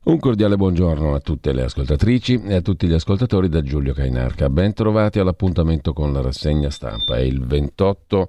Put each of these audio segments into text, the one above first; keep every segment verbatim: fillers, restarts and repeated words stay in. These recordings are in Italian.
Un cordiale buongiorno a tutte le ascoltatrici e a tutti gli ascoltatori da Giulio Cainarca. Ben trovati all'appuntamento con la rassegna stampa. È il ventotto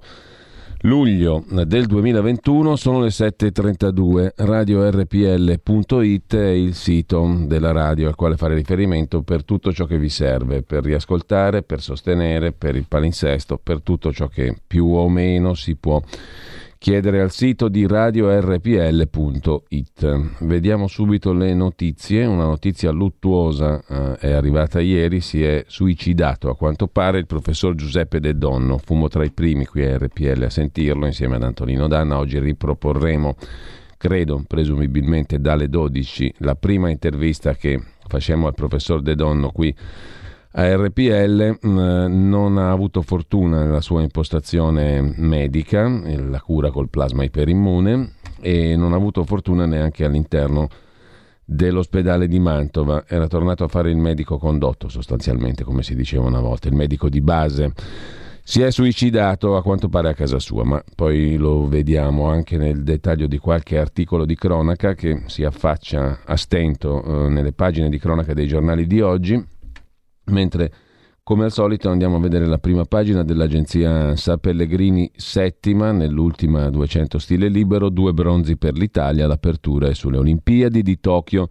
luglio del duemilaventuno, sono le sette e trentadue. radio erre pi elle punto it è il sito della radio al quale fare riferimento per tutto ciò che vi serve, per riascoltare, per sostenere, per il palinsesto, per tutto ciò che più o meno si può chiedere al sito di radio erre pi elle punto it. Vediamo subito le notizie. Una notizia luttuosa eh, è arrivata ieri: si è suicidato a quanto pare il professor Giuseppe De Donno. Fummo tra i primi qui a erre pi elle a sentirlo insieme ad Antonino Danna. Oggi riproporremo, credo, presumibilmente dalle dodici, la prima intervista che facciamo al professor De Donno qui a erre pi elle. Non ha avuto fortuna nella sua impostazione medica, la cura col plasma iperimmune, e non ha avuto fortuna neanche all'interno dell'ospedale di Mantova. Era tornato a fare il medico condotto, sostanzialmente, come si diceva una volta, il medico di base. Si è suicidato a quanto pare a casa sua, ma poi lo vediamo anche nel dettaglio di qualche articolo di cronaca che si affaccia a stento eh, nelle pagine di cronaca dei giornali di oggi. Mentre, come al solito, andiamo a vedere la prima pagina dell'agenzia ANSA. Pellegrini settima nell'ultima duecento stile libero, due bronzi per l'Italia, l'apertura è sulle Olimpiadi di Tokyo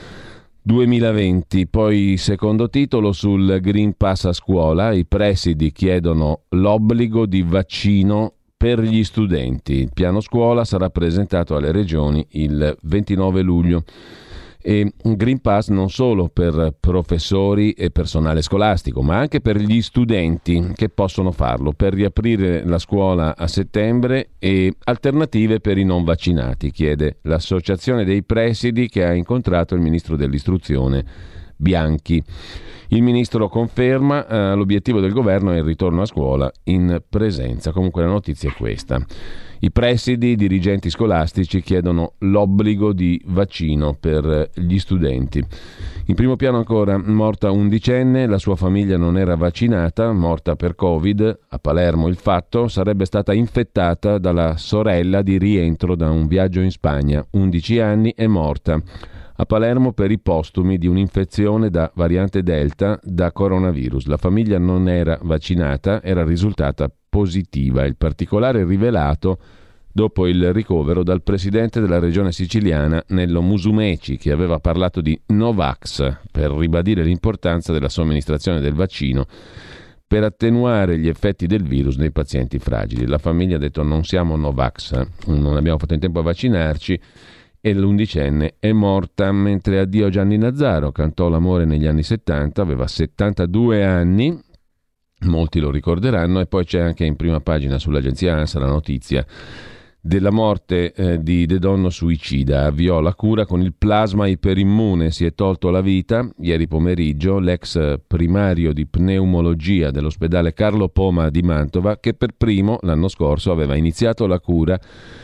duemilaventi. Poi secondo titolo sul Green Pass a scuola, i presidi chiedono l'obbligo di vaccino per gli studenti. Il piano scuola sarà presentato alle regioni il ventinove luglio. E un Green Pass non solo per professori e personale scolastico, ma anche per gli studenti che possono farlo, per riaprire la scuola a settembre, e alternative per i non vaccinati, chiede l'associazione dei presidi che ha incontrato il ministro dell'istruzione Bianchi. Il ministro conferma eh, l'obiettivo del governo è il ritorno a scuola in presenza. Comunque la notizia è questa: i presidi, i dirigenti scolastici chiedono l'obbligo di vaccino per gli studenti. In primo piano ancora, morta undicenne, la sua famiglia non era vaccinata, morta per Covid. A Palermo il fatto: sarebbe stata infettata dalla sorella di rientro da un viaggio in Spagna, undici anni, è morta a Palermo per i postumi di un'infezione da variante Delta da coronavirus. La famiglia non era vaccinata, era risultata positiva. Il particolare rivelato dopo il ricovero dal presidente della regione siciliana Nello Musumeci, che aveva parlato di Novax per ribadire l'importanza della somministrazione del vaccino per attenuare gli effetti del virus nei pazienti fragili. La famiglia ha detto: non siamo Novax, non abbiamo fatto in tempo a vaccinarci. E l'undicenne è morta. Mentre Addio Gianni Nazzaro cantò l'amore negli anni settanta, aveva settantadue anni, molti lo ricorderanno. E poi c'è anche in prima pagina sull'agenzia ANSA la notizia della morte eh, di De Donno suicida. Avviò la cura con il plasma iperimmune, si è tolto la vita ieri pomeriggio l'ex primario di pneumologia dell'ospedale Carlo Poma di Mantova, che per primo l'anno scorso aveva iniziato la cura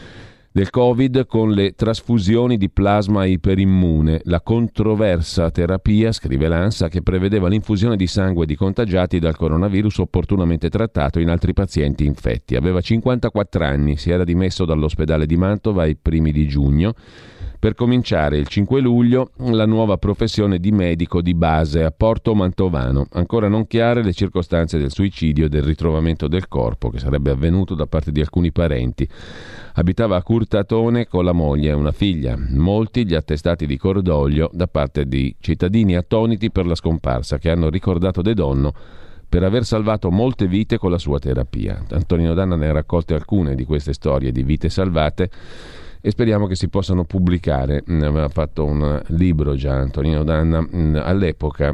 del Covid con le trasfusioni di plasma iperimmune, la controversa terapia, scrive l'ANSA, che prevedeva l'infusione di sangue di contagiati dal coronavirus opportunamente trattato in altri pazienti infetti. Aveva cinquantaquattro anni, si era dimesso dall'ospedale di Mantova ai primi di giugno per cominciare il cinque luglio la nuova professione di medico di base a Porto Mantovano. Ancora non chiare le circostanze del suicidio e del ritrovamento del corpo, che sarebbe avvenuto da parte di alcuni parenti. Abitava a Curtatone con la moglie e una figlia. Molti gli attestati di cordoglio da parte di cittadini attoniti per la scomparsa, che hanno ricordato De Donno per aver salvato molte vite con la sua terapia. Antonino Danna ne ha raccolte alcune di queste storie di vite salvate e speriamo che si possano pubblicare. Aveva fatto un libro già Antonino Danna all'epoca,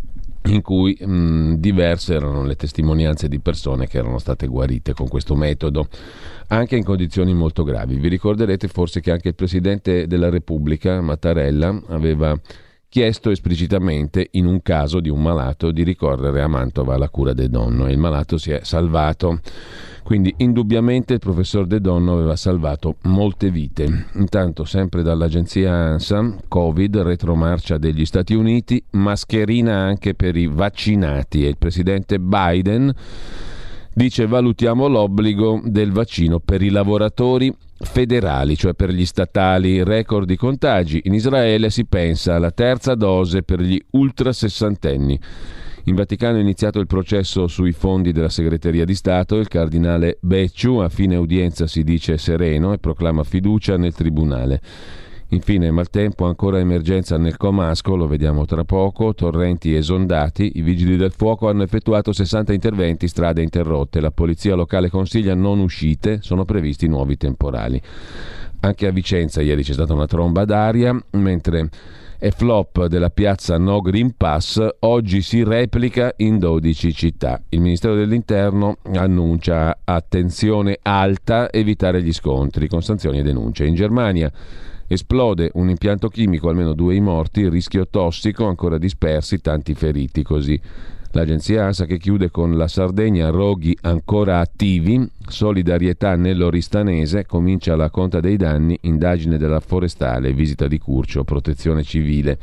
in cui mh, diverse erano le testimonianze di persone che erano state guarite con questo metodo, anche in condizioni molto gravi. Vi ricorderete forse che anche il Presidente della Repubblica, Mattarella, aveva chiesto esplicitamente, in un caso di un malato, di ricorrere a Mantova alla cura De Donno, e il malato si è salvato. Quindi indubbiamente il professor De Donno aveva salvato molte vite. Intanto, sempre dall'agenzia ANSA, Covid, retromarcia degli Stati Uniti, mascherina anche per i vaccinati, e il presidente Biden dice: valutiamo l'obbligo del vaccino per i lavoratori federali, cioè per gli statali, record di contagi. In Israele si pensa alla terza dose per gli ultrasessantenni. In Vaticano è iniziato il processo sui fondi della segreteria di Stato. Il cardinale Becciu a fine udienza si dice sereno e proclama fiducia nel tribunale. Infine, maltempo, ancora emergenza nel comasco, lo vediamo tra poco, torrenti esondati, i vigili del fuoco hanno effettuato sessanta interventi, strade interrotte, la polizia locale consiglia non uscite, sono previsti nuovi temporali. Anche a Vicenza ieri c'è stata una tromba d'aria, mentre è flop della piazza No Green Pass, oggi si replica in dodici città. Il Ministero dell'Interno annuncia attenzione alta, evitare gli scontri con sanzioni e denunce. In Germania esplode un impianto chimico, almeno due i morti, rischio tossico, ancora dispersi, tanti feriti. Così l'agenzia ANSA che chiude con la Sardegna, roghi ancora attivi, solidarietà nell'Oristanese, comincia la conta dei danni, indagine della forestale, visita di Curcio, protezione civile.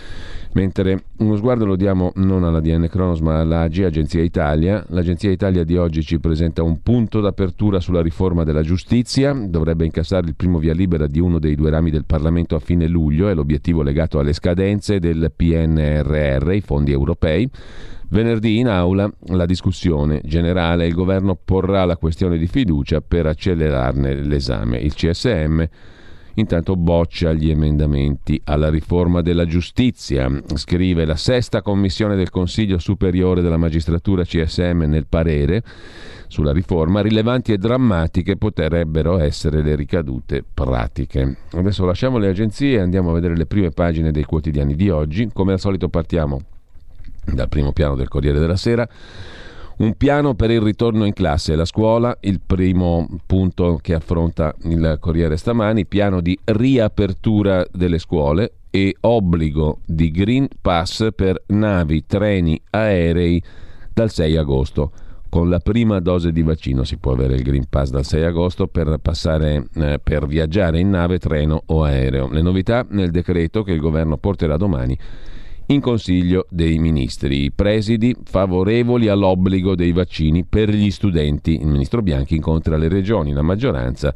Mentre uno sguardo lo diamo non alla D N Cronos ma all'A G I, Agenzia Italia. L'Agenzia Italia di oggi ci presenta un punto d'apertura sulla riforma della giustizia, dovrebbe incassare il primo via libera di uno dei due rami del Parlamento a fine luglio, è l'obiettivo legato alle scadenze del P N R R, i fondi europei. Venerdì in aula la discussione generale, il governo porrà la questione di fiducia per accelerarne l'esame. Il C S M intanto boccia gli emendamenti alla riforma della giustizia. Scrive la sesta commissione del Consiglio Superiore della Magistratura C S M nel parere sulla riforma, rilevanti e drammatiche potrebbero essere le ricadute pratiche. Adesso lasciamo le agenzie e andiamo a vedere le prime pagine dei quotidiani di oggi. Come al solito partiamo dal primo piano del Corriere della Sera. Un piano per il ritorno in classe, la scuola, il primo punto che affronta il Corriere stamani, piano di riapertura delle scuole e obbligo di Green Pass per navi, treni, aerei dal sei agosto. Con la prima dose di vaccino si può avere il Green Pass dal sei agosto per passare eh, per viaggiare in nave, treno o aereo. Le novità nel decreto che il governo porterà domani in Consiglio dei Ministri. I presidi favorevoli all'obbligo dei vaccini per gli studenti. Il ministro Bianchi incontra le regioni, la maggioranza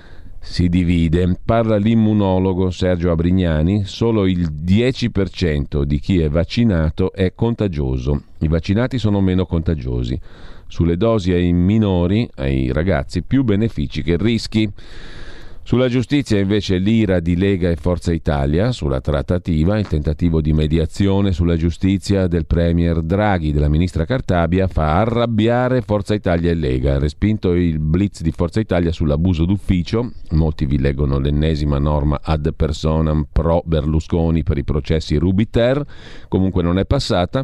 si divide. Parla l'immunologo Sergio Abrignani, solo il dieci per cento di chi è vaccinato è contagioso. I vaccinati sono meno contagiosi. Sulle dosi ai minori, ai ragazzi, più benefici che rischi. Sulla giustizia invece l'ira di Lega e Forza Italia, sulla trattativa, il tentativo di mediazione sulla giustizia del premier Draghi, della ministra Cartabia, fa arrabbiare Forza Italia e Lega. Respinto il blitz di Forza Italia sull'abuso d'ufficio, molti vi leggono l'ennesima norma ad personam pro Berlusconi per i processi Rubiter, comunque non è passata.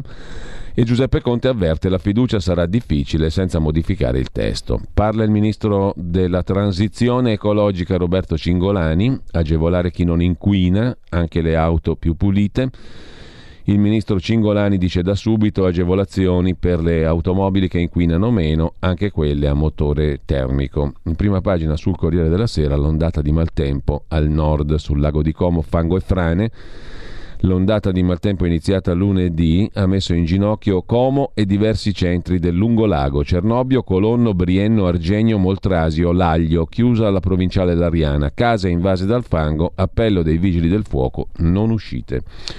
E Giuseppe Conte avverte la fiducia sarà difficile senza modificare il testo. Parla il ministro della transizione ecologica Roberto Cingolani, agevolare chi non inquina, anche le auto più pulite. Il ministro Cingolani dice da subito agevolazioni per le automobili che inquinano meno, anche quelle a motore termico. In prima pagina sul Corriere della Sera l'ondata di maltempo al nord, sul lago di Como, fango e frane. L'ondata di maltempo iniziata lunedì ha messo in ginocchio Como e diversi centri del lungolago, Cernobbio, Colonno, Brienno, Argegno, Moltrasio, Laglio, chiusa la provinciale Lariana, case invase dal fango, appello dei vigili del fuoco, non uscite.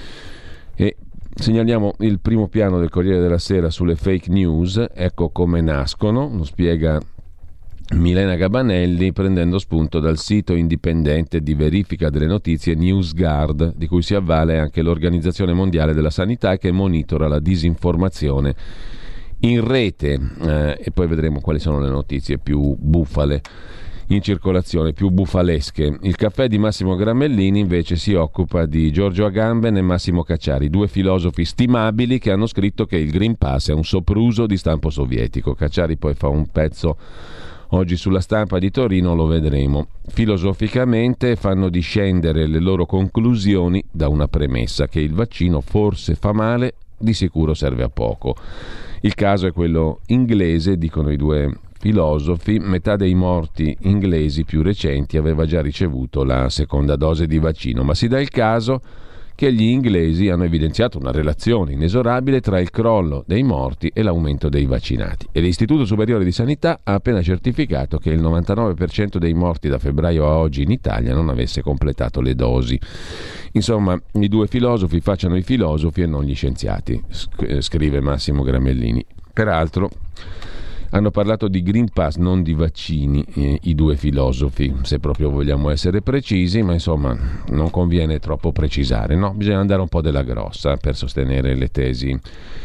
E segnaliamo il primo piano del Corriere della Sera sulle fake news, ecco come nascono, lo spiega Milena Gabanelli prendendo spunto dal sito indipendente di verifica delle notizie NewsGuard, di cui si avvale anche l'Organizzazione Mondiale della Sanità che monitora la disinformazione in rete, eh, e poi vedremo quali sono le notizie più bufale in circolazione, più bufalesche. Il caffè di Massimo Gramellini invece si occupa di Giorgio Agamben e Massimo Cacciari, due filosofi stimabili che hanno scritto che il Green Pass è un sopruso di stampo sovietico. Cacciari poi fa un pezzo oggi sulla Stampa di Torino, lo vedremo. Filosoficamente fanno discendere le loro conclusioni da una premessa, che il vaccino forse fa male, di sicuro serve a poco. Il caso è quello inglese, dicono i due filosofi, metà dei morti inglesi più recenti aveva già ricevuto la seconda dose di vaccino, ma si dà il caso che gli inglesi hanno evidenziato una relazione inesorabile tra il crollo dei morti e l'aumento dei vaccinati. E l'Istituto Superiore di Sanità ha appena certificato che il novantanove per cento dei morti da febbraio a oggi in Italia non avesse completato le dosi. Insomma, i due filosofi facciano i filosofi e non gli scienziati, scrive Massimo Gramellini. Peraltro hanno parlato di Green Pass, non di vaccini, eh, i due filosofi, se proprio vogliamo essere precisi, ma insomma non conviene troppo precisare, no? Bisogna andare un po' della grossa per sostenere le tesi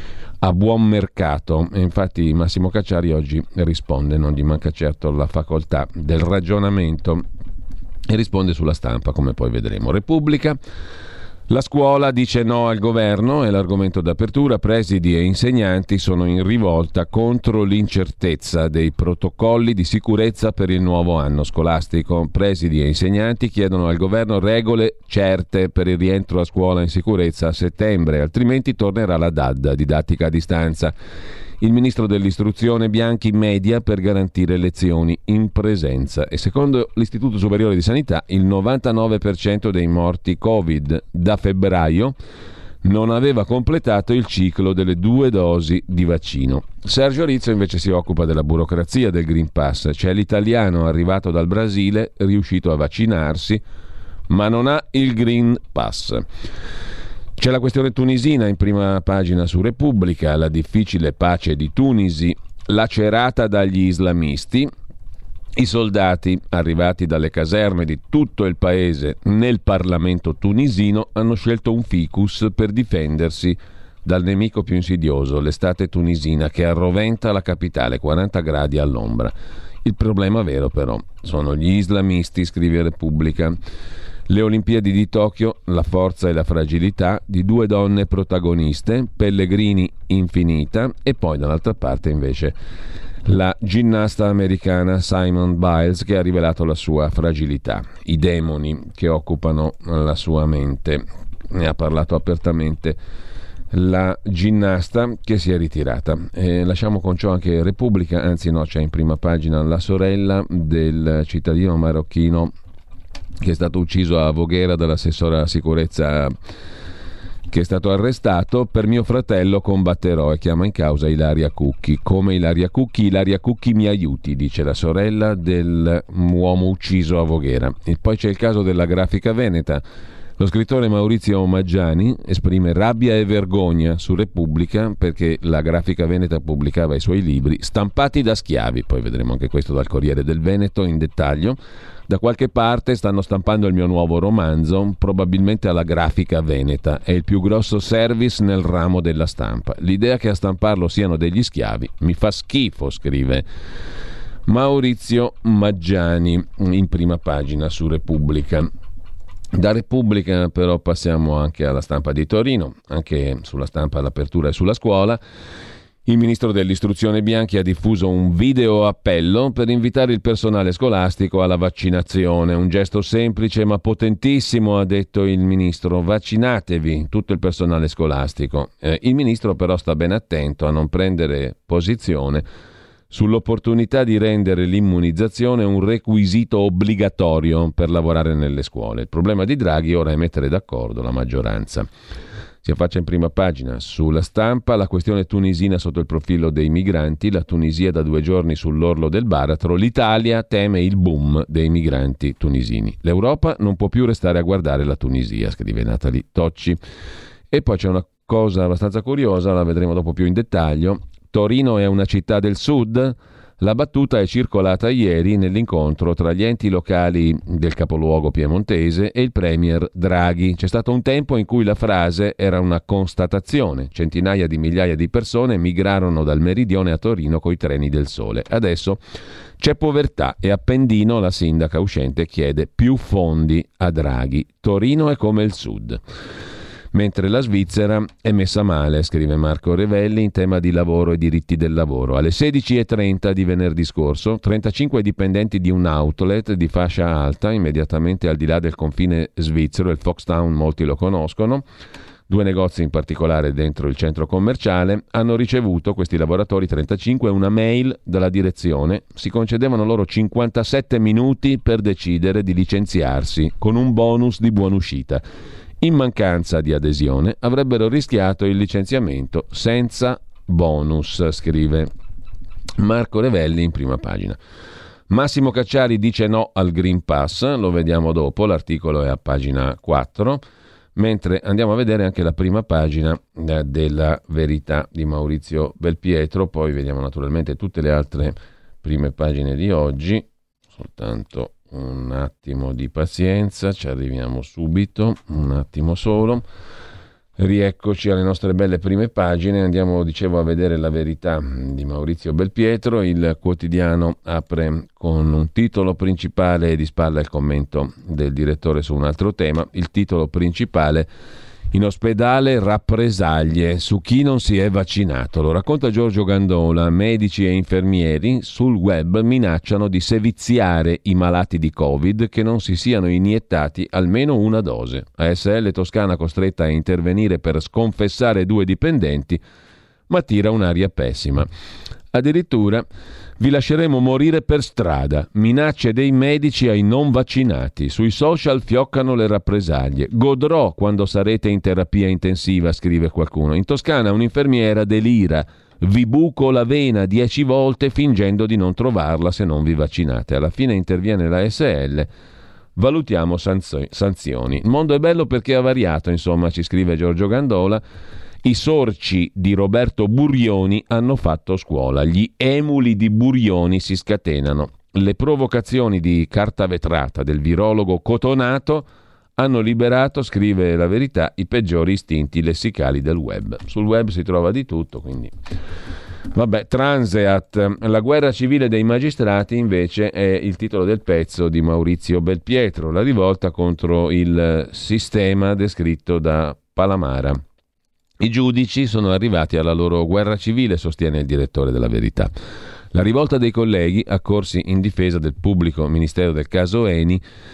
a buon mercato. E infatti Massimo Cacciari oggi risponde, non gli manca certo la facoltà del ragionamento, e risponde sulla Stampa, come poi vedremo. Repubblica: la scuola dice no al governo, è l'argomento d'apertura. Presidi e insegnanti sono in rivolta contro l'incertezza dei protocolli di sicurezza per il nuovo anno scolastico. Presidi e insegnanti chiedono al governo regole certe per il rientro a scuola in sicurezza a settembre, altrimenti tornerà la D A D, didattica a distanza. Il ministro dell'istruzione Bianchi media per garantire lezioni in presenza, e secondo l'Istituto Superiore di Sanità il novantanove per cento dei morti Covid da febbraio non aveva completato il ciclo delle due dosi di vaccino. Sergio Rizzo invece si occupa della burocrazia del Green Pass. C'è l'italiano arrivato dal Brasile, riuscito a vaccinarsi, ma non ha il Green Pass. C'è la questione tunisina in prima pagina su Repubblica, la difficile pace di Tunisi lacerata dagli islamisti. I soldati arrivati dalle caserme di tutto il paese nel Parlamento tunisino hanno scelto un ficus per difendersi dal nemico più insidioso, l'estate tunisina che arroventa la capitale, quaranta gradi all'ombra. Il problema vero però sono gli islamisti, scrive Repubblica. Le Olimpiadi di Tokyo, la forza e la fragilità di due donne protagoniste, Pellegrini infinita, e poi dall'altra parte invece la ginnasta americana Simone Biles, che ha rivelato la sua fragilità, i demoni che occupano la sua mente. Ne ha parlato apertamente la ginnasta, che si è ritirata. E lasciamo con ciò anche Repubblica, anzi no, c'è in prima pagina la sorella del cittadino marocchino che è stato ucciso a Voghera dall'assessore alla sicurezza, che è stato arrestato. Per mio fratello combatterò, e chiama in causa Ilaria Cucchi. Come Ilaria Cucchi? Ilaria Cucchi mi aiuti, dice la sorella dell'uomo ucciso a Voghera. E poi c'è il caso della Grafica Veneta. Lo scrittore Maurizio Maggiani esprime rabbia e vergogna su Repubblica perché la Grafica Veneta pubblicava i suoi libri stampati da schiavi. Poi vedremo anche questo dal Corriere del Veneto in dettaglio. Da qualche parte stanno stampando il mio nuovo romanzo, probabilmente alla Grafica Veneta. È il più grosso service nel ramo della stampa. L'idea che a stamparlo siano degli schiavi mi fa schifo, scrive Maurizio Maggiani in prima pagina su Repubblica. Da Repubblica però passiamo anche alla Stampa di Torino, anche sulla Stampa all'apertura e sulla scuola. Il ministro dell'istruzione Bianchi ha diffuso un video appello per invitare il personale scolastico alla vaccinazione. Un gesto semplice ma potentissimo, ha detto il ministro. Vaccinatevi, tutto il personale scolastico. Eh, il ministro però sta ben attento a non prendere posizione sull'opportunità di rendere l'immunizzazione un requisito obbligatorio per lavorare nelle scuole. Il problema di Draghi ora è mettere d'accordo la maggioranza. Si affaccia in prima pagina sulla Stampa la questione tunisina sotto il profilo dei migranti. La Tunisia da due giorni sull'orlo del baratro. L'Italia teme il boom dei migranti tunisini. L'Europa non può più restare a guardare la Tunisia, scrive Nathalie Tocci. E poi c'è una cosa abbastanza curiosa, la vedremo dopo più in dettaglio. Torino è una città del sud? La battuta è circolata ieri nell'incontro tra gli enti locali del capoluogo piemontese e il premier Draghi. C'è stato un tempo in cui la frase era una constatazione. Centinaia di migliaia di persone migrarono dal meridione a Torino coi treni del sole. Adesso c'è povertà e Appendino, la sindaca uscente, chiede più fondi a Draghi. Torino è come il sud. Mentre la Svizzera è messa male, scrive Marco Revelli, in tema di lavoro e diritti del lavoro. Alle sedici e trenta di venerdì scorso, trentacinque dipendenti di un outlet di fascia alta, immediatamente al di là del confine svizzero, il Foxtown molti lo conoscono, due negozi in particolare dentro il centro commerciale, hanno ricevuto, questi lavoratori trentacinque, una mail dalla direzione. Si concedevano loro cinquantasette minuti per decidere di licenziarsi, con un bonus di buona uscita. In mancanza di adesione avrebbero rischiato il licenziamento senza bonus, scrive Marco Revelli in prima pagina. Massimo Cacciari dice no al Green Pass, lo vediamo dopo, l'articolo è a pagina quattro, mentre andiamo a vedere anche la prima pagina eh, della Verità di Maurizio Belpietro, poi vediamo naturalmente tutte le altre prime pagine di oggi, soltanto un attimo di pazienza, ci arriviamo subito, un attimo solo. Rieccoci alle nostre belle prime pagine, andiamo, dicevo, a vedere la Verità di Maurizio Belpietro. Il quotidiano apre con un titolo principale e di spalla il commento del direttore su un altro tema. Il titolo principale: in ospedale rappresaglie su chi non si è vaccinato. Lo racconta Giorgio Gandola. Medici e infermieri sul web minacciano di seviziare i malati di Covid che non si siano iniettati almeno una dose. A S L Toscana costretta a intervenire per sconfessare due dipendenti, ma tira un'aria pessima. Addirittura: vi lasceremo morire per strada. Minacce dei medici ai non vaccinati. Sui social fioccano le rappresaglie. Godrò quando sarete in terapia intensiva, scrive qualcuno. In Toscana un'infermiera delira. Vi buco la vena dieci volte fingendo di non trovarla se non vi vaccinate. Alla fine interviene la S L. Valutiamo sanzo- sanzioni. Il mondo è bello perché ha variato, insomma, ci scrive Giorgio Gandola. I sorci di Roberto Burioni hanno fatto scuola. Gli emuli di Burioni si scatenano. Le provocazioni di carta vetrata del virologo Cotonato hanno liberato, scrive la Verità, i peggiori istinti lessicali del web. Sul web si trova di tutto, quindi... Vabbè, Transeat, la guerra civile dei magistrati invece è il titolo del pezzo di Maurizio Belpietro, la rivolta contro il sistema descritto da Palamara. I giudici sono arrivati alla loro guerra civile, sostiene il direttore della Verità. La rivolta dei colleghi, accorsi in difesa del pubblico ministero del caso Eni,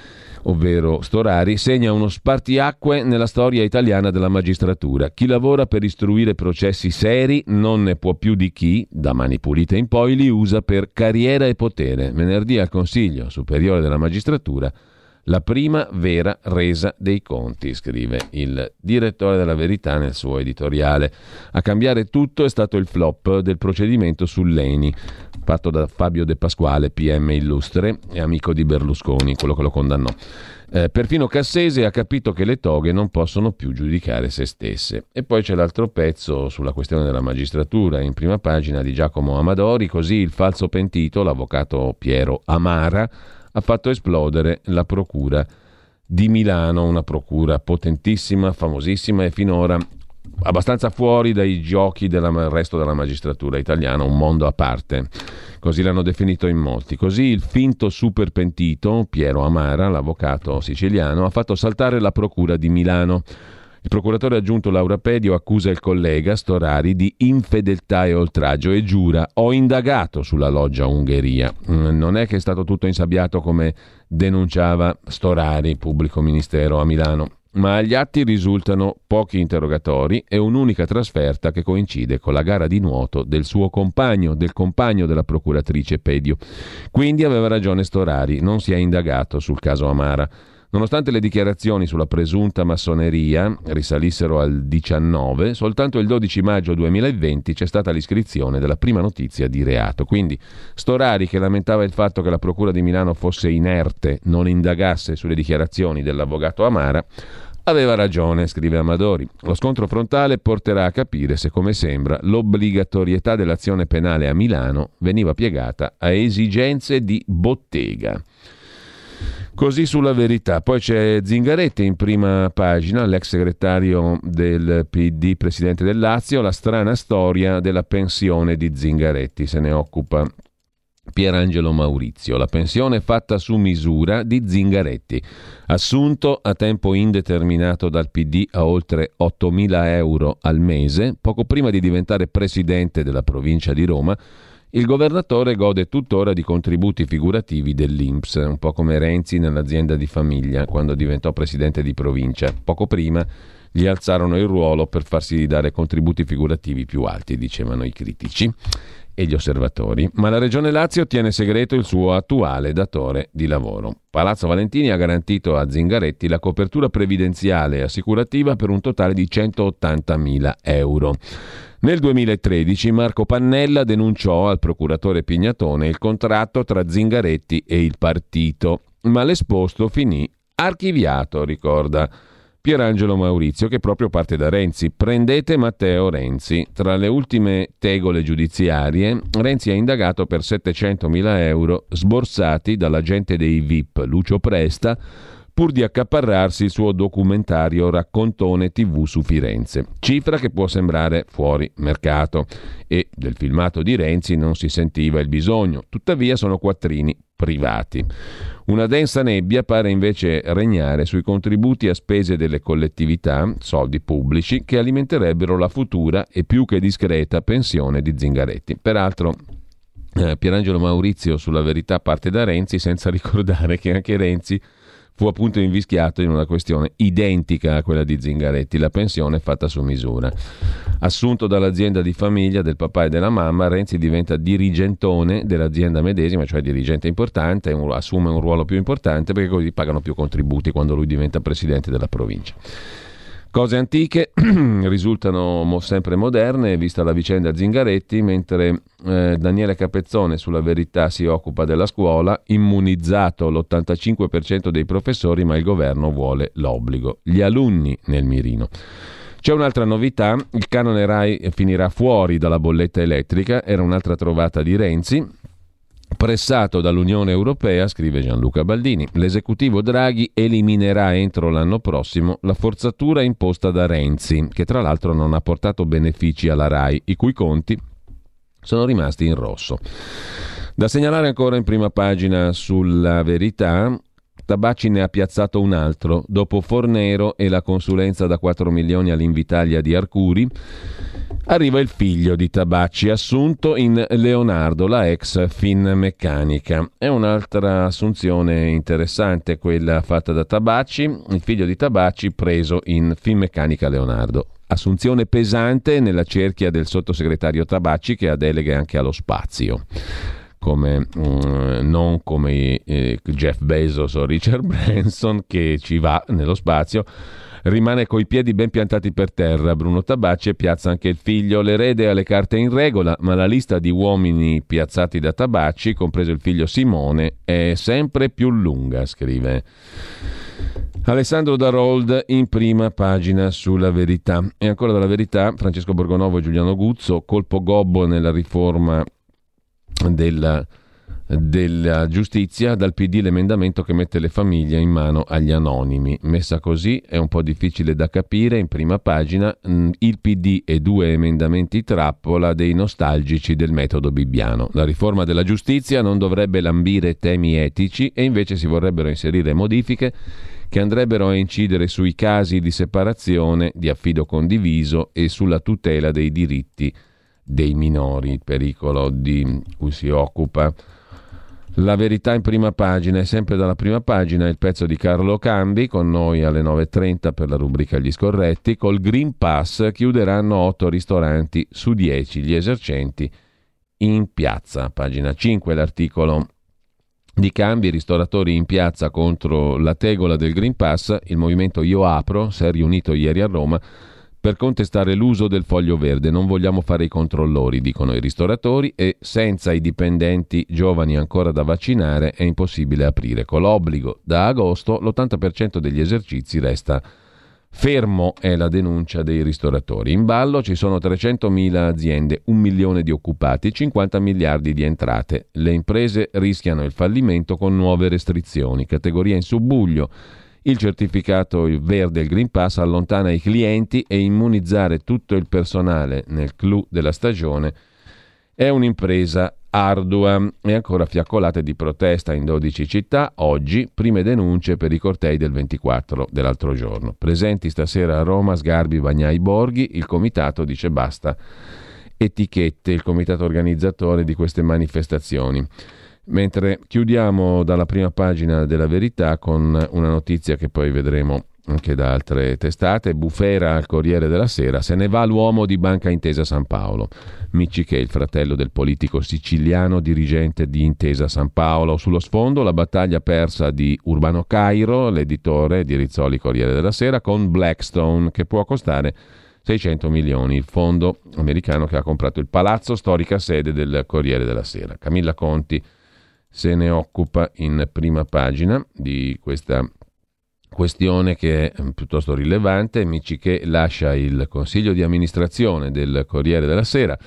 ovvero Storari, segna uno spartiacque nella storia italiana della magistratura. Chi lavora per istruire processi seri non ne può più di chi, da Mani Pulite in poi, li usa per carriera e potere. Venerdì al Consiglio Superiore della Magistratura la prima vera resa dei conti, scrive il direttore della Verità nel suo editoriale. A cambiare tutto è stato il flop del procedimento sull'Eni, fatto da Fabio De Pasquale, P M illustre e amico di Berlusconi, quello che lo condannò. Eh, perfino Cassese ha capito che le toghe non possono più giudicare se stesse. E poi c'è l'altro pezzo sulla questione della magistratura, in prima pagina di Giacomo Amadori. Così il falso pentito, l'avvocato Piero Amara, ha fatto esplodere la procura di Milano, una procura potentissima, famosissima e finora abbastanza fuori dai giochi del resto della magistratura italiana, un mondo a parte, così l'hanno definito in molti. Così il finto super pentito Piero Amara, l'avvocato siciliano, ha fatto saltare la procura di Milano. Il procuratore aggiunto Laura Pedio accusa il collega Storari di infedeltà e oltraggio e giura: ho indagato sulla loggia Ungheria. Non è che è stato tutto insabbiato come denunciava Storari, pubblico ministero a Milano, ma agli atti risultano pochi interrogatori e un'unica trasferta che coincide con la gara di nuoto del suo compagno, del compagno della procuratrice Pedio. Quindi aveva ragione Storari, non si è indagato sul caso Amara. Nonostante le dichiarazioni sulla presunta massoneria risalissero al diciannove, soltanto il dodici maggio duemilaventi c'è stata l'iscrizione della prima notizia di reato. Quindi Storari, che lamentava il fatto che la Procura di Milano fosse inerte, non indagasse sulle dichiarazioni dell'avvocato Amara, aveva ragione, scrive Amadori. Lo scontro frontale porterà a capire se, come sembra, l'obbligatorietà dell'azione penale a Milano veniva piegata a esigenze di bottega. Così sulla Verità. Poi c'è Zingaretti in prima pagina, l'ex segretario del P D, presidente del Lazio, la strana storia della pensione di Zingaretti, se ne occupa Pierangelo Maurizio. La pensione fatta su misura di Zingaretti, assunto a tempo indeterminato dal P D a oltre ottomila euro al mese, poco prima di diventare presidente della provincia di Roma. Il governatore gode tuttora di contributi figurativi dell'I N P S, un po' come Renzi nell'azienda di famiglia quando diventò presidente di provincia. Poco prima gli alzarono il ruolo per farsi dare contributi figurativi più alti, dicevano i critici e gli osservatori. Ma la Regione Lazio tiene segreto il suo attuale datore di lavoro. Palazzo Valentini ha garantito a Zingaretti la copertura previdenziale e assicurativa per un totale di centottantamila euro. Nel duemilatredici Marco Pannella denunciò al procuratore Pignatone il contratto tra Zingaretti e il partito, ma l'esposto finì archiviato, ricorda Pierangelo Maurizio, che proprio parte da Renzi. Prendete Matteo Renzi. Tra le ultime tegole giudiziarie, Renzi è indagato per settecentomila euro sborsati dall'agente dei V I P, Lucio Presta, pur di accaparrarsi il suo documentario Raccontone tivù su Firenze. Cifra che può sembrare fuori mercato e del filmato di Renzi non si sentiva il bisogno. Tuttavia sono quattrini privati. Una densa nebbia pare invece regnare sui contributi a spese delle collettività, soldi pubblici, che alimenterebbero la futura e più che discreta pensione di Zingaretti. Peraltro eh, Pierangelo Maurizio sulla Verità parte da Renzi, senza ricordare che anche Renzi fu appunto invischiato in una questione identica a quella di Zingaretti, la pensione fatta su misura. Assunto dall'azienda di famiglia del papà e della mamma, Renzi diventa dirigentone dell'azienda medesima, cioè dirigente importante, un, assume un ruolo più importante perché così pagano più contributi quando lui diventa presidente della provincia. Cose antiche risultano sempre moderne, vista la vicenda Zingaretti, mentre eh, Daniele Capezzone sulla Verità si occupa della scuola, immunizzato l'ottantacinque per cento dei professori, ma il governo vuole l'obbligo. Gli alunni nel mirino. C'è un'altra novità, il canone Rai finirà fuori dalla bolletta elettrica, era un'altra trovata di Renzi. Pressato dall'Unione Europea, scrive Gianluca Baldini, l'esecutivo Draghi eliminerà entro l'anno prossimo la forzatura imposta da Renzi, che tra l'altro non ha portato benefici alla Rai, i cui conti sono rimasti in rosso. Da segnalare ancora in prima pagina sulla Verità, Tabacci ne ha piazzato un altro. Dopo Fornero e la consulenza da quattro milioni all'Invitalia di Arcuri, arriva il figlio di Tabacci, assunto in Leonardo, la ex Finmeccanica. È un'altra assunzione interessante quella fatta da Tabacci, il figlio di Tabacci preso in Finmeccanica Leonardo. Assunzione pesante nella cerchia del sottosegretario Tabacci, che ha deleghe anche allo spazio, come mm, non come eh, Jeff Bezos o Richard Branson, che ci va nello spazio. Rimane coi piedi ben piantati per terra Bruno Tabacci e piazza anche il figlio. L'erede ha le carte in regola, ma la lista di uomini piazzati da Tabacci, compreso il figlio Simone, è sempre più lunga, scrive Alessandro Darold in prima pagina sulla Verità. E ancora dalla Verità, Francesco Borgonovo e Giuliano Guzzo, colpo gobbo nella riforma della della giustizia, dal P D l'emendamento che mette le famiglie in mano agli anonimi. Messa così è un po' difficile da capire. In prima pagina il P D e due emendamenti trappola dei nostalgici del metodo bibbiano. La riforma della giustizia non dovrebbe lambire temi etici e invece si vorrebbero inserire modifiche che andrebbero a incidere sui casi di separazione, di affido condiviso e sulla tutela dei diritti dei minori, il pericolo di cui si occupa La Verità in prima pagina. E sempre dalla prima pagina il pezzo di Carlo Cambi, con noi alle nove e trenta per la rubrica Gli Scorretti. Col Green Pass chiuderanno otto ristoranti su dieci gli esercenti in piazza. Pagina cinque l'articolo di Cambi, ristoratori in piazza contro la tegola del Green Pass. Il movimento Io Apro si è riunito ieri a Roma per contestare l'uso del foglio verde. Non vogliamo fare i controllori, dicono i ristoratori, e senza i dipendenti giovani ancora da vaccinare è impossibile aprire. Con l'obbligo da agosto l'ottanta per cento degli esercizi resta fermo, è la denuncia dei ristoratori. In ballo ci sono trecentomila aziende, un milione di occupati, cinquanta miliardi di entrate. Le imprese rischiano il fallimento con nuove restrizioni. Categoria in subbuglio. Il certificato verde, il Green Pass, allontana i clienti e immunizzare tutto il personale nel clou della stagione è un'impresa ardua. E ancora fiaccolate di protesta in dodici città. Oggi, prime denunce per i cortei del ventiquattro dell'altro giorno. Presenti stasera a Roma Sgarbi, Bagnai, Borghi. Il comitato dice basta etichette, il comitato organizzatore di queste manifestazioni. Mentre chiudiamo dalla prima pagina della Verità con una notizia che poi vedremo anche da altre testate. Bufera al Corriere della Sera, se ne va l'uomo di Banca Intesa San Paolo. Micciche, il fratello del politico siciliano dirigente di Intesa San Paolo. Sullo sfondo la battaglia persa di Urbano Cairo, l'editore di Rizzoli Corriere della Sera, con Blackstone, che può costare seicento milioni, il fondo americano che ha comprato il palazzo, storica sede del Corriere della Sera. Camilla Conti se ne occupa in prima pagina di questa questione che è piuttosto rilevante. Micciche lascia il consiglio di amministrazione del Corriere della Sera.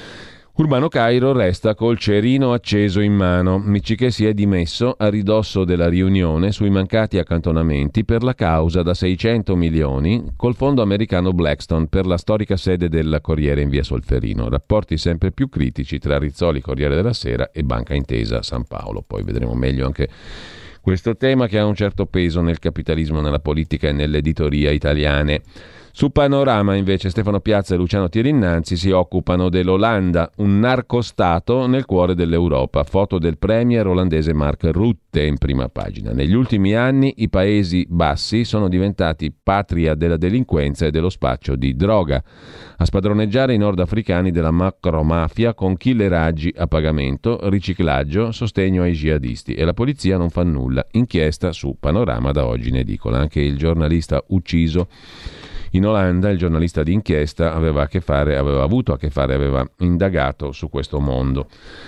Urbano Cairo resta col cerino acceso in mano. Micciche si è dimesso a ridosso della riunione sui mancati accantonamenti per la causa da seicento milioni col fondo americano Blackstone per la storica sede del Corriere in via Solferino. Rapporti sempre più critici tra Rizzoli Corriere della Sera e Banca Intesa San Paolo. Poi vedremo meglio anche questo tema che ha un certo peso nel capitalismo, nella politica e nell'editoria italiane. Su Panorama invece Stefano Piazza e Luciano Tirinnanzi si occupano dell'Olanda, un narcostato nel cuore dell'Europa. Foto del premier olandese Mark Rutte in prima pagina. Negli ultimi anni i Paesi Bassi sono diventati patria della delinquenza e dello spaccio di droga. A spadroneggiare i nordafricani della macromafia con killeraggi a pagamento, riciclaggio, sostegno ai jihadisti. E la polizia non fa nulla. Inchiesta su Panorama da oggi in edicola. Anche il giornalista ucciso in Olanda, il giornalista d'inchiesta, aveva a che fare, aveva avuto a che fare, aveva indagato su questo mondo.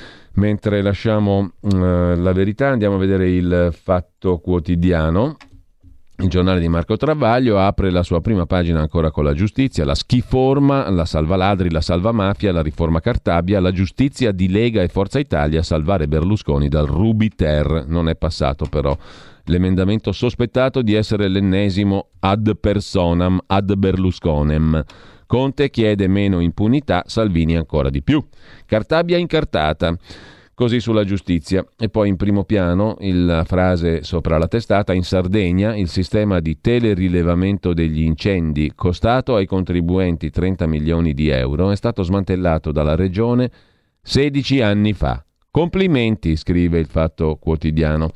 Mentre lasciamo uh, la verità, andiamo a vedere il Fatto Quotidiano. Il giornale di Marco Travaglio apre la sua prima pagina ancora con la giustizia, la schiforma, la salvaladri, la salvamafia, la riforma Cartabia, la giustizia di Lega e Forza Italia a salvare Berlusconi dal Rubiter. Non è passato però l'emendamento sospettato di essere l'ennesimo ad personam ad Berlusconem. Conte chiede meno impunità, Salvini ancora di più. Cartabia incartata. Così sulla giustizia. E poi in primo piano la frase sopra la testata: in Sardegna il sistema di telerilevamento degli incendi, costato ai contribuenti trenta milioni di euro, è stato smantellato dalla regione sedici anni fa. Complimenti, scrive il Fatto Quotidiano.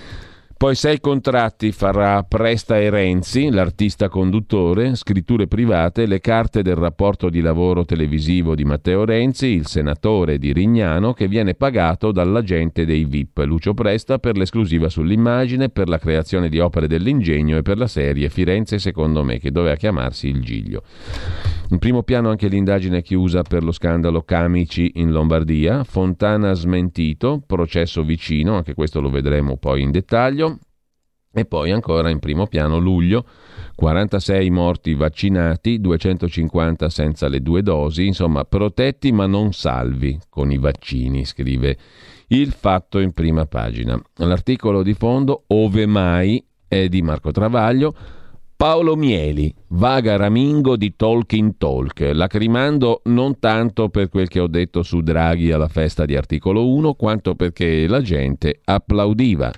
Poi sei contratti farà Presta e Renzi, l'artista conduttore, scritture private, le carte del rapporto di lavoro televisivo di Matteo Renzi, il senatore di Rignano, che viene pagato dall'agente dei V I P, Lucio Presta, per l'esclusiva sull'immagine, per la creazione di opere dell'ingegno e per la serie Firenze secondo me, che doveva chiamarsi Il Giglio. In primo piano anche l'indagine chiusa per lo scandalo Camici in Lombardia, Fontana smentito, processo vicino, anche questo lo vedremo poi in dettaglio. E poi ancora in primo piano luglio, quarantasei morti vaccinati, duecentocinquanta senza le due dosi, insomma protetti ma non salvi con i vaccini, scrive il Fatto in prima pagina. L'articolo di fondo, ove mai, è di Marco Travaglio. Paolo Mieli, vaga ramingo di Talking Talk, lacrimando non tanto per quel che ho detto su Draghi alla festa di Articolo uno, quanto perché la gente applaudiva.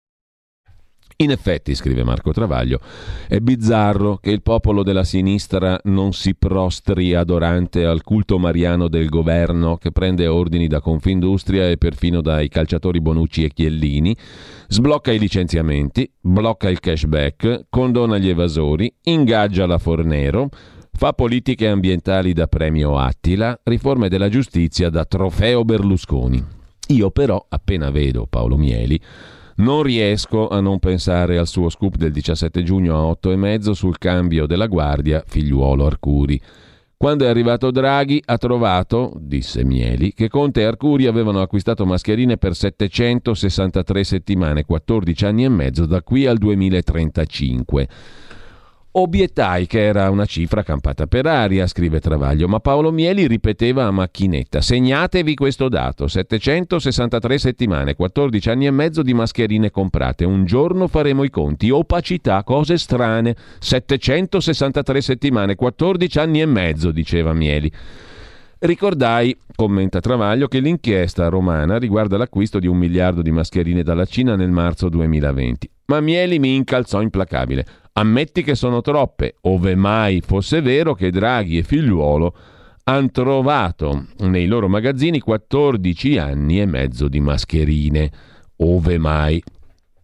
In effetti, scrive Marco Travaglio, è bizzarro che il popolo della sinistra non si prostri adorante al culto mariano del governo, che prende ordini da Confindustria e perfino dai calciatori Bonucci e Chiellini, sblocca i licenziamenti, blocca il cashback, condona gli evasori, ingaggia la Fornero, fa politiche ambientali da premio Attila, riforme della giustizia da trofeo Berlusconi. Io però, appena vedo Paolo Mieli, non riesco a non pensare al suo scoop del diciassette giugno a otto e mezzo sul cambio della guardia Figliuolo Arcuri. Quando è arrivato Draghi ha trovato, disse Mieli, che Conte e Arcuri avevano acquistato mascherine per settecentosessantatré settimane, quattordici anni e mezzo, da qui al duemilatrentacinque. Obiettai che era una cifra campata per aria, scrive Travaglio, ma Paolo Mieli ripeteva a macchinetta: segnatevi questo dato, settecentosessantatré settimane, quattordici anni e mezzo di mascherine comprate, un giorno faremo i conti, opacità, cose strane, settecentosessantatré settimane, quattordici anni e mezzo, diceva Mieli. Ricordai, commenta Travaglio, che l'inchiesta romana riguarda l'acquisto di un miliardo di mascherine dalla Cina nel marzo duemilaventi. Ma Mieli mi incalzò implacabile. Ammetti che sono troppe, ove mai fosse vero che Draghi e Figliuolo hanno trovato nei loro magazzini quattordici anni e mezzo di mascherine, ove mai.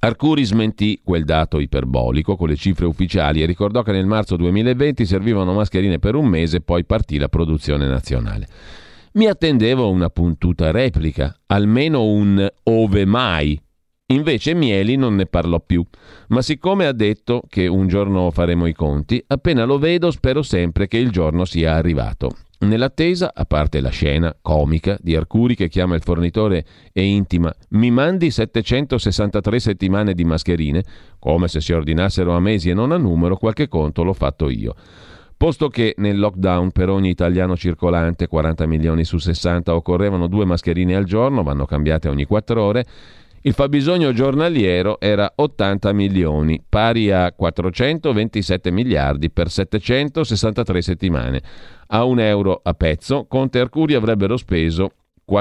Arcuri smentì quel dato iperbolico con le cifre ufficiali e ricordò che nel marzo duemilaventi servivano mascherine per un mese, poi partì la produzione nazionale. Mi attendevo una puntuta replica, almeno un ove mai. Invece Mieli non ne parlò più, ma siccome ha detto che un giorno faremo i conti, appena lo vedo spero sempre che il giorno sia arrivato. Nell'attesa, a parte la scena comica di Arcuri che chiama il fornitore e intima «Mi mandi settecentosessantatré settimane di mascherine», come se si ordinassero a mesi e non a numero, qualche conto l'ho fatto io. Posto che nel lockdown per ogni italiano circolante, quaranta milioni su sessanta, occorrevano due mascherine al giorno, vanno cambiate ogni quattro ore, il fabbisogno giornaliero era ottanta milioni, pari a quattrocentoventisette miliardi per settecentosessantatré settimane. A un euro a pezzo, Conte e Arcuri avrebbero speso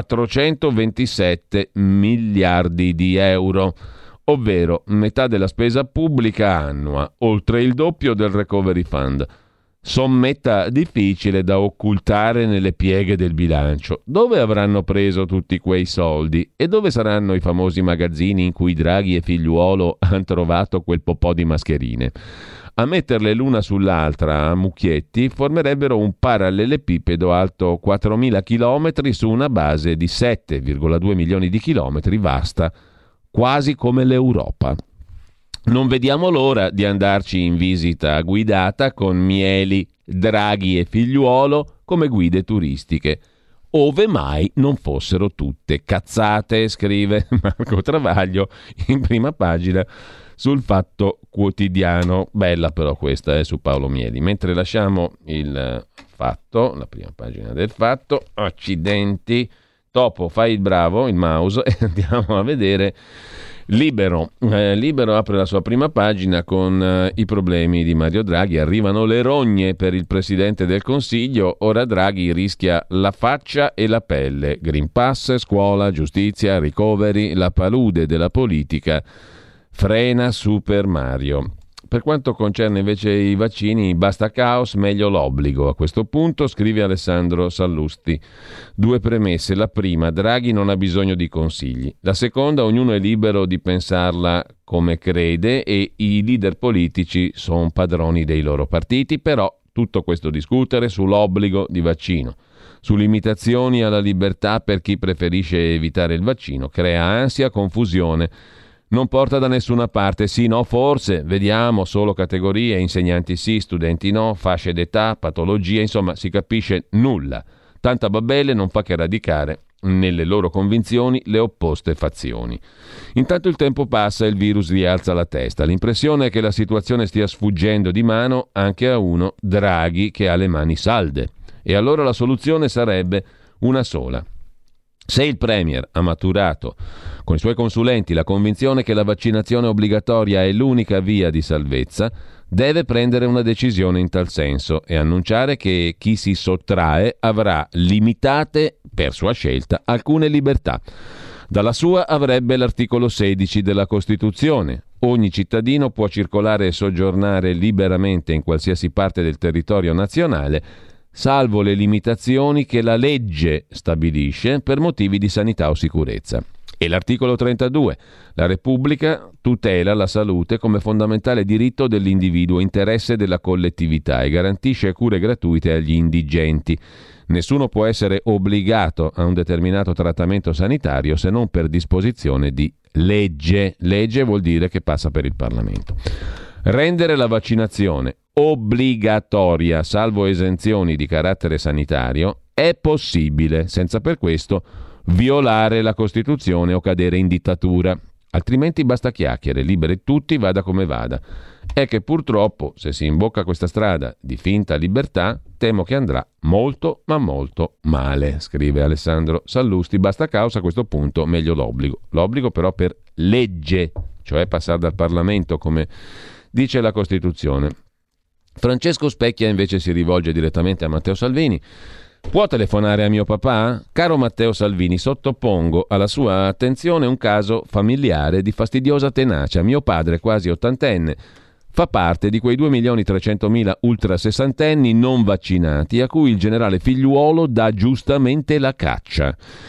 quattrocentoventisette miliardi di euro, ovvero metà della spesa pubblica annua, oltre il doppio del Recovery Fund. Sommetta difficile da occultare nelle pieghe del bilancio. Dove avranno preso tutti quei soldi? E dove saranno i famosi magazzini in cui Draghi e Figliuolo hanno trovato quel popò di mascherine? A metterle l'una sull'altra a mucchietti formerebbero un parallelepipedo alto quattromila chilometri su una base di sette virgola due milioni di chilometri, vasta quasi come l'Europa. Non vediamo l'ora di andarci in visita guidata con Mieli, Draghi e Figliuolo come guide turistiche, ove mai non fossero tutte cazzate, scrive Marco Travaglio in prima pagina sul Fatto Quotidiano. Bella però questa, eh, su Paolo Mieli. Mentre lasciamo il Fatto, la prima pagina del Fatto, accidenti, Topo fai il bravo, il mouse, e andiamo a vedere Libero. Eh, Libero apre la sua prima pagina con eh, i problemi di Mario Draghi. Arrivano le rogne per il Presidente del Consiglio. Ora Draghi rischia la faccia e la pelle. Green Pass, scuola, giustizia, recovery, la palude della politica frena Super Mario. Per quanto concerne invece i vaccini, basta caos, meglio l'obbligo. A questo punto, scrive Alessandro Sallusti, due premesse. La prima, Draghi non ha bisogno di consigli. La seconda, ognuno è libero di pensarla come crede e i leader politici sono padroni dei loro partiti, però tutto questo discutere sull'obbligo di vaccino, su limitazioni alla libertà per chi preferisce evitare il vaccino, crea ansia, confusione, non porta da nessuna parte. Sì, no, forse, vediamo, solo categorie, insegnanti sì, studenti no, fasce d'età, patologie, insomma si capisce nulla. Tanta babele non fa che radicare nelle loro convinzioni le opposte fazioni. Intanto il tempo passa e il virus rialza la testa. L'impressione è che la situazione stia sfuggendo di mano anche a uno, Draghi, che ha le mani salde. E allora la soluzione sarebbe una sola. Se il Premier ha maturato con i suoi consulenti la convinzione che la vaccinazione obbligatoria è l'unica via di salvezza, deve prendere una decisione in tal senso e annunciare che chi si sottrae avrà limitate, per sua scelta, alcune libertà. Dalla sua avrebbe l'articolo sedici della Costituzione. Ogni cittadino può circolare e soggiornare liberamente in qualsiasi parte del territorio nazionale, salvo le limitazioni che la legge stabilisce per motivi di sanità o sicurezza. E l'articolo trentadue. La Repubblica tutela la salute come fondamentale diritto dell'individuo, interesse della collettività, e garantisce cure gratuite agli indigenti. Nessuno può essere obbligato a un determinato trattamento sanitario se non per disposizione di legge. Legge vuol dire che passa per il Parlamento. Rendere la vaccinazione obbligatoria, salvo esenzioni di carattere sanitario, è possibile, senza per questo violare la Costituzione o cadere in dittatura. Altrimenti basta chiacchiere, liberi tutti, vada come vada. È che purtroppo, se si imbocca questa strada di finta libertà, temo che andrà molto, ma molto male, scrive Alessandro Sallusti. Basta causa a questo punto, meglio l'obbligo. L'obbligo però per legge, cioè passare dal Parlamento, come dice la Costituzione. Francesco Specchia invece si rivolge direttamente a Matteo Salvini. Può telefonare a mio papà? Caro Matteo Salvini, sottopongo alla sua attenzione un caso familiare di fastidiosa tenacia. Mio padre, quasi ottantenne, fa parte di quei due milioni trecentomila ultrasessantenni non vaccinati a cui il generale Figliuolo dà giustamente la caccia.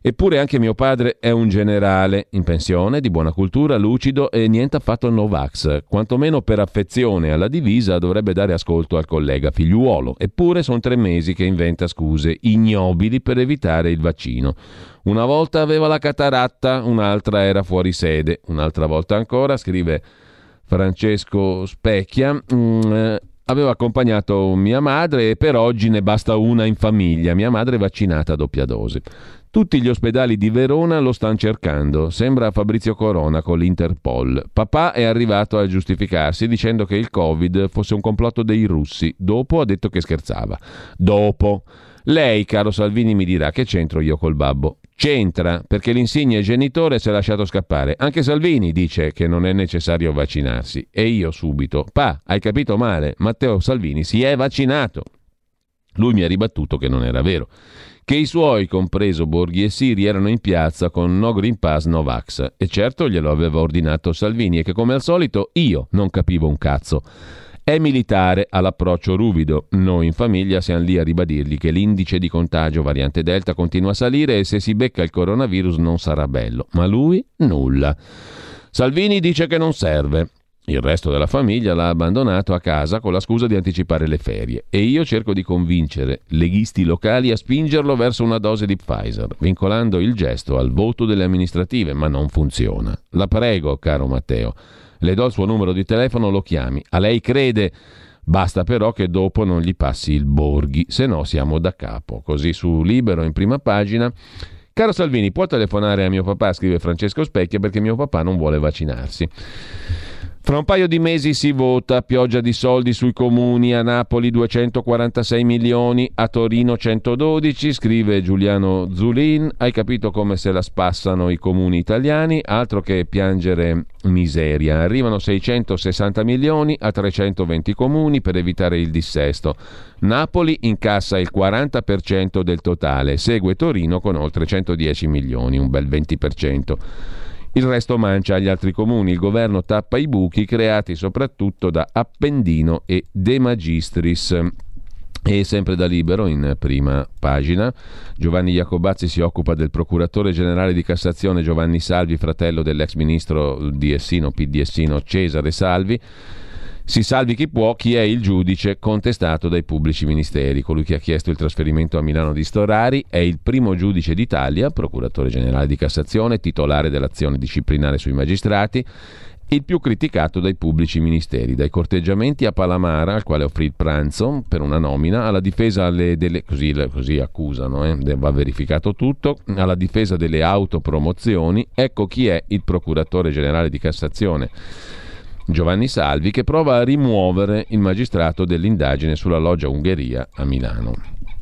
Eppure anche mio padre è un generale, in pensione, di buona cultura, lucido e niente affatto Novax. Quantomeno per affezione alla divisa dovrebbe dare ascolto al collega figliuolo. Eppure sono tre mesi che inventa scuse ignobili per evitare il vaccino. Una volta aveva la cataratta, un'altra era fuori sede, un'altra volta ancora, scrive Francesco Specchia, mh, avevo accompagnato mia madre e per oggi ne basta una in famiglia. Mia madre è vaccinata a doppia dose. Tutti gli ospedali di Verona lo stanno cercando. Sembra Fabrizio Corona con l'Interpol. Papà è arrivato a giustificarsi dicendo che il Covid fosse un complotto dei russi. Dopo ha detto che scherzava. Dopo. Lei, caro Salvini, mi dirà che c'entro io col babbo. C'entra, perché l'insigne genitore si è lasciato scappare. Anche Salvini dice che non è necessario vaccinarsi. E io subito. Pa, hai capito male. Matteo Salvini si è vaccinato. Lui mi ha ribattuto che non era vero. Che i suoi, compreso Borghi e Siri, erano in piazza con no Green Pass, no Vax. E certo glielo aveva ordinato Salvini e che come al solito io non capivo un cazzo. È militare, all'approccio ruvido. Noi in famiglia siamo lì a ribadirgli che l'indice di contagio variante Delta continua a salire e se si becca il coronavirus non sarà bello. Ma lui nulla. Salvini dice che non serve. Il resto della famiglia l'ha abbandonato a casa con la scusa di anticipare le ferie e io cerco di convincere leghisti locali a spingerlo verso una dose di Pfizer, vincolando il gesto al voto delle amministrative, ma non funziona. La prego, caro Matteo, le do il suo numero di telefono, lo chiami. A lei crede, basta però che dopo non gli passi il Borghi, se no siamo da capo. Così su Libero in prima pagina. Caro Salvini, può telefonare a mio papà, scrive Francesco Specchia, perché mio papà non vuole vaccinarsi. Fra un paio di mesi si vota, pioggia di soldi sui comuni, a Napoli duecentoquarantasei milioni, a Torino centododici, scrive Giuliano Zulin. Hai capito come se la spassano i comuni italiani? Altro che piangere miseria. Arrivano seicentosessanta milioni a trecentoventi comuni per evitare il dissesto. Napoli incassa il quaranta per cento del totale, segue Torino con oltre centodieci milioni, un bel venti per cento. Il resto mancia agli altri comuni. Il governo tappa i buchi creati soprattutto da Appendino e De Magistris. E sempre da Libero, in prima pagina, Giovanni Iacobazzi si occupa del procuratore generale di Cassazione Giovanni Salvi, fratello dell'ex ministro di Essino, P D Essino, Cesare Salvi. Si salvi chi può, chi è il giudice contestato dai pubblici ministeri. Colui che ha chiesto il trasferimento a Milano di Storari è il primo giudice d'Italia, procuratore generale di Cassazione, titolare dell'azione disciplinare sui magistrati, il più criticato dai pubblici ministeri, dai corteggiamenti a Palamara, al quale offrì il pranzo per una nomina, alla difesa alle delle, così, così accusano, eh, va verificato tutto, alla difesa delle autopromozioni. Ecco chi è il procuratore generale di Cassazione, Giovanni Salvi, che prova a rimuovere il magistrato dell'indagine sulla loggia Ungheria a Milano.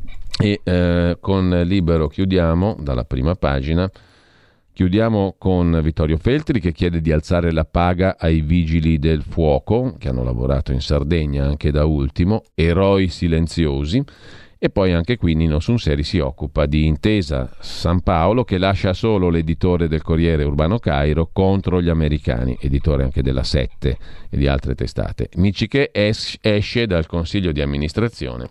E eh, con Libero chiudiamo dalla prima pagina. Chiudiamo con Vittorio Feltri che chiede di alzare la paga ai vigili del fuoco che hanno lavorato in Sardegna anche da ultimo, eroi silenziosi. E poi anche qui Nino Sunseri si occupa di Intesa San Paolo, che lascia solo l'editore del Corriere Urbano Cairo contro gli americani, editore anche della Sette e di altre testate. Miccichè es- esce dal consiglio di amministrazione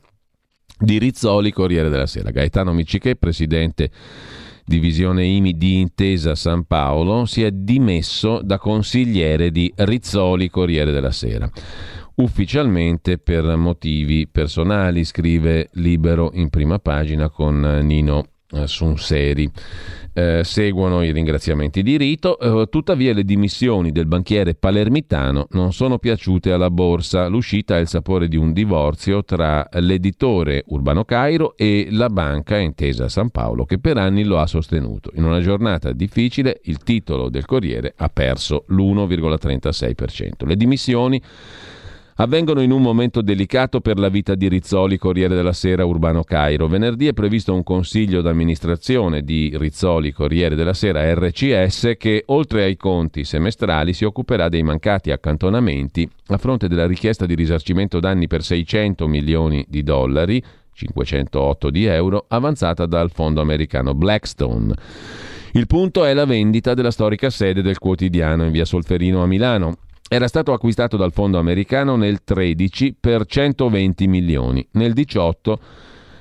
di Rizzoli Corriere della Sera. Gaetano Miccichè, presidente divisione I M I di Intesa San Paolo, si è dimesso da consigliere di Rizzoli Corriere della Sera. Ufficialmente per motivi personali, scrive Libero in prima pagina con Nino eh, Sunseri. Eh, seguono i ringraziamenti di rito, eh, tuttavia le dimissioni del banchiere palermitano non sono piaciute alla borsa. L'uscita ha il sapore di un divorzio tra l'editore Urbano Cairo e la banca Intesa San Paolo, che per anni lo ha sostenuto. In una giornata difficile il titolo del Corriere ha perso l'uno virgola trentasei per cento. Le dimissioni avvengono in un momento delicato per la vita di Rizzoli Corriere della Sera Urbano Cairo. Venerdì è previsto un consiglio d'amministrazione di Rizzoli Corriere della Sera R C S che, oltre ai conti semestrali, si occuperà dei mancati accantonamenti a fronte della richiesta di risarcimento danni per seicento milioni di dollari, cinquecentootto di euro, avanzata dal fondo americano Blackstone. Il punto è la vendita della storica sede del quotidiano in via Solferino a Milano. Era stato acquistato dal fondo americano nel tredici per centoventi milioni, nel diciotto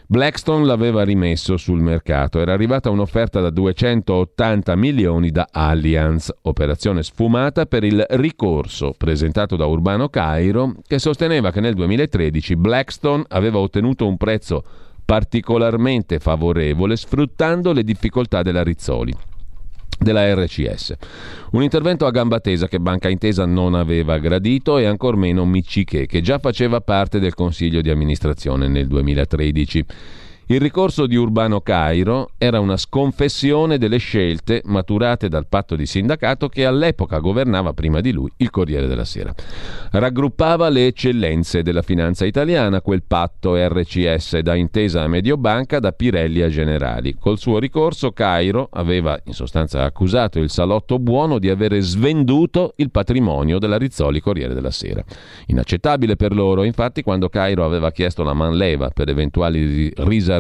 Blackstone l'aveva rimesso sul mercato. Era arrivata un'offerta da duecentottanta milioni da Allianz, operazione sfumata per il ricorso presentato da Urbano Cairo, che sosteneva che nel duemilatredici Blackstone aveva ottenuto un prezzo particolarmente favorevole sfruttando le difficoltà della Rizzoli, della R C S. Un intervento a gamba tesa che Banca Intesa non aveva gradito e ancor meno Miccichè, che già faceva parte del consiglio di amministrazione nel duemilatredici. Il ricorso di Urbano Cairo era una sconfessione delle scelte maturate dal patto di sindacato che all'epoca governava prima di lui il Corriere della Sera. Raggruppava le eccellenze della finanza italiana, quel patto R C S, da Intesa a Mediobanca, da Pirelli a Generali. Col suo ricorso Cairo aveva in sostanza accusato il salotto buono di avere svenduto il patrimonio della Rizzoli Corriere della Sera. Inaccettabile per loro, infatti, quando Cairo aveva chiesto la manleva per eventuali risarcimenti,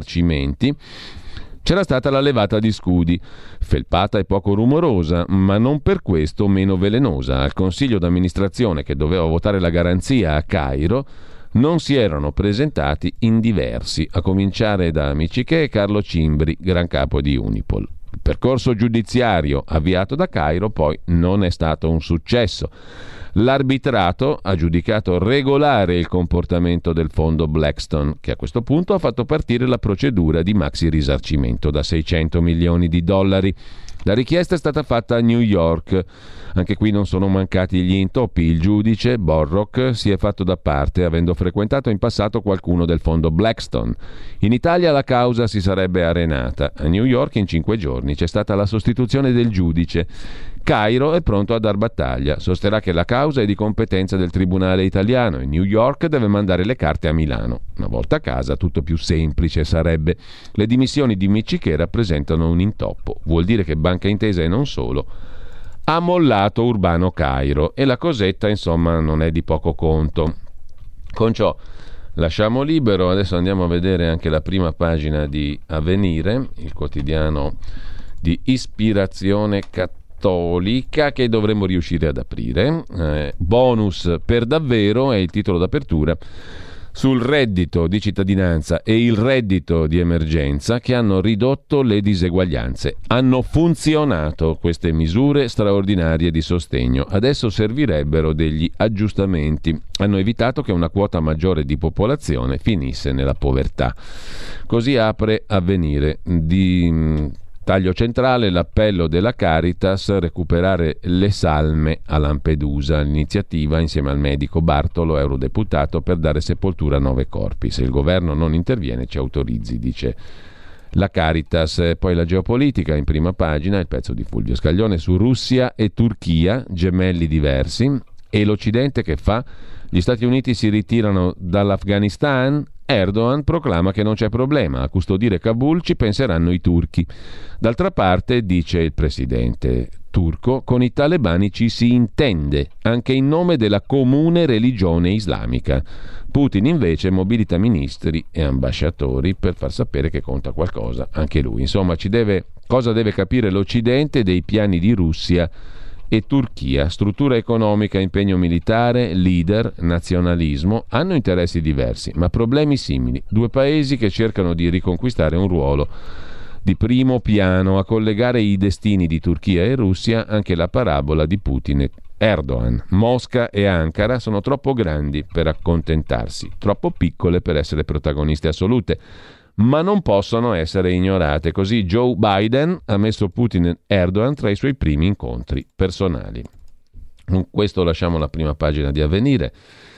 c'era stata la levata di scudi, felpata e poco rumorosa, ma non per questo meno velenosa. Al consiglio d'amministrazione, che doveva votare la garanzia a Cairo, non si erano presentati in diversi, a cominciare da Miccichè e Carlo Cimbri, gran capo di Unipol. Il percorso giudiziario avviato da Cairo poi non è stato un successo. L'arbitrato ha giudicato regolare il comportamento del fondo Blackstone, che a questo punto ha fatto partire la procedura di maxi risarcimento da seicento milioni di dollari. La richiesta è stata fatta a New York. Anche qui non sono mancati gli intoppi. Il giudice Borrock si è fatto da parte, avendo frequentato in passato qualcuno del fondo Blackstone. In Italia la causa si sarebbe arenata. A New York in cinque giorni c'è stata la sostituzione del giudice. Cairo è pronto a dar battaglia. Sosterrà che la causa è di competenza del tribunale italiano e New York deve mandare le carte a Milano. Una volta a casa tutto più semplice sarebbe. Le dimissioni di Miccichè rappresentano un intoppo. Vuol dire che Banca Intesa e non solo ha mollato Urbano Cairo e la cosetta insomma non è di poco conto. Con ciò lasciamo libero. Adesso andiamo a vedere anche la prima pagina di Avvenire, il quotidiano di ispirazione cattolica che dovremmo riuscire ad aprire. Eh, bonus per davvero è il titolo d'apertura sul reddito di cittadinanza e il reddito di emergenza che hanno ridotto le diseguaglianze. Hanno funzionato queste misure straordinarie di sostegno. Adesso servirebbero degli aggiustamenti. Hanno evitato che una quota maggiore di popolazione finisse nella povertà. Così apre Avvenire. Di taglio centrale l'appello della Caritas, recuperare le salme a Lampedusa, l'iniziativa insieme al medico Bartolo, eurodeputato, per dare sepoltura a nove corpi. Se il governo non interviene ci autorizzi, dice la Caritas. Poi la geopolitica in prima pagina, il pezzo di Fulvio Scaglione su Russia e Turchia, gemelli diversi, e l'Occidente che fa? Gli Stati Uniti si ritirano dall'Afghanistan, Erdogan proclama che non c'è problema, a custodire Kabul ci penseranno i turchi. D'altra parte, dice il presidente turco, con i talebani ci si intende, anche in nome della comune religione islamica. Putin invece mobilita ministri e ambasciatori per far sapere che conta qualcosa anche lui. Insomma, ci deve, cosa deve capire l'Occidente dei piani di Russia e Turchia? Struttura economica, impegno militare, leader, nazionalismo hanno interessi diversi, ma problemi simili. Due paesi che cercano di riconquistare un ruolo di primo piano. A collegare i destini di Turchia e Russia anche la parabola di Putin e Erdogan. Mosca e Ankara sono troppo grandi per accontentarsi, troppo piccole per essere protagoniste assolute, ma non possono essere ignorate. Così Joe Biden ha messo Putin e Erdogan tra i suoi primi incontri personali. Con questo lasciamo la prima pagina di Avvenire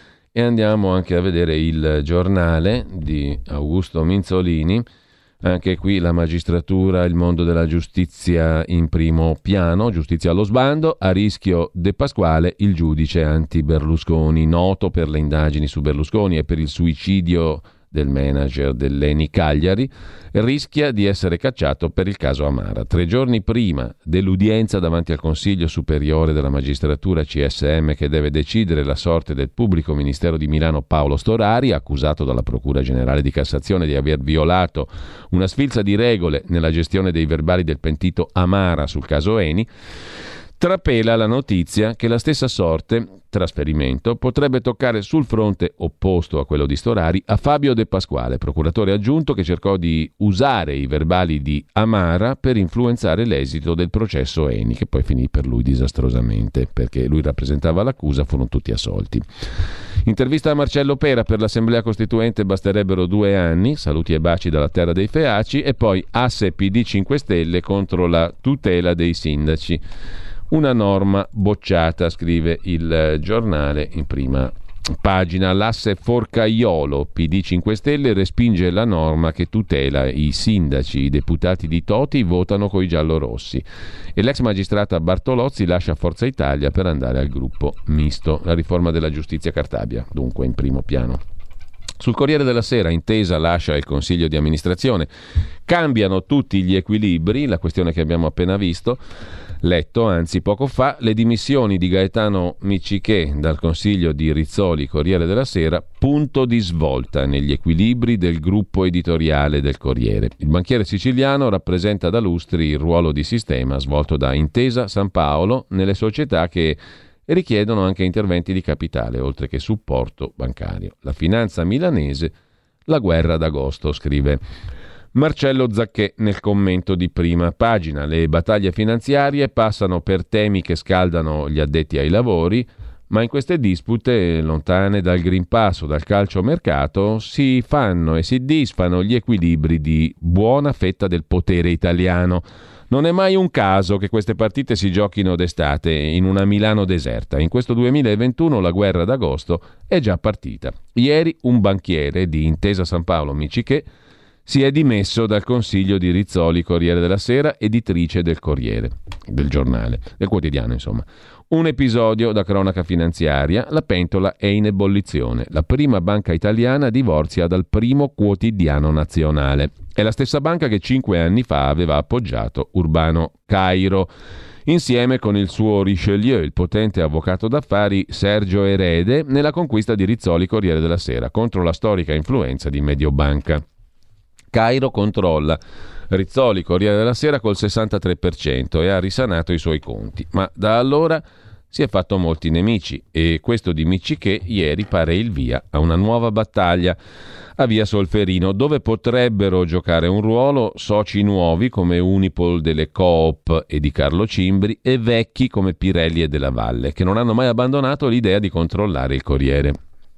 e andiamo anche a vedere il Giornale di Augusto Minzolini. Anche qui la magistratura, il mondo della giustizia in primo piano, giustizia allo sbando, a rischio De Pasquale, il giudice anti-Berlusconi, noto per le indagini su Berlusconi e per il suicidio del manager dell'Eni Cagliari, rischia di essere cacciato per il caso Amara. Tre giorni prima dell'udienza davanti al Consiglio Superiore della Magistratura C S M, che deve decidere la sorte del pubblico ministero di Milano Paolo Storari, accusato dalla Procura Generale di Cassazione di aver violato una sfilza di regole nella gestione dei verbali del pentito Amara sul caso Eni, Trapela la notizia che la stessa sorte, trasferimento, potrebbe toccare sul fronte opposto a quello di Storari a Fabio De Pasquale, procuratore aggiunto che cercò di usare i verbali di Amara per influenzare l'esito del processo Eni, che poi finì per lui disastrosamente, perché lui rappresentava l'accusa, furono tutti assolti. Intervista a Marcello Pera: per l'Assemblea Costituente basterebbero due anni, saluti e baci dalla terra dei Feaci, e poi asse P D cinque Stelle contro la tutela dei sindaci. Una norma bocciata, scrive il Giornale in prima pagina. L'asse Forcaiolo, P D cinque Stelle, respinge la norma che tutela i sindaci. I deputati di Toti votano coi giallorossi e l'ex magistrata Bartolozzi lascia Forza Italia per andare al gruppo misto. La riforma della giustizia Cartabia, dunque, in primo piano. Sul Corriere della Sera, Intesa lascia il consiglio di amministrazione, cambiano tutti gli equilibri, la questione che abbiamo appena visto, letto anzi poco fa, le dimissioni di Gaetano Miccichè dal consiglio di Rizzoli, Corriere della Sera, punto di svolta negli equilibri del gruppo editoriale del Corriere. Il banchiere siciliano rappresenta da lustri il ruolo di sistema svolto da Intesa San Paolo nelle società che richiedono anche interventi di capitale, oltre che supporto bancario. La finanza milanese, la guerra d'agosto, scrive Marcello Zacchè nel commento di prima pagina. Le battaglie finanziarie passano per temi che scaldano gli addetti ai lavori, ma in queste dispute, lontane dal Green Pass o dal calciomercato, si fanno e si disfano gli equilibri di buona fetta del potere italiano. Non è mai un caso che queste partite si giochino d'estate in una Milano deserta. In questo duemilaventuno la guerra d'agosto è già partita. Ieri un banchiere di Intesa San Paolo, Miccichè, si è dimesso dal consiglio di Rizzoli, Corriere della Sera, editrice del Corriere, del giornale, del quotidiano insomma. Un episodio da cronaca finanziaria: la pentola è in ebollizione. La prima banca italiana divorzia dal primo quotidiano nazionale. È la stessa banca che cinque anni fa aveva appoggiato Urbano Cairo, insieme con il suo Richelieu, il potente avvocato d'affari Sergio Erede, nella conquista di Rizzoli, Corriere della Sera, contro la storica influenza di Mediobanca. Cairo controlla Rizzoli, Corriere della Sera, col sessantatré per cento e ha risanato i suoi conti, ma da allora si è fatto molti nemici e questo di Miccichè ieri pare il via a una nuova battaglia a Via Solferino, dove potrebbero giocare un ruolo soci nuovi come Unipol delle Coop e di Carlo Cimbri e vecchi come Pirelli e Della Valle, che non hanno mai abbandonato l'idea di controllare il Corriere.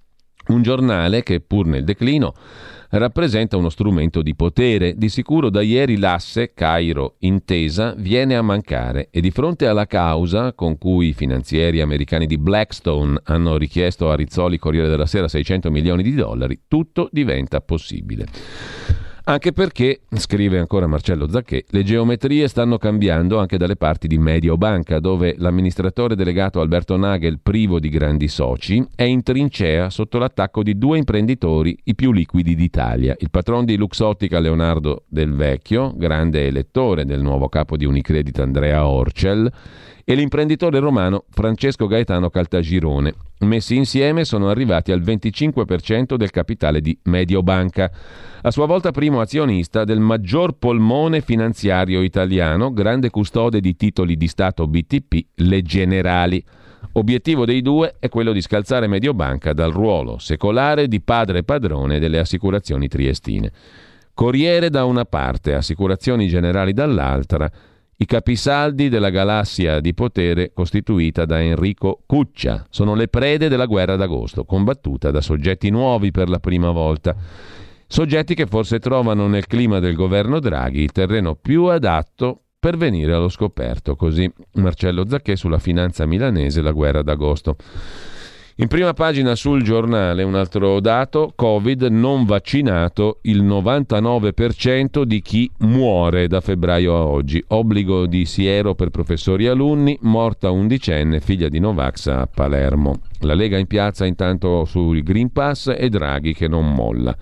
Un giornale che, pur nel declino, rappresenta uno strumento di potere. Di sicuro da ieri l'asse Cairo-Intesa viene a mancare e di fronte alla causa con cui i finanzieri americani di Blackstone hanno richiesto a Rizzoli, Corriere della Sera, seicento milioni di dollari, tutto diventa possibile. Anche perché, scrive ancora Marcello Zacchè, le geometrie stanno cambiando anche dalle parti di Mediobanca, dove l'amministratore delegato Alberto Nagel, privo di grandi soci, è in trincea sotto l'attacco di due imprenditori, i più liquidi d'Italia. Il patron di Luxottica, Leonardo Del Vecchio, grande elettore del nuovo capo di Unicredit Andrea Orcel, e l'imprenditore romano Francesco Gaetano Caltagirone. Messi insieme sono arrivati al venticinque per cento del capitale di Mediobanca, a sua volta primo azionista del maggior polmone finanziario italiano, grande custode di titoli di Stato B T P, le Generali. Obiettivo dei due è quello di scalzare Mediobanca dal ruolo secolare di padre padrone delle assicurazioni triestine. Corriere da una parte, Assicurazioni Generali dall'altra, i capisaldi della galassia di potere costituita da Enrico Cuccia. Sono le prede della guerra d'agosto, combattuta da soggetti nuovi per la prima volta. Soggetti che forse trovano nel clima del governo Draghi il terreno più adatto per venire allo scoperto. Così Marcello Zacchè sulla finanza milanese, la guerra d'agosto. In prima pagina sul Giornale un altro dato: Covid non vaccinato il novantanove per cento di chi muore da febbraio a oggi. Obbligo di siero per professori e alunni, morta undicenne, figlia di Novax a Palermo. La Lega in piazza intanto sul Green Pass e Draghi che non molla.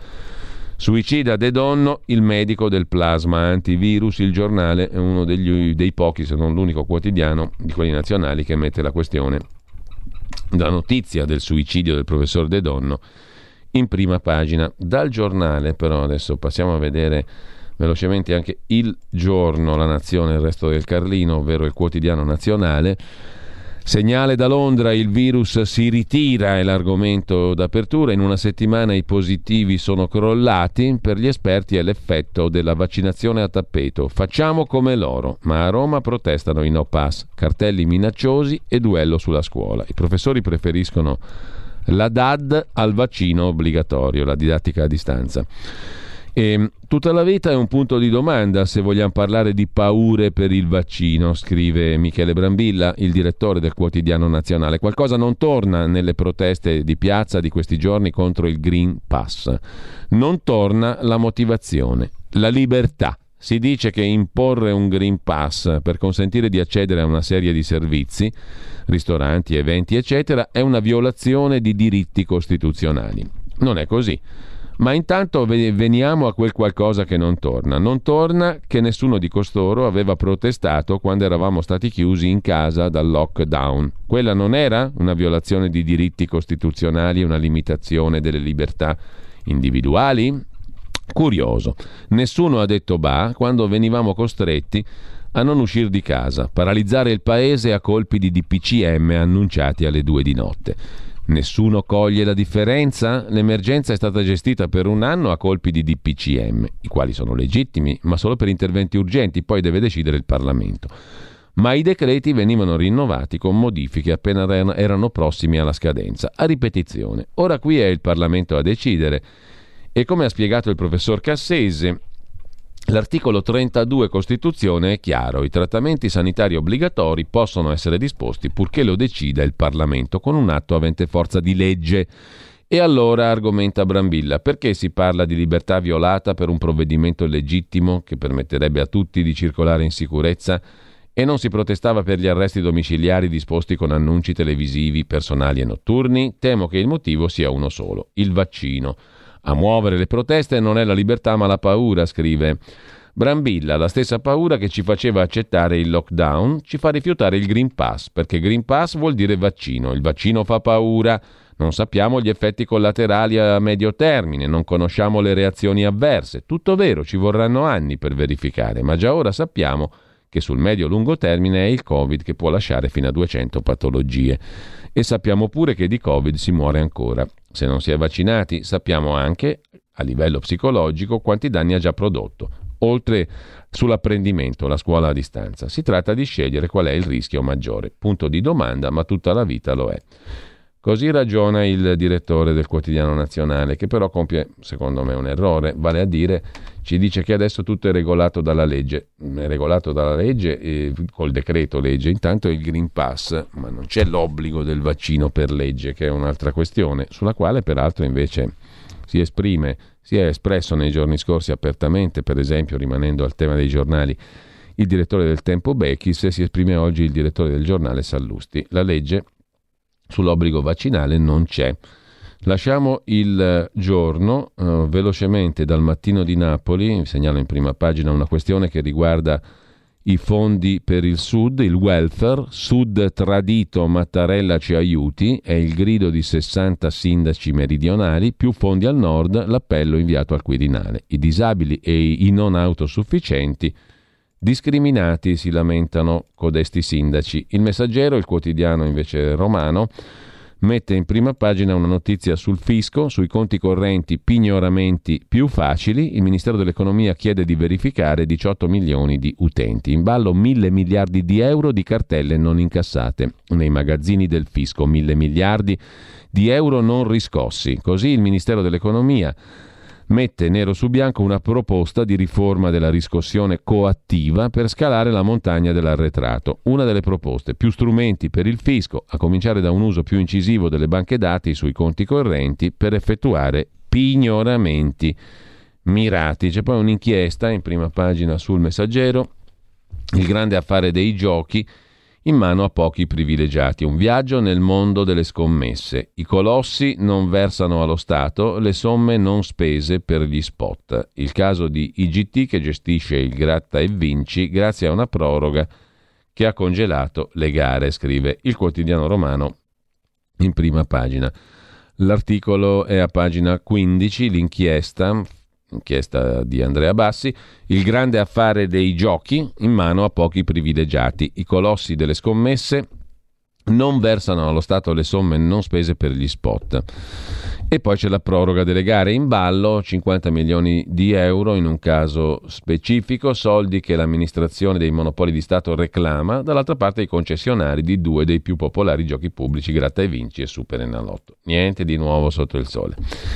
Suicida De Donno, il medico del plasma antivirus. Il Giornale è uno degli, dei pochi, se non l'unico quotidiano di quelli nazionali che mette la questione, la notizia del suicidio del professor De Donno in prima pagina. Dal Giornale però adesso passiamo a vedere Velocemente anche Il Giorno, La Nazione, Il Resto del Carlino, ovvero il quotidiano nazionale. Segnale da Londra, il virus si ritira, è l'argomento d'apertura. In una settimana i positivi sono crollati, per gli esperti è l'effetto della vaccinazione a tappeto. Facciamo come loro, ma a Roma protestano i no pass, cartelli minacciosi e duello sulla scuola. I professori preferiscono la D A D al vaccino obbligatorio, la didattica a distanza. E tutta la vita è un punto di domanda se vogliamo parlare di paure per il vaccino, scrive Michele Brambilla, il direttore del quotidiano nazionale. Qualcosa non torna nelle proteste di piazza di questi giorni contro il Green Pass. Non torna la motivazione, la libertà. Si dice che imporre un Green Pass per consentire di accedere a una serie di servizi, ristoranti, eventi, eccetera, è una violazione di diritti costituzionali. Non è così. Ma intanto veniamo a quel qualcosa che non torna. Non torna che nessuno di costoro aveva protestato quando eravamo stati chiusi in casa dal lockdown. Quella non era una violazione di diritti costituzionali, una limitazione delle libertà individuali? Curioso. Nessuno ha detto bah quando venivamo costretti a non uscire di casa, paralizzare il paese a colpi di D P C M annunciati alle due di notte. Nessuno coglie la differenza? L'emergenza è stata gestita per un anno a colpi di D P C M, i quali sono legittimi, ma solo per interventi urgenti, poi deve decidere il Parlamento. Ma i decreti venivano rinnovati con modifiche appena erano prossimi alla scadenza, a ripetizione. Ora qui è il Parlamento a decidere. E come ha spiegato il professor Cassese, l'articolo trentadue Costituzione è chiaro: i trattamenti sanitari obbligatori possono essere disposti purché lo decida il Parlamento con un atto avente forza di legge. E allora, argomenta Brambilla, perché si parla di libertà violata per un provvedimento legittimo che permetterebbe a tutti di circolare in sicurezza e non si protestava per gli arresti domiciliari disposti con annunci televisivi, personali e notturni? Temo che il motivo sia uno solo: il vaccino. A muovere le proteste non è la libertà ma la paura, scrive Brambilla. La stessa paura che ci faceva accettare il lockdown ci fa rifiutare il Green Pass, perché Green Pass vuol dire vaccino. Il vaccino fa paura, non sappiamo gli effetti collaterali a medio termine, non conosciamo le reazioni avverse. Tutto vero, ci vorranno anni per verificare, ma già ora sappiamo che sul medio-lungo termine è il Covid che può lasciare fino a duecento patologie. E sappiamo pure che di Covid si muore ancora. Se non si è vaccinati, sappiamo anche, a livello psicologico, quanti danni ha già prodotto. Oltre sull'apprendimento, la scuola a distanza. Si tratta di scegliere qual è il rischio maggiore. Punto di domanda, ma tutta la vita lo è. Così ragiona il direttore del quotidiano nazionale, che però compie, secondo me, un errore, vale a dire, ci dice che adesso tutto è regolato dalla legge. È regolato dalla legge eh, col decreto legge, intanto è il Green Pass, ma non c'è l'obbligo del vaccino per legge, che è un'altra questione, sulla quale peraltro invece si esprime, si è espresso nei giorni scorsi apertamente, per esempio, rimanendo al tema dei giornali, il direttore del Tempo Bechis, e si esprime oggi il direttore del giornale Sallusti. La legge sull'obbligo vaccinale non c'è. Lasciamo Il Giorno, eh, velocemente dal Mattino di Napoli, vi segnalo in prima pagina una questione che riguarda i fondi per il Sud, il welfare. Sud tradito, Mattarella ci aiuti, è il grido di sessanta sindaci meridionali, più fondi al Nord, l'appello inviato al Quirinale. I disabili e i non autosufficienti discriminati, si lamentano codesti sindaci. Il Messaggero, il quotidiano invece romano, mette in prima pagina una notizia sul fisco, sui conti correnti pignoramenti più facili. Il Ministero dell'Economia chiede di verificare diciotto milioni di utenti. In ballo mille miliardi di euro di cartelle non incassate nei magazzini del fisco, mille miliardi di euro non riscossi. Così il Ministero dell'Economia mette nero su bianco una proposta di riforma della riscossione coattiva per scalare la montagna dell'arretrato. Una delle proposte: più strumenti per il fisco, a cominciare da un uso più incisivo delle banche dati sui conti correnti per effettuare pignoramenti mirati. C'è poi un'inchiesta in prima pagina sul Messaggero, il grande affare dei giochi in mano a pochi privilegiati, un viaggio nel mondo delle scommesse. I colossi non versano allo Stato le somme non spese per gli spot. Il caso di I G T che gestisce il gratta e vinci grazie a una proroga che ha congelato le gare, scrive il quotidiano romano in prima pagina. L'articolo è a pagina quindici, l'inchiesta inchiesta di Andrea Bassi, il grande affare dei giochi in mano a pochi privilegiati. I colossi delle scommesse non versano allo Stato le somme non spese per gli spot. E poi c'è la proroga delle gare in ballo, cinquanta milioni di euro in un caso specifico, soldi che l'amministrazione dei monopoli di Stato reclama, dall'altra parte i concessionari di due dei più popolari giochi pubblici, Gratta e Vinci e Super Enalotto. Niente di nuovo sotto il sole.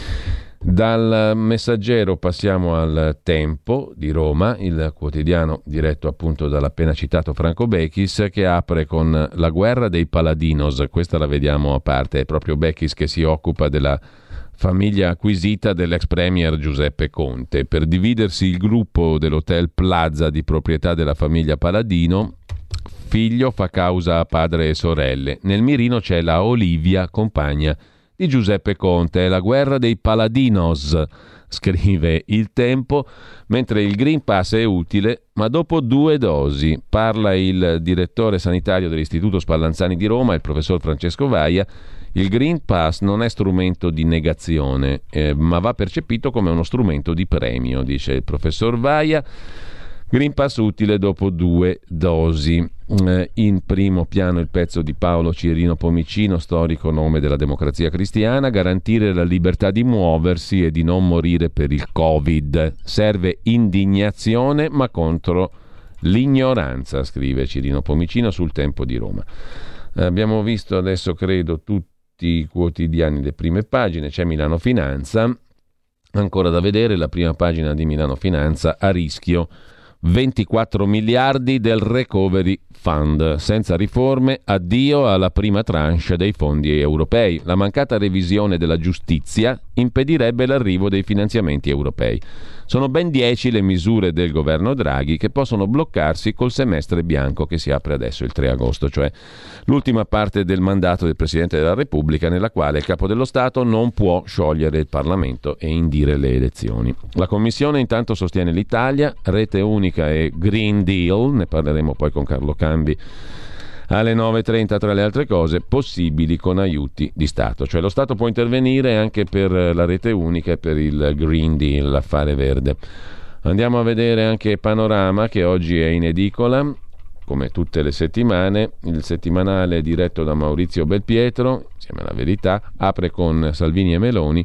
Dal Messaggero passiamo al Tempo di Roma, il quotidiano diretto appunto dall'appena citato Franco Bechis, che apre con la guerra dei Paladinos. Questa la vediamo a parte, è proprio Bechis che si occupa della famiglia acquisita dell'ex premier Giuseppe Conte. Per dividersi il gruppo dell'Hotel Plaza di proprietà della famiglia Paladino, figlio fa causa a padre e sorelle. Nel mirino c'è la Olivia, compagna di Giuseppe Conte. È la guerra dei Paladinos, scrive il Tempo, mentre il Green Pass è utile, ma dopo due dosi. Parla il direttore sanitario dell'Istituto Spallanzani di Roma, il professor Francesco Vaia. Il Green Pass non è strumento di negazione, eh, ma va percepito come uno strumento di premio, dice il professor Vaia. Green Pass utile dopo due dosi. Eh, in primo piano il pezzo di Paolo Cirino Pomicino, storico nome della Democrazia Cristiana. Garantire la libertà di muoversi e di non morire per il Covid. Serve indignazione ma contro l'ignoranza, scrive Cirino Pomicino sul Tempo di Roma. Eh, abbiamo visto adesso, credo, tutti i quotidiani, le prime pagine. C'è Milano Finanza, ancora da vedere la prima pagina di Milano Finanza: a rischio ventiquattro miliardi del Recovery Fund, senza riforme, addio alla prima tranche dei fondi europei. La mancata revisione della giustizia impedirebbe l'arrivo dei finanziamenti europei. Sono ben dieci le misure del governo Draghi che possono bloccarsi col semestre bianco che si apre adesso il tre agosto, cioè l'ultima parte del mandato del Presidente della Repubblica, nella quale il Capo dello Stato non può sciogliere il Parlamento e indire le elezioni. La Commissione intanto sostiene l'Italia, rete unica e Green Deal, ne parleremo poi con Carlo Cambi alle nove e trenta, tra le altre cose, possibili con aiuti di Stato. Cioè lo Stato può intervenire anche per la rete unica e per il Green Deal, l'affare verde. Andiamo a vedere anche Panorama, che oggi è in edicola, come tutte le settimane. Il settimanale diretto da Maurizio Belpietro, insieme alla Verità, apre con Salvini e Meloni.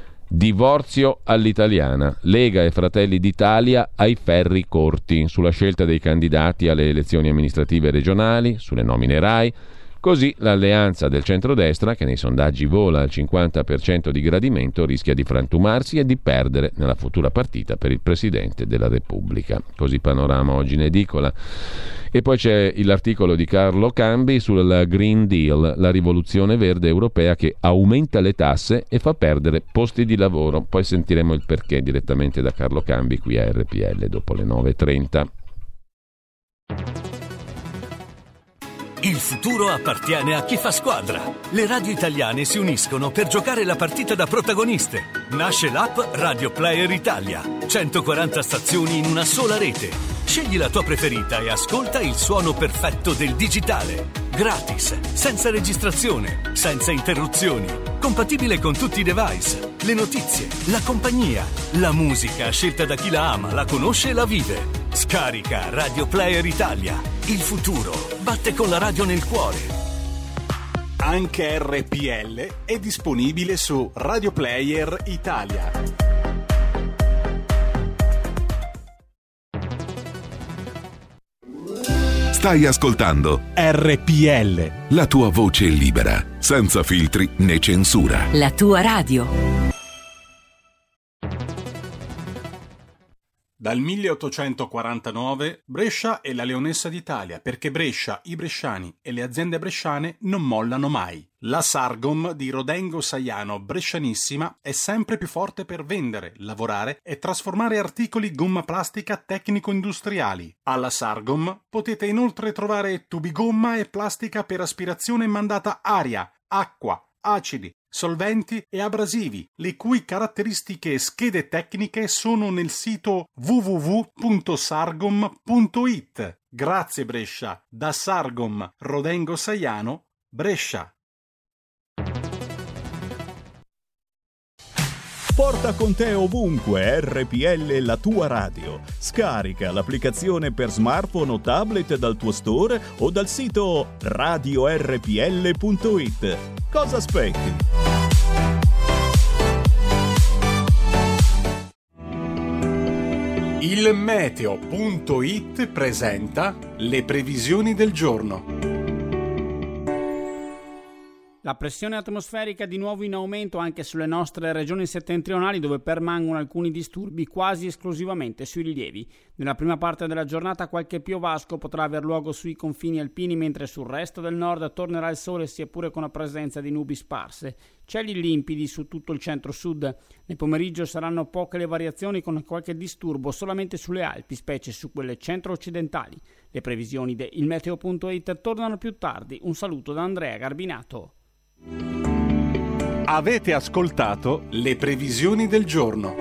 Divorzio all'italiana, Lega e Fratelli d'Italia ai ferri corti sulla scelta dei candidati alle elezioni amministrative regionali, sulle nomine RAI. Così l'alleanza del centrodestra, che nei sondaggi vola al cinquanta per cento di gradimento, rischia di frantumarsi e di perdere nella futura partita per il Presidente della Repubblica. Così Panorama oggi in edicola. E poi c'è l'articolo di Carlo Cambi sul Green Deal, la rivoluzione verde europea che aumenta le tasse e fa perdere posti di lavoro. Poi sentiremo il perché direttamente da Carlo Cambi qui a R P L dopo le nove e trenta. Il futuro appartiene a chi fa squadra. Le radio italiane si uniscono per giocare la partita da protagoniste. Nasce l'app Radio Player Italia. centoquaranta stazioni in una sola rete. Scegli la tua preferita e ascolta il suono perfetto del digitale. Gratis, senza registrazione, senza interruzioni. Compatibile con tutti i device. Le notizie, la compagnia, la musica scelta da chi la ama, la conosce e la vive. Scarica Radio Player Italia. Il futuro batte con la radio nel cuore. Anche R P L è disponibile su Radio Player Italia. Stai ascoltando R P L, la tua voce libera, senza filtri né censura. La tua radio. Dal milleottocentoquarantanove Brescia è la leonessa d'Italia, perché Brescia, i bresciani e le aziende bresciane non mollano mai. La Sargom di Rodengo Saiano Brescianissima è sempre più forte per vendere, lavorare e trasformare articoli gomma plastica tecnico-industriali. Alla Sargom potete inoltre trovare tubi gomma e plastica per aspirazione mandata aria, acqua, acidi, solventi e abrasivi, le cui caratteristiche e schede tecniche sono nel sito w w w punto sargom punto i t. Grazie Brescia, da Sargom Rodengo Saiano, Brescia. Porta con te ovunque R P L, la tua radio. Scarica l'applicazione per smartphone o tablet dal tuo store o dal sito radio erre pi elle punto it. Cosa aspetti? Il meteo punto it presenta le previsioni del giorno. La pressione atmosferica di nuovo in aumento anche sulle nostre regioni settentrionali, dove permangono alcuni disturbi quasi esclusivamente sui rilievi. Nella prima parte della giornata qualche piovasco potrà aver luogo sui confini alpini, mentre sul resto del nord tornerà il sole, sia pure con la presenza di nubi sparse. Cieli limpidi su tutto il centro-sud. Nel pomeriggio saranno poche le variazioni, con qualche disturbo solamente sulle Alpi, specie su quelle centro-occidentali. Le previsioni di il meteo punto it tornano più tardi. Un saluto da Andrea Garbinato. Avete ascoltato le previsioni del giorno.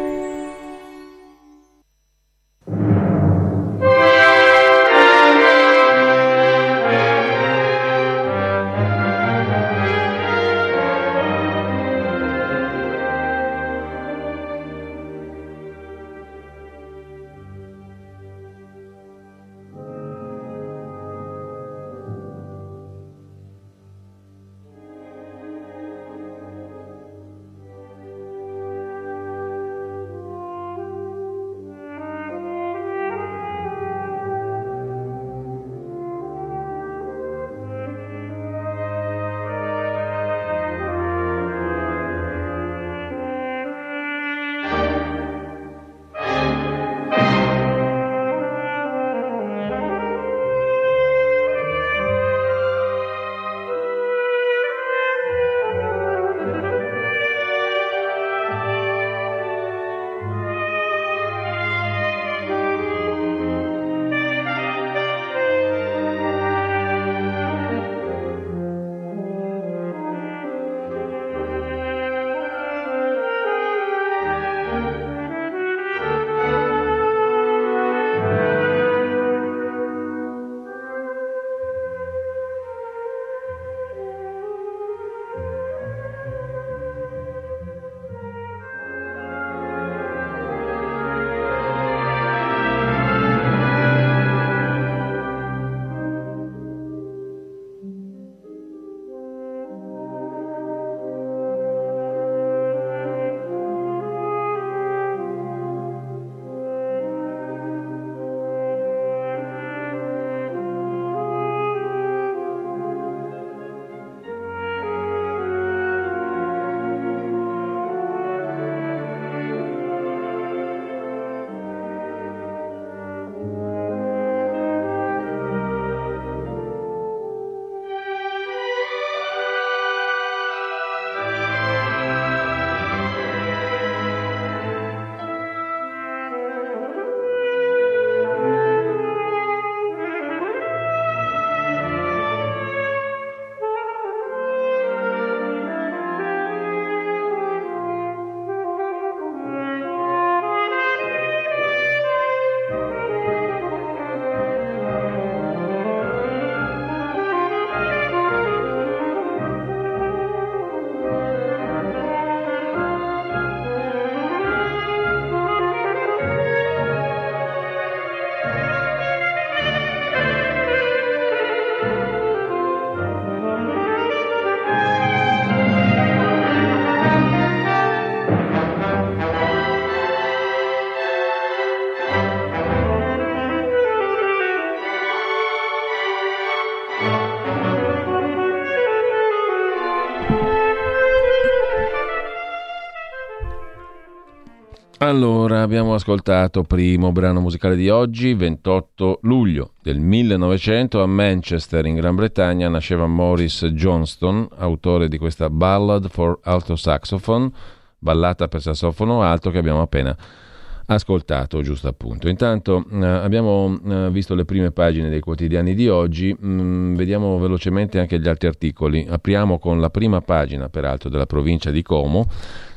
Allora, abbiamo ascoltato primo brano musicale di oggi, ventotto luglio del millenovecento, a Manchester in Gran Bretagna nasceva Maurice Johnston, autore di questa Ballad for Alto Saxophone, ballata per sassofono alto, che abbiamo appena ascoltato, giusto appunto. Intanto eh, abbiamo eh, visto le prime pagine dei quotidiani di oggi, mm, vediamo velocemente anche gli altri articoli. Apriamo con la prima pagina, peraltro, della provincia di Como.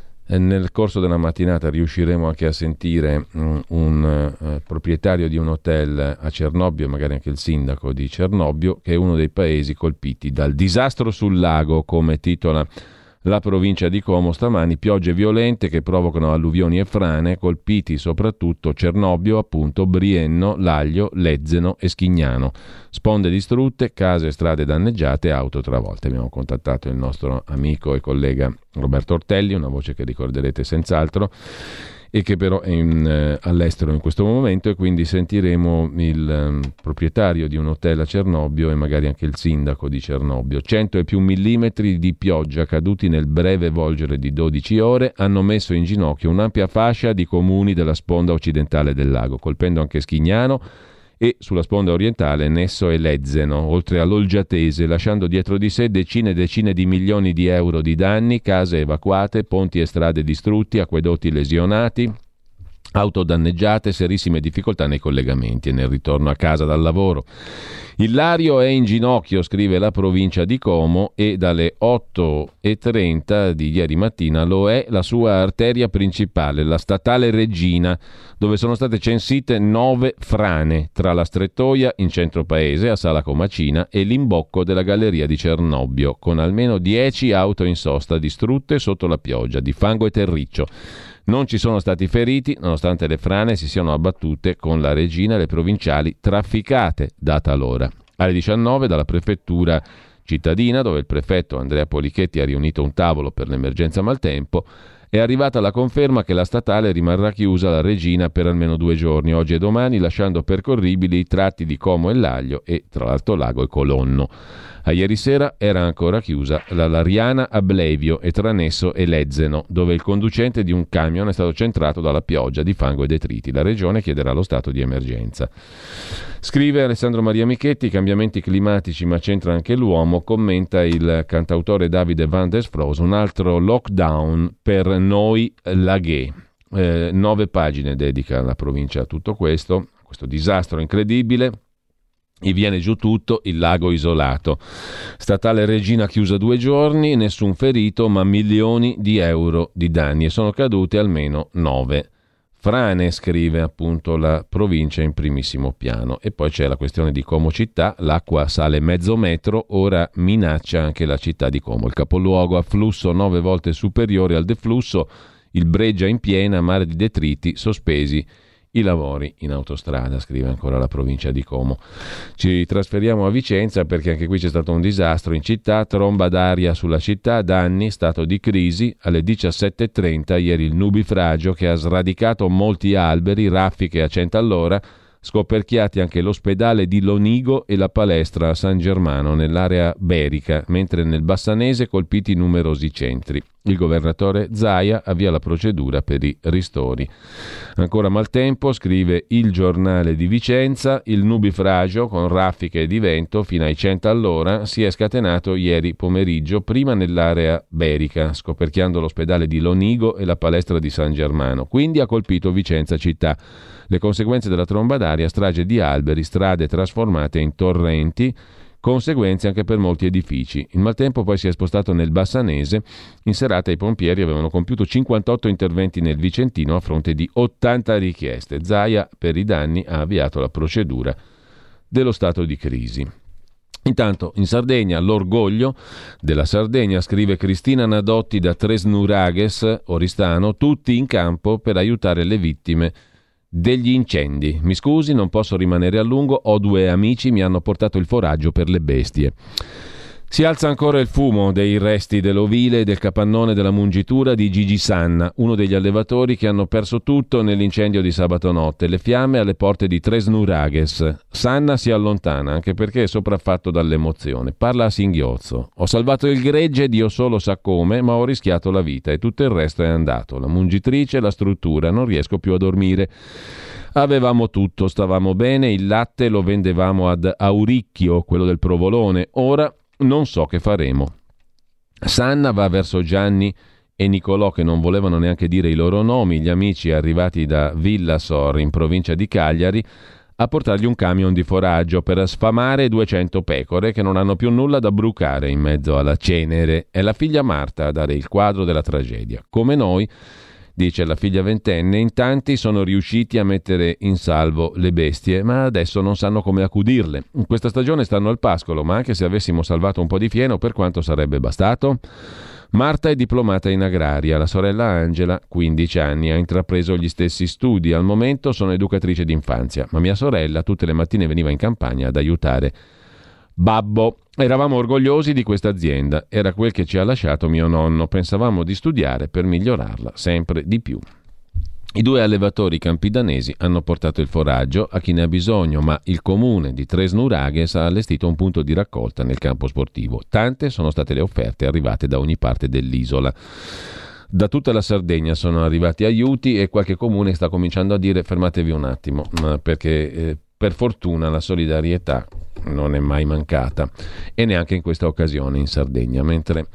Nel corso della mattinata riusciremo anche a sentire um, un uh, proprietario di un hotel a Cernobbio, magari anche il sindaco di Cernobbio, che è uno dei paesi colpiti dal disastro sul lago, come titola la provincia di Como stamani, piogge violente che provocano alluvioni e frane, colpiti soprattutto Cernobbio, appunto, Brienno, Laglio, Lezzeno e Schignano. Sponde distrutte, case e strade danneggiate, auto travolte. Abbiamo contattato il nostro amico e collega Roberto Ortelli, una voce che ricorderete senz'altro, e che però è in, eh, all'estero in questo momento, e quindi sentiremo il eh, proprietario di un hotel a Cernobbio e magari anche il sindaco di Cernobbio. Cento e più millimetri di pioggia caduti nel breve volgere di dodici ore hanno messo in ginocchio un'ampia fascia di comuni della sponda occidentale del lago, colpendo anche Schignano e sulla sponda orientale Nesso e Lezzeno, oltre all'Olgiatese, lasciando dietro di sé decine e decine di milioni di euro di danni, case evacuate, ponti e strade distrutti, acquedotti lesionati, auto danneggiate, serissime difficoltà nei collegamenti e nel ritorno a casa dal lavoro. Il Lario è in ginocchio, scrive la provincia di Como, e dalle otto e trenta di ieri mattina lo è la sua arteria principale, la statale Regina, dove sono state censite nove frane tra la strettoia in centro paese a Sala Comacina e l'imbocco della galleria di Cernobbio, con almeno dieci auto in sosta distrutte sotto la pioggia di fango e terriccio. Non ci sono stati feriti, nonostante le frane si siano abbattute con la Regina e le provinciali trafficate, data l'ora. Alle diciannove dalla prefettura cittadina, dove il prefetto Andrea Polichetti ha riunito un tavolo per l'emergenza maltempo, è arrivata la conferma che la statale rimarrà chiusa alla Regina per almeno due giorni, oggi e domani, lasciando percorribili i tratti di Como e Laglio e tra l'Alto Lago e Colonno. A ieri sera era ancora chiusa la Lariana a Blevio e tra Nesso e Lezzeno, dove il conducente di un camion è stato centrato dalla pioggia di fango e detriti. La regione chiederà lo stato di emergenza. Scrive Alessandro Maria Michetti, cambiamenti climatici ma c'entra anche l'uomo, commenta il cantautore Davide Van der Sfroos, un altro lockdown per noi laghe. Eh, nove pagine dedica la provincia a tutto questo, questo disastro incredibile. E viene giù tutto, il lago isolato. Statale Regina chiusa due giorni, nessun ferito, ma milioni di euro di danni e sono cadute almeno nove frane, scrive appunto la provincia in primissimo piano. E poi c'è la questione di Como città, l'acqua sale mezzo metro, ora minaccia anche la città di Como. Il capoluogo ha flusso nove volte superiore al deflusso, il Breggia in piena, mare di detriti, sospesi i lavori in autostrada, scrive ancora la provincia di Como. Ci trasferiamo a Vicenza perché anche qui c'è stato un disastro in città, tromba d'aria sulla città, danni, stato di crisi. Alle diciassette e trenta ieri il nubifragio che ha sradicato molti alberi, raffiche a cento all'ora, scoperchiati anche l'ospedale di Lonigo e la palestra a San Germano nell'area berica, mentre nel Bassanese colpiti numerosi centri. Il governatore Zaia avvia la procedura per i ristori. Ancora maltempo, scrive il giornale di Vicenza, il nubifragio con raffiche di vento fino ai cento all'ora si è scatenato ieri pomeriggio, prima nell'area berica, scoperchiando l'ospedale di Lonigo e la palestra di San Germano. Quindi ha colpito Vicenza città. Le conseguenze della tromba d'aria, strage di alberi, strade trasformate in torrenti, conseguenze anche per molti edifici. Il maltempo poi si è spostato nel Bassanese. In serata i pompieri avevano compiuto cinquantotto interventi nel Vicentino a fronte di ottanta richieste. Zaia per i danni ha avviato la procedura dello stato di crisi. Intanto in Sardegna l'orgoglio della Sardegna, scrive Cristina Nadotti da Tresnurages, Oristano, tutti in campo per aiutare le vittime degli incendi. Mi scusi, non posso rimanere a lungo, ho due amici, mi hanno portato il foraggio per le bestie. Si alza ancora il fumo dei resti dell'ovile e del capannone della mungitura di Gigi Sanna, uno degli allevatori che hanno perso tutto nell'incendio di sabato notte. Le fiamme alle porte di Tresnurages. Sanna si allontana, anche perché è sopraffatto dall'emozione. Parla a singhiozzo. Ho salvato il gregge, Dio solo sa come, ma ho rischiato la vita e tutto il resto è andato. La mungitrice, la struttura, non riesco più a dormire. Avevamo tutto, stavamo bene, il latte lo vendevamo ad Auricchio, quello del provolone. Ora non so che faremo. Sanna va verso Gianni e Nicolò, che non volevano neanche dire i loro nomi, gli amici arrivati da Villasor in provincia di Cagliari, a portargli un camion di foraggio per sfamare duecento pecore che non hanno più nulla da brucare in mezzo alla cenere. È la figlia Marta a dare il quadro della tragedia. Come noi, dice la figlia ventenne, in tanti sono riusciti a mettere in salvo le bestie, ma adesso non sanno come accudirle. In questa stagione stanno al pascolo, ma anche se avessimo salvato un po' di fieno, per quanto sarebbe bastato? Marta è diplomata in agraria, la sorella Angela, quindici anni, ha intrapreso gli stessi studi. Al momento sono educatrice d'infanzia, ma mia sorella tutte le mattine veniva in campagna ad aiutare babbo. Eravamo orgogliosi di questa azienda, era quel che ci ha lasciato mio nonno, pensavamo di studiare per migliorarla sempre di più. I due allevatori campidanesi hanno portato il foraggio a chi ne ha bisogno, ma il comune di Tres Nuraghes ha allestito un punto di raccolta nel campo sportivo. Tante sono state le offerte arrivate da ogni parte dell'isola. Da tutta la Sardegna sono arrivati aiuti e qualche comune sta cominciando a dire fermatevi un attimo, perché eh, per fortuna la solidarietà non è mai mancata, e neanche in questa occasione in Sardegna. Mentre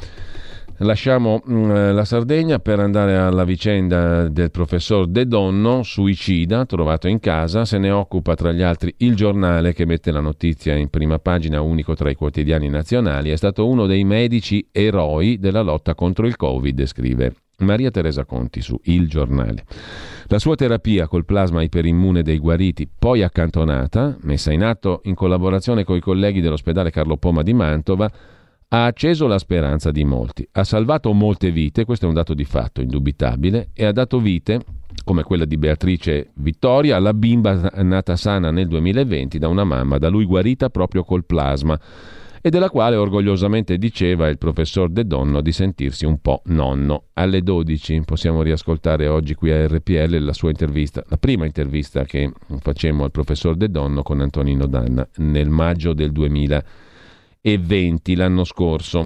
lasciamo mh, la Sardegna per andare alla vicenda del professor De Donno, suicida, trovato in casa. Se ne occupa tra gli altri Il Giornale, che mette la notizia in prima pagina, unico tra i quotidiani nazionali. È stato uno dei medici eroi della lotta contro il Covid, scrive Maria Teresa Conti su Il Giornale. La sua terapia col plasma iperimmune dei guariti, poi accantonata, messa in atto in collaborazione con i colleghi dell'ospedale Carlo Poma di Mantova, ha acceso la speranza di molti, ha salvato molte vite, questo è un dato di fatto indubitabile, e ha dato vite, come quella di Beatrice Vittoria, alla bimba nata sana nel duemilaventi da una mamma da lui guarita proprio col plasma, e della quale orgogliosamente diceva il professor De Donno di sentirsi un po' nonno. Alle dodici possiamo riascoltare oggi qui a R P L la sua intervista, la prima intervista che facemmo al professor De Donno con Antonino Danna nel maggio del duemilaventi, l'anno scorso.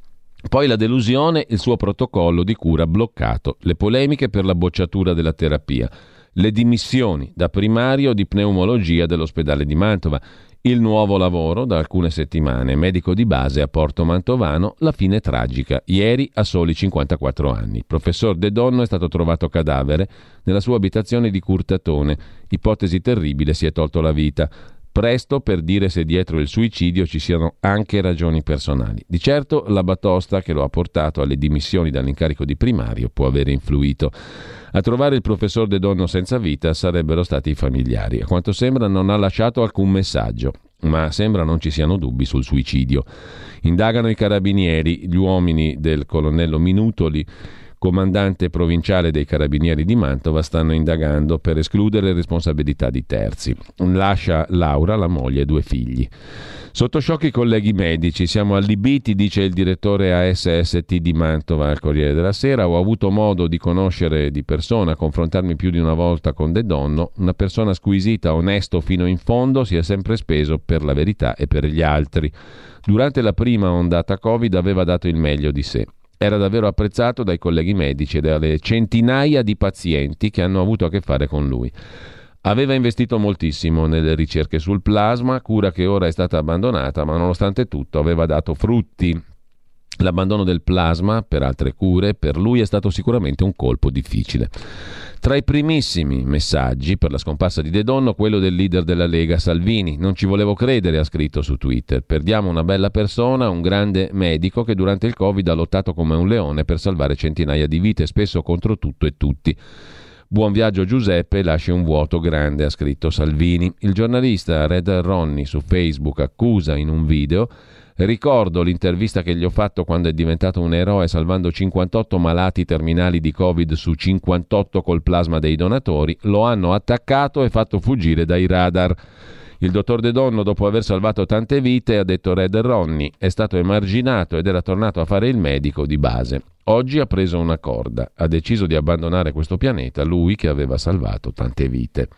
Poi la delusione, il suo protocollo di cura bloccato, le polemiche per la bocciatura della terapia, le dimissioni da primario di pneumologia dell'ospedale di Mantova, il nuovo lavoro da alcune settimane, medico di base a Porto Mantovano, la fine tragica, ieri a soli cinquantaquattro anni. Il professor De Donno è stato trovato cadavere nella sua abitazione di Curtatone, ipotesi terribile, si è tolto la vita. Presto per dire se dietro il suicidio ci siano anche ragioni personali. Di certo la batosta che lo ha portato alle dimissioni dall'incarico di primario può avere influito. A trovare il professor De Donno senza vita sarebbero stati i familiari. A quanto sembra non ha lasciato alcun messaggio, ma sembra non ci siano dubbi sul suicidio. Indagano i carabinieri, gli uomini del colonnello Minutoli, comandante provinciale dei Carabinieri di Mantova, stanno indagando per escludere responsabilità di terzi. Lascia Laura, la moglie, e due figli. Sotto shock i colleghi medici, siamo allibiti, dice il direttore A S S T di Mantova al Corriere della Sera. Ho avuto modo di conoscere di persona, confrontarmi più di una volta con De Donno, una persona squisita, onesto fino in fondo, si è sempre speso per la verità e per gli altri. Durante la prima ondata Covid aveva dato il meglio di sé. Era davvero apprezzato dai colleghi medici e dalle centinaia di pazienti che hanno avuto a che fare con lui. Aveva investito moltissimo nelle ricerche sul plasma, cura che ora è stata abbandonata, ma nonostante tutto aveva dato frutti. L'abbandono del plasma per altre cure per lui è stato sicuramente un colpo difficile. Tra i primissimi messaggi per la scomparsa di De Donno, quello del leader della Lega Salvini. Non ci volevo credere, ha scritto su Twitter. Perdiamo una bella persona, un grande medico che durante il Covid ha lottato come un leone per salvare centinaia di vite, spesso contro tutto e tutti. Buon viaggio Giuseppe, lasci un vuoto grande, ha scritto Salvini. Il giornalista Red Ronnie su Facebook accusa in un video: ricordo l'intervista che gli ho fatto quando è diventato un eroe salvando cinquantotto malati terminali di Covid su cinquantotto col plasma dei donatori, lo hanno attaccato e fatto fuggire dai radar. Il dottor De Donno, dopo aver salvato tante vite, ha detto Red Ronnie, è stato emarginato ed era tornato a fare il medico di base. Oggi ha preso una corda, ha deciso di abbandonare questo pianeta, lui che aveva salvato tante vite.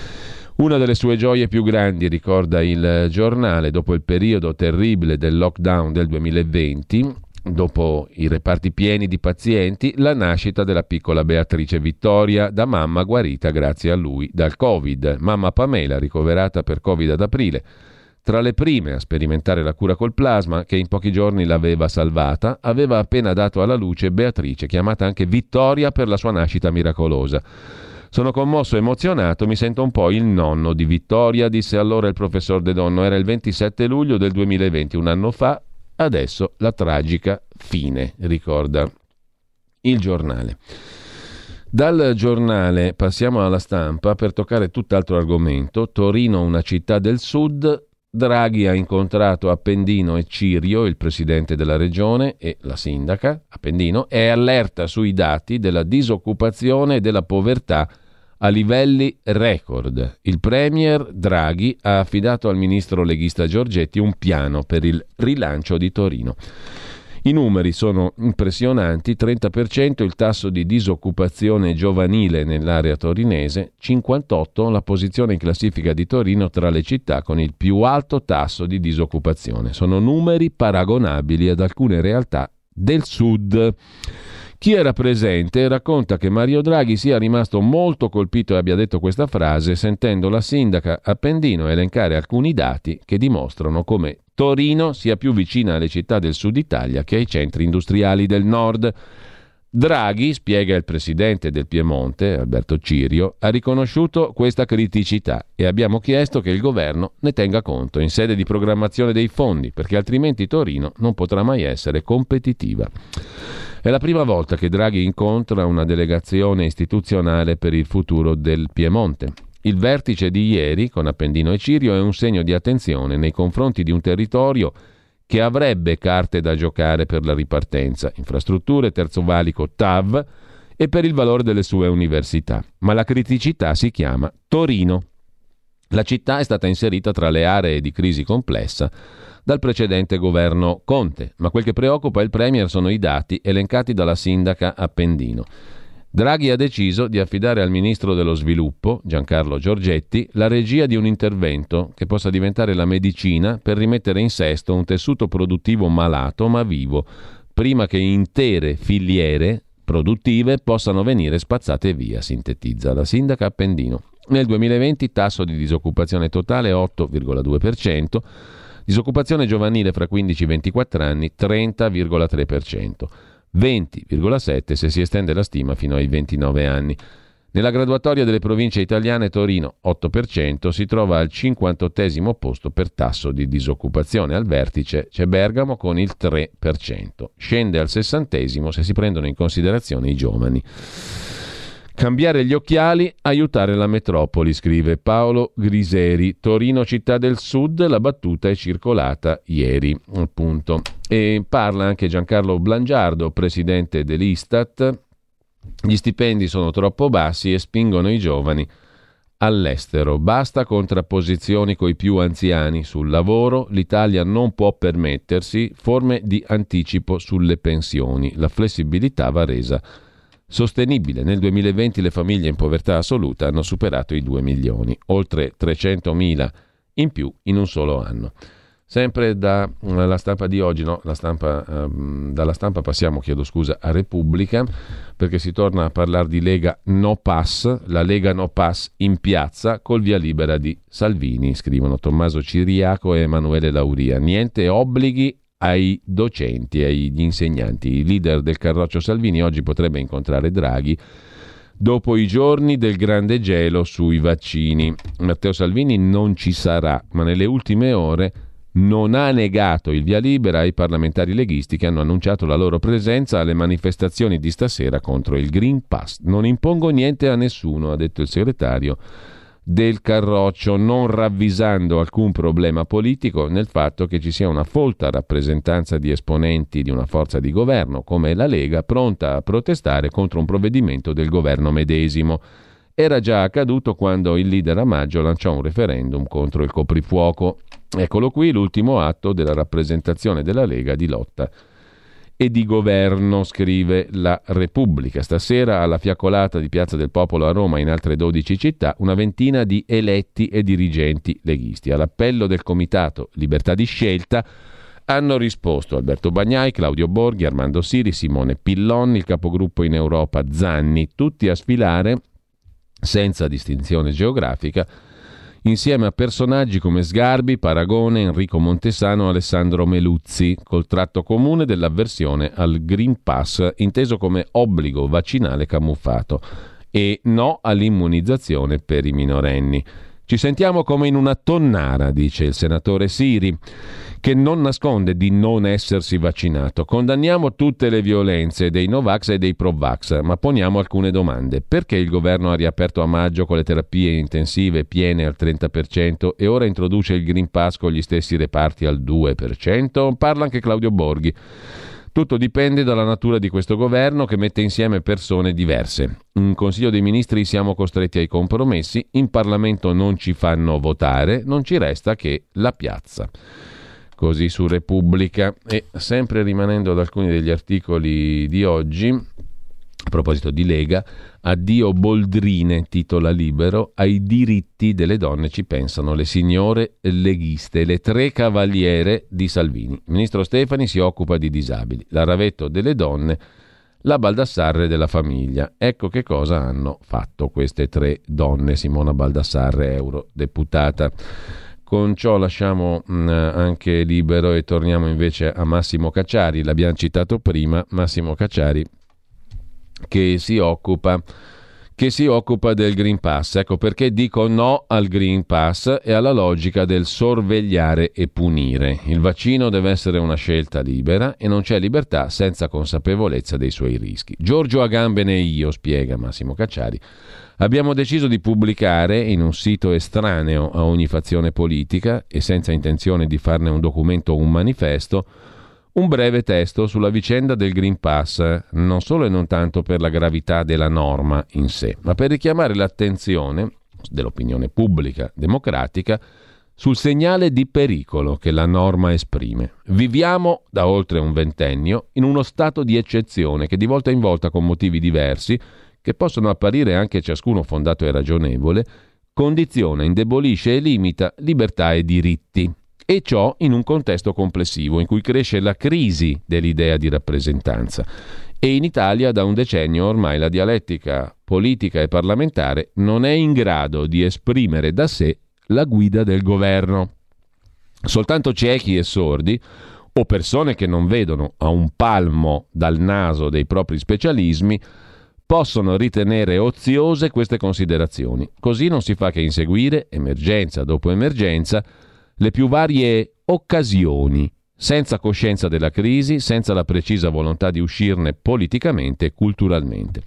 Una delle sue gioie più grandi, ricorda il giornale, dopo il periodo terribile del lockdown del duemilaventi, dopo i reparti pieni di pazienti, la nascita della piccola Beatrice Vittoria, da mamma guarita grazie a lui dal Covid. Mamma Pamela, ricoverata per Covid ad aprile, tra le prime a sperimentare la cura col plasma, che in pochi giorni l'aveva salvata, aveva appena dato alla luce Beatrice, chiamata anche Vittoria per la sua nascita miracolosa. Sono commosso e emozionato, mi sento un po' il nonno di Vittoria, disse allora il professor De Donno. Era il ventisette luglio del duemilaventi, un anno fa, adesso la tragica fine, ricorda il giornale. Dal giornale passiamo alla Stampa per toccare tutt'altro argomento. Torino, una città del sud, Draghi ha incontrato Appendino e Cirio, il presidente della regione, e la sindaca Appendino, è allerta sui dati della disoccupazione e della povertà a livelli record. Il premier Draghi ha affidato al ministro leghista Giorgetti un piano per il rilancio di Torino. I numeri sono impressionanti: trenta per cento il tasso di disoccupazione giovanile nell'area torinese, cinquantotto la posizione in classifica di Torino tra le città con il più alto tasso di disoccupazione. Sono numeri paragonabili ad alcune realtà del sud. Chi era presente racconta che Mario Draghi sia rimasto molto colpito e abbia detto questa frase sentendo la sindaca Appendino elencare alcuni dati che dimostrano come Torino sia più vicina alle città del sud Italia che ai centri industriali del nord. Draghi, spiega il presidente del Piemonte, Alberto Cirio, ha riconosciuto questa criticità e abbiamo chiesto che il governo ne tenga conto in sede di programmazione dei fondi, perché altrimenti Torino non potrà mai essere competitiva. È la prima volta che Draghi incontra una delegazione istituzionale per il futuro del Piemonte. Il vertice di ieri con Appendino e Cirio è un segno di attenzione nei confronti di un territorio che avrebbe carte da giocare per la ripartenza, infrastrutture, terzo valico T A V e per il valore delle sue università. Ma la criticità si chiama Torino. La città è stata inserita tra le aree di crisi complessa dal precedente governo Conte, ma quel che preoccupa il premier sono i dati elencati dalla sindaca Appendino. Draghi ha deciso di affidare al ministro dello sviluppo, Giancarlo Giorgetti, la regia di un intervento che possa diventare la medicina per rimettere in sesto un tessuto produttivo malato ma vivo, prima che intere filiere produttive possano venire spazzate via, sintetizza la sindaca Appendino. Nel duemilaventi tasso di disoccupazione totale otto virgola due per cento, disoccupazione giovanile fra quindici e ventiquattro anni trenta virgola tre per cento. venti virgola sette se si estende la stima fino ai ventinove anni. Nella graduatoria delle province italiane Torino, otto per cento, si trova al cinquantottesimo posto per tasso di disoccupazione. Al vertice c'è Bergamo con il tre per cento. Scende al sessantesimo se si prendono in considerazione i giovani. Cambiare gli occhiali, aiutare la metropoli, scrive Paolo Griseri. Torino città del sud, la battuta è circolata ieri, appunto. E parla anche Giancarlo Blangiardo, presidente dell'Istat. Gli stipendi sono troppo bassi e spingono i giovani all'estero. Basta contrapposizioni coi più anziani sul lavoro. L'Italia non può permettersi forme di anticipo sulle pensioni. La flessibilità va resa sostenibile. Nel duemilaventi le famiglie in povertà assoluta hanno superato i due milioni, oltre trecentomila in più in un solo anno. Sempre dalla stampa di oggi, no, la stampa, um, dalla stampa passiamo, chiedo scusa, a Repubblica, perché si torna a parlare di Lega No Pass, la Lega No Pass in piazza col via libera di Salvini, scrivono Tommaso Ciriaco e Emanuele Lauria. Niente obblighi ai docenti, agli insegnanti. Il leader del Carroccio Salvini oggi potrebbe incontrare Draghi dopo i giorni del grande gelo sui vaccini. Matteo Salvini non ci sarà, ma nelle ultime ore non ha negato il via libera ai parlamentari leghisti che hanno annunciato la loro presenza alle manifestazioni di stasera contro il Green Pass. Non impongo niente a nessuno, ha detto il segretario del Carroccio, non ravvisando alcun problema politico nel fatto che ci sia una folta rappresentanza di esponenti di una forza di governo come la Lega pronta a protestare contro un provvedimento del governo medesimo. Era già accaduto quando il leader a maggio lanciò un referendum contro il coprifuoco. Eccolo qui l'ultimo atto della rappresentazione della Lega di lotta e di governo, scrive la Repubblica. Stasera alla fiaccolata di Piazza del Popolo a Roma e in altre dodici città una ventina di eletti e dirigenti leghisti. All'appello del Comitato Libertà di Scelta hanno risposto Alberto Bagnai, Claudio Borghi, Armando Siri, Simone Pillon, il capogruppo in Europa Zanni, tutti a sfilare senza distinzione geografica insieme a personaggi come Sgarbi, Paragone, Enrico Montesano, Alessandro Meluzzi, col tratto comune dell'avversione al Green Pass, inteso come obbligo vaccinale camuffato, e no all'immunizzazione per i minorenni. Ci sentiamo come in una tonnara, dice il senatore Siri, che non nasconde di non essersi vaccinato. Condanniamo tutte le violenze dei Novax e dei Provax, ma poniamo alcune domande. Perché il governo ha riaperto a maggio con le terapie intensive piene al trenta per cento e ora introduce il Green Pass con gli stessi reparti al due per cento? Parla anche Claudio Borghi. Tutto dipende dalla natura di questo governo che mette insieme persone diverse. In Consiglio dei Ministri siamo costretti ai compromessi, in Parlamento non ci fanno votare, non ci resta che la piazza. Così su Repubblica. E sempre rimanendo ad alcuni degli articoli di oggi, a proposito di Lega, addio Boldrine, titola Libero, ai diritti delle donne ci pensano le signore leghiste, le tre cavaliere di Salvini. Il ministro Stefani si occupa di disabili, la Ravetto delle donne, la Baldassarre della famiglia. Ecco che cosa hanno fatto queste tre donne. Simona Baldassarre, eurodeputata. Con ciò lasciamo mh, anche Libero e torniamo invece a Massimo Cacciari. L'abbiamo citato prima, Massimo Cacciari, che si occupa che si occupa del Green Pass. Ecco perché dico no al Green Pass e alla logica del sorvegliare e punire. Il vaccino deve essere una scelta libera e non c'è libertà senza consapevolezza dei suoi rischi. Giorgio Agambene e io, spiega Massimo Cacciari, abbiamo deciso di pubblicare in un sito estraneo a ogni fazione politica e senza intenzione di farne un documento o un manifesto un breve testo sulla vicenda del Green Pass, non solo e non tanto per la gravità della norma in sé, ma per richiamare l'attenzione dell'opinione pubblica democratica sul segnale di pericolo che la norma esprime. Viviamo da oltre un ventennio in uno stato di eccezione che di volta in volta, con motivi diversi, che possono apparire anche ciascuno fondato e ragionevole, condiziona, indebolisce e limita libertà e diritti. E ciò in un contesto complessivo in cui cresce la crisi dell'idea di rappresentanza. E in Italia da un decennio ormai la dialettica politica e parlamentare non è in grado di esprimere da sé la guida del governo. Soltanto ciechi e sordi o persone che non vedono a un palmo dal naso dei propri specialismi possono ritenere oziose queste considerazioni. Così non si fa che inseguire, emergenza dopo emergenza, le più varie occasioni, senza coscienza della crisi, senza la precisa volontà di uscirne politicamente e culturalmente.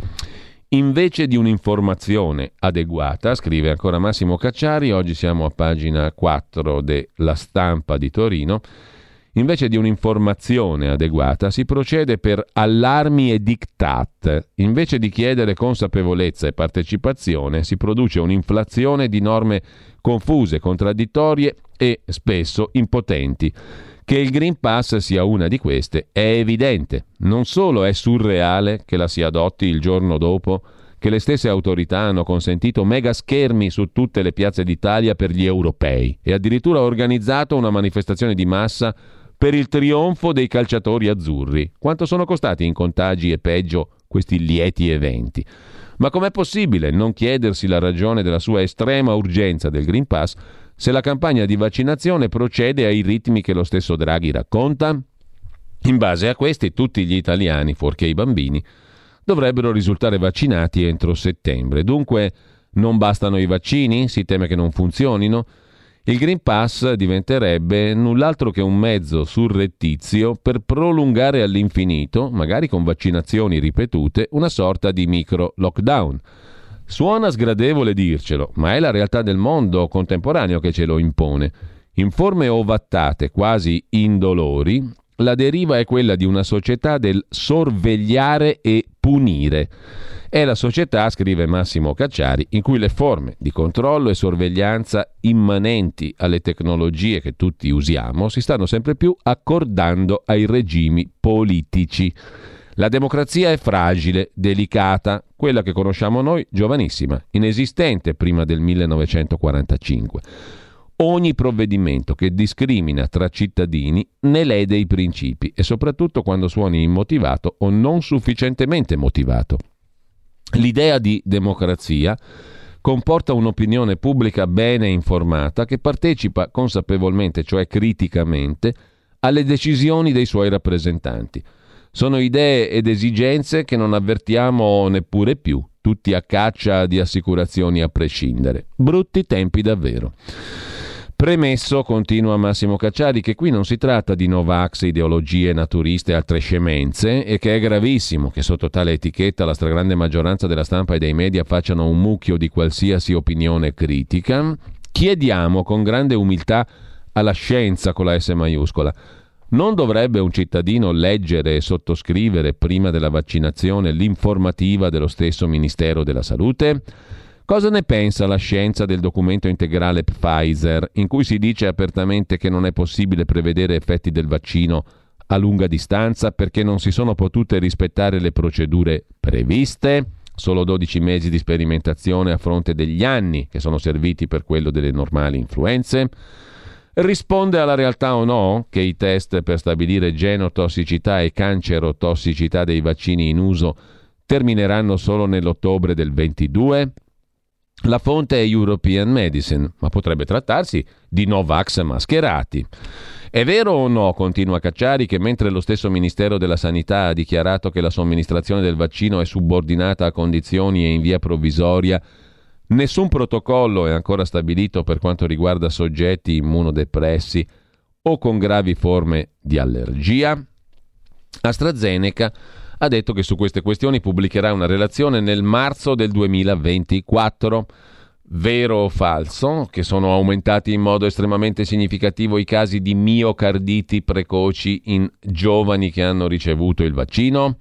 Invece di un'informazione adeguata, scrive ancora Massimo Cacciari, oggi siamo a pagina quattro della Stampa di Torino, invece di un'informazione adeguata si procede per allarmi e diktat. Invece di chiedere consapevolezza e partecipazione si produce un'inflazione di norme confuse, contraddittorie e spesso impotenti. Che il Green Pass sia una di queste è evidente. Non solo è surreale che la si adotti il giorno dopo che le stesse autorità hanno consentito mega schermi su tutte le piazze d'Italia per gli europei e addirittura organizzato una manifestazione di massa per il trionfo dei calciatori azzurri. Quanto sono costati in contagi e peggio questi lieti eventi? Ma com'è possibile non chiedersi la ragione della sua estrema urgenza del Green Pass se la campagna di vaccinazione procede ai ritmi che lo stesso Draghi racconta? In base a questi, tutti gli italiani, fuorché i bambini, dovrebbero risultare vaccinati entro settembre. Dunque, non bastano i vaccini? Si teme che non funzionino? Il Green Pass diventerebbe null'altro che un mezzo surrettizio per prolungare all'infinito, magari con vaccinazioni ripetute, una sorta di micro lockdown. Suona sgradevole dircelo, ma è la realtà del mondo contemporaneo che ce lo impone. In forme ovattate, quasi indolori, la deriva è quella di una società del sorvegliare e punire. È la società, scrive Massimo Cacciari, in cui le forme di controllo e sorveglianza immanenti alle tecnologie che tutti usiamo si stanno sempre più accordando ai regimi politici. La democrazia è fragile, delicata, quella che conosciamo noi giovanissima, inesistente prima del millenovecentoquarantacinque. Ogni provvedimento che discrimina tra cittadini ne lede i principi e soprattutto quando suoni immotivato o non sufficientemente motivato. L'idea di democrazia comporta un'opinione pubblica bene informata che partecipa consapevolmente, cioè criticamente, alle decisioni dei suoi rappresentanti. Sono idee ed esigenze che non avvertiamo neppure più tutti a caccia di assicurazioni a prescindere. Brutti tempi davvero. Premesso, continua Massimo Cacciari, che qui non si tratta di Novax, ideologie naturiste e altre scemenze, e che è gravissimo che sotto tale etichetta la stragrande maggioranza della stampa e dei media facciano un mucchio di qualsiasi opinione critica. Chiediamo con grande umiltà alla scienza con la S maiuscola: non dovrebbe un cittadino leggere e sottoscrivere prima della vaccinazione l'informativa dello stesso Ministero della Salute? Cosa ne pensa la scienza del documento integrale Pfizer, in cui si dice apertamente che non è possibile prevedere effetti del vaccino a lunga distanza perché non si sono potute rispettare le procedure previste? Solo dodici mesi di sperimentazione a fronte degli anni che sono serviti per quello delle normali influenze? Risponde alla realtà o no che i test per stabilire genotossicità e cancerotossicità dei vaccini in uso termineranno solo nell'ottobre del ventidue? La fonte è European Medicine, ma potrebbe trattarsi di Novax mascherati. È vero o no, continua Cacciari, che mentre lo stesso Ministero della Sanità ha dichiarato che la somministrazione del vaccino è subordinata a condizioni e in via provvisoria, nessun protocollo è ancora stabilito per quanto riguarda soggetti immunodepressi o con gravi forme di allergia? AstraZeneca ha detto che su queste questioni pubblicherà una relazione nel marzo del duemilaventiquattro. Vero o falso che sono aumentati in modo estremamente significativo i casi di miocarditi precoci in giovani che hanno ricevuto il vaccino?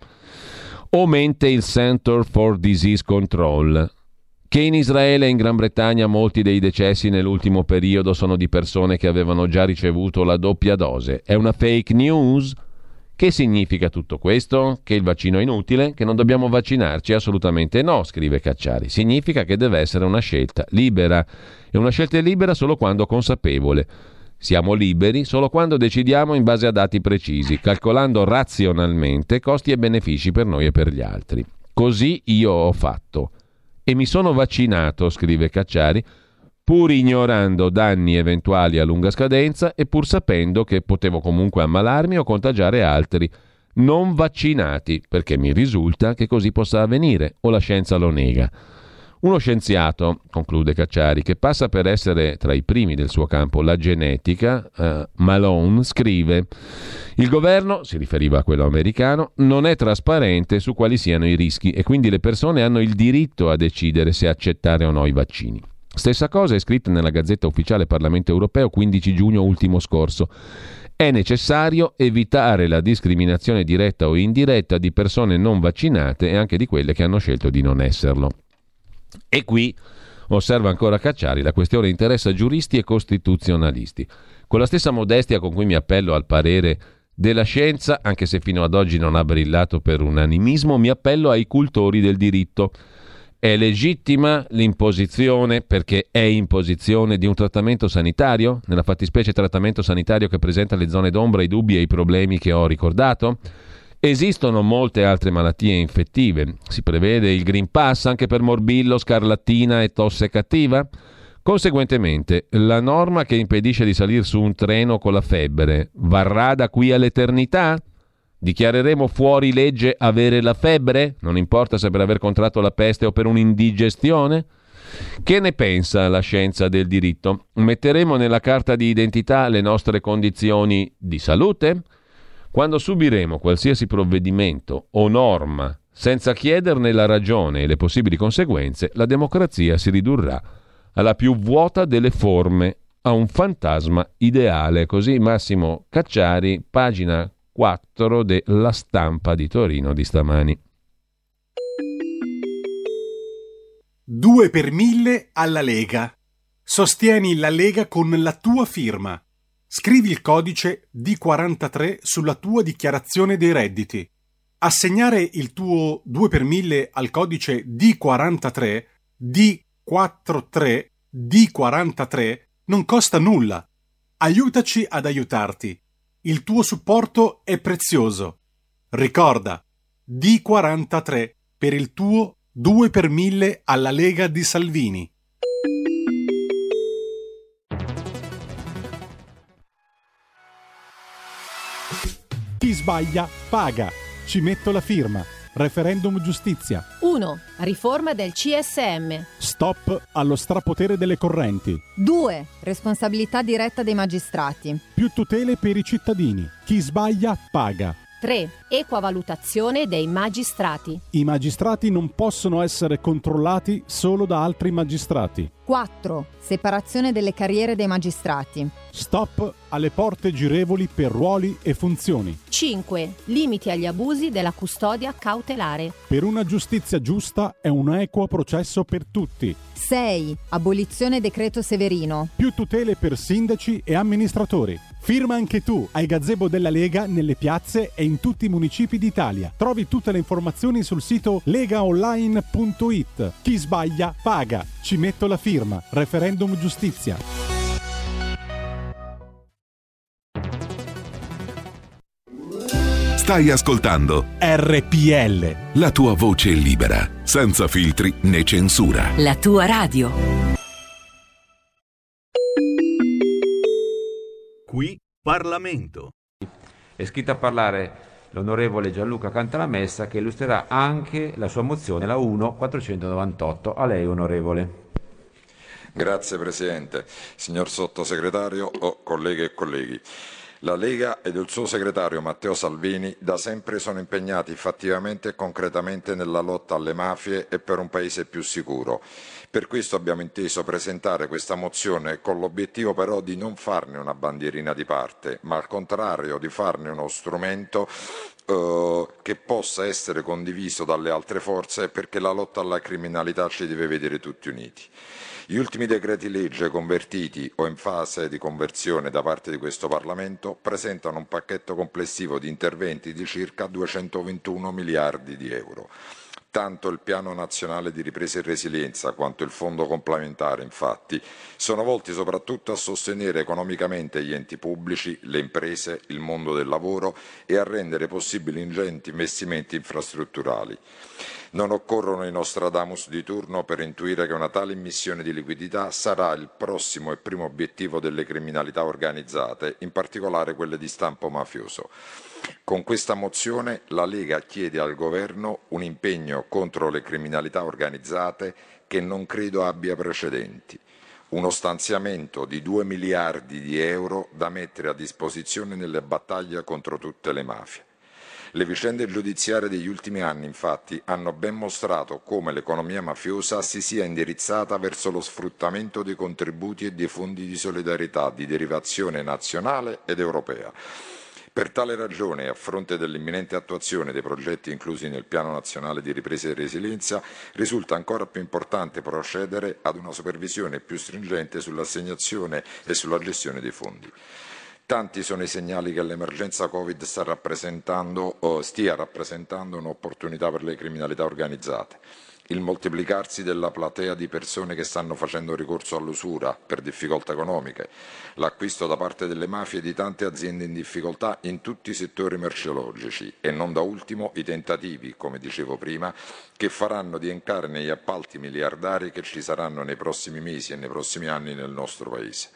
O mente il Center for Disease Control che in Israele e in Gran Bretagna molti dei decessi nell'ultimo periodo sono di persone che avevano già ricevuto la doppia dose? È una fake news? Che significa tutto questo? Che il vaccino è inutile? Che non dobbiamo vaccinarci? Assolutamente no, scrive Cacciari. Significa che deve essere una scelta libera. E una scelta libera solo quando consapevole. Siamo liberi solo quando decidiamo in base a dati precisi, calcolando razionalmente costi e benefici per noi e per gli altri. Così io ho fatto. E mi sono vaccinato, scrive Cacciari, pur ignorando danni eventuali a lunga scadenza e pur sapendo che potevo comunque ammalarmi o contagiare altri non vaccinati, perché mi risulta che così possa avvenire, o la scienza lo nega. Uno scienziato, conclude Cacciari, che passa per essere tra i primi del suo campo, la genetica, uh, Malone, scrive: il governo, si riferiva a quello americano, non è trasparente su quali siano i rischi e quindi le persone hanno il diritto a decidere se accettare o no i vaccini. Stessa cosa è scritta nella Gazzetta Ufficiale Parlamento Europeo quindici giugno ultimo scorso. È necessario evitare la discriminazione diretta o indiretta di persone non vaccinate e anche di quelle che hanno scelto di non esserlo. E qui, osserva ancora Cacciari, la questione interessa giuristi e costituzionalisti. Con la stessa modestia con cui mi appello al parere della scienza, anche se fino ad oggi non ha brillato per unanimismo, mi appello ai cultori del diritto. È legittima l'imposizione, perché è imposizione, di un trattamento sanitario, nella fattispecie trattamento sanitario che presenta le zone d'ombra, i dubbi e i problemi che ho ricordato? Esistono molte altre malattie infettive. Si prevede il Green Pass anche per morbillo, scarlattina e tosse cattiva? Conseguentemente, la norma che impedisce di salire su un treno con la febbre varrà da qui all'eternità? Dichiareremo fuori legge avere la febbre? Non importa se per aver contratto la peste o per un'indigestione? Che ne pensa la scienza del diritto? Metteremo nella carta di identità le nostre condizioni di salute? Quando subiremo qualsiasi provvedimento o norma senza chiederne la ragione e le possibili conseguenze, la democrazia si ridurrà alla più vuota delle forme, a un fantasma ideale. Così Massimo Cacciari, pagina quattro della Stampa di Torino di stamani. due per mille alla Lega. Sostieni la Lega con la tua firma. Scrivi il codice D quarantatré sulla tua dichiarazione dei redditi. Assegnare il tuo due per mille al codice D quarantatré, D quarantatré, D quarantatré non costa nulla. Aiutaci ad aiutarti. Il tuo supporto è prezioso. Ricorda, D quarantatré per il tuo due per mille alla Lega di Salvini. Chi sbaglia paga. Ci metto la firma. referendum giustizia. uno. Riforma del C S M. Stop allo strapotere delle correnti. due. Responsabilità diretta dei magistrati. Più tutele per i cittadini. Chi sbaglia paga. tre. Equa valutazione dei magistrati. I magistrati non possono essere controllati solo da altri magistrati. quattro. Separazione delle carriere dei magistrati. Stop alle porte girevoli per ruoli e funzioni. cinque. Limiti agli abusi della custodia cautelare. Per una giustizia giusta e un equo processo per tutti. sei. Abolizione decreto Severino. Più tutele per sindaci e amministratori. Firma anche tu ai gazebo della Lega nelle piazze e in tutti i municipi d'Italia. Trovi tutte le informazioni sul sito legaonline punto it. Chi sbaglia paga. Ci metto la firma. Referendum giustizia. Stai ascoltando R P L. la tua voce libera, senza filtri né censura. La tua radio. Qui Parlamento. È iscritto a parlare l'onorevole Gianluca Cantalamessa, che illustrerà anche la sua mozione, la uno quattrocentonovantotto. A lei, onorevole. Grazie Presidente. Signor Sottosegretario, oh, colleghe e colleghi. La Lega ed il suo segretario Matteo Salvini da sempre sono impegnati fattivamente e concretamente nella lotta alle mafie e per un paese più sicuro. Per questo abbiamo inteso presentare questa mozione con l'obiettivo però di non farne una bandierina di parte, ma al contrario di farne uno strumento eh, che possa essere condiviso dalle altre forze, perché la lotta alla criminalità ci deve vedere tutti uniti. Gli ultimi decreti legge convertiti o in fase di conversione da parte di questo Parlamento presentano un pacchetto complessivo di interventi di circa duecentoventuno miliardi di euro. Tanto il Piano Nazionale di Ripresa e Resilienza quanto il Fondo complementare, infatti, sono volti soprattutto a sostenere economicamente gli enti pubblici, le imprese, il mondo del lavoro e a rendere possibili ingenti investimenti infrastrutturali. Non occorrono i Nostradamus di turno per intuire che una tale immissione di liquidità sarà il prossimo e primo obiettivo delle criminalità organizzate, in particolare quelle di stampo mafioso. Con questa mozione la Lega chiede al Governo un impegno contro le criminalità organizzate che non credo abbia precedenti. Uno stanziamento di due miliardi di euro da mettere a disposizione nelle battaglie contro tutte le mafie. Le vicende giudiziarie degli ultimi anni, infatti, hanno ben mostrato come l'economia mafiosa si sia indirizzata verso lo sfruttamento dei contributi e dei fondi di solidarietà di derivazione nazionale ed europea. Per tale ragione, a fronte dell'imminente attuazione dei progetti inclusi nel Piano Nazionale di Ripresa e Resilienza, risulta ancora più importante procedere ad una supervisione più stringente sull'assegnazione e sulla gestione dei fondi. Tanti sono i segnali che l'emergenza Covid sta rappresentando, o stia rappresentando un'opportunità per le criminalità organizzate. Il moltiplicarsi della platea di persone che stanno facendo ricorso all'usura per difficoltà economiche, l'acquisto da parte delle mafie di tante aziende in difficoltà in tutti i settori merceologici e non da ultimo i tentativi, come dicevo prima, che faranno diencare negli appalti miliardari che ci saranno nei prossimi mesi e nei prossimi anni nel nostro Paese.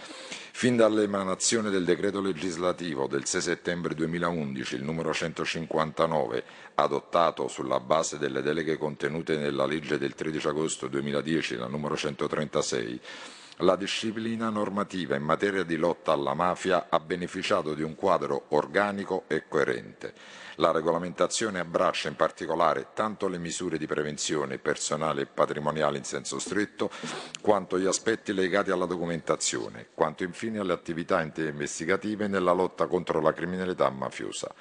Fin dall'emanazione del decreto legislativo del sei settembre duemilaundici, il numero centocinquantanove, adottato sulla base delle deleghe contenute nella legge del tredici agosto duemiladieci, la numero centotrentasei, la disciplina normativa in materia di lotta alla mafia ha beneficiato di un quadro organico e coerente. La regolamentazione abbraccia in particolare tanto le misure di prevenzione personale e patrimoniale in senso stretto, quanto gli aspetti legati alla documentazione, quanto infine alle attività investigative nella lotta contro la criminalità mafiosa.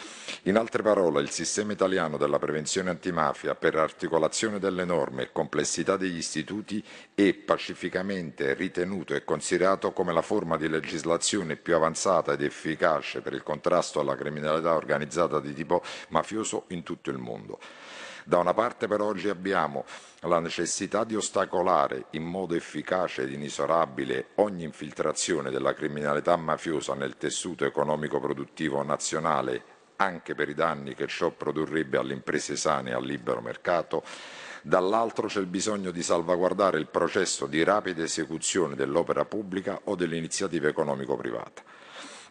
In altre parole, il sistema italiano della prevenzione antimafia, per articolazione delle norme e complessità degli istituti, è pacificamente ritenuto e considerato come la forma di legislazione più avanzata ed efficace per il contrasto alla criminalità organizzata di tipo mafioso in tutto il mondo. Da una parte però oggi abbiamo la necessità di ostacolare in modo efficace ed inesorabile ogni infiltrazione della criminalità mafiosa nel tessuto economico-produttivo nazionale, anche per i danni che ciò produrrebbe alle imprese sane e al libero mercato. Dall'altro c'è il bisogno di salvaguardare il processo di rapida esecuzione dell'opera pubblica o dell'iniziativa economico-privata.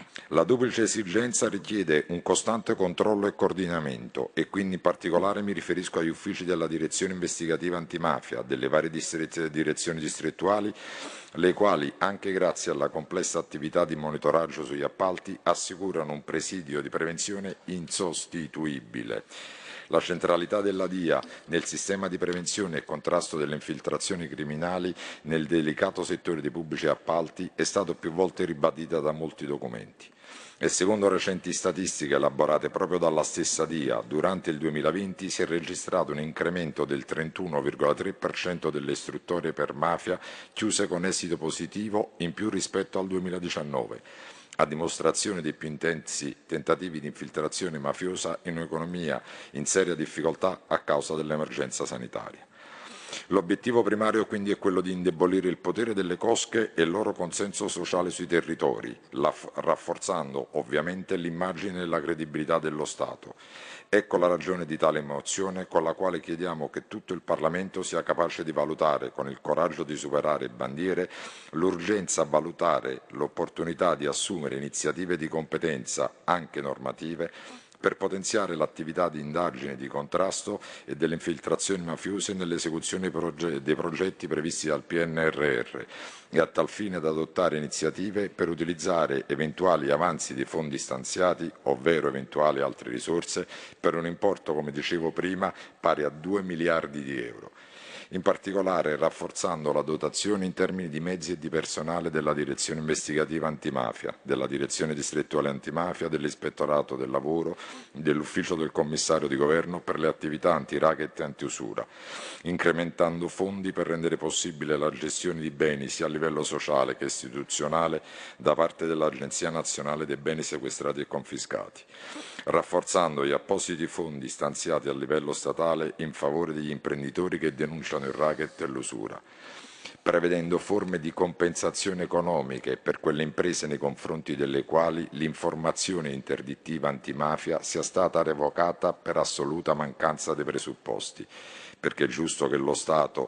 La duplice esigenza richiede un costante controllo e coordinamento e quindi in particolare mi riferisco agli uffici della Direzione Investigativa Antimafia, delle varie distrette, direzioni distrettuali, le quali, anche grazie alla complessa attività di monitoraggio sugli appalti, assicurano un presidio di prevenzione insostituibile. La centralità della D I A nel sistema di prevenzione e contrasto delle infiltrazioni criminali nel delicato settore dei pubblici appalti è stata più volte ribadita da molti documenti. E secondo recenti statistiche elaborate proprio dalla stessa D I A, durante il duemilaventi si è registrato un incremento del trentuno virgola tre per cento delle istruttorie per mafia chiuse con esito positivo in più rispetto al duemiladiciannove, a dimostrazione dei più intensi tentativi di infiltrazione mafiosa in un'economia in seria difficoltà a causa dell'emergenza sanitaria. L'obiettivo primario quindi è quello di indebolire il potere delle cosche e il loro consenso sociale sui territori, rafforzando ovviamente l'immagine e la credibilità dello Stato. Ecco la ragione di tale mozione con la quale chiediamo che tutto il Parlamento sia capace di valutare, con il coraggio di superare bandiere, l'urgenza a valutare l'opportunità di assumere iniziative di competenza, anche normative, per potenziare l'attività di indagine, di contrasto e delle infiltrazioni mafiose nell'esecuzione dei progetti previsti dal P N R R e a tal fine ad adottare iniziative per utilizzare eventuali avanzi di fondi stanziati, ovvero eventuali altre risorse, per un importo, come dicevo prima, pari a due miliardi di euro. In particolare rafforzando la dotazione in termini di mezzi e di personale della Direzione Investigativa Antimafia, della Direzione Distrettuale Antimafia, dell'Ispettorato del Lavoro, dell'Ufficio del Commissario di Governo per le attività anti-racket e anti-usura, incrementando fondi per rendere possibile la gestione di beni sia a livello sociale che istituzionale da parte dell'Agenzia Nazionale dei Beni Sequestrati e Confiscati, rafforzando gli appositi fondi stanziati a livello statale in favore degli imprenditori che denunciano il racket e l'usura, prevedendo forme di compensazione economiche per quelle imprese nei confronti delle quali l'informazione interdittiva antimafia sia stata revocata per assoluta mancanza dei presupposti, perché è giusto che lo Stato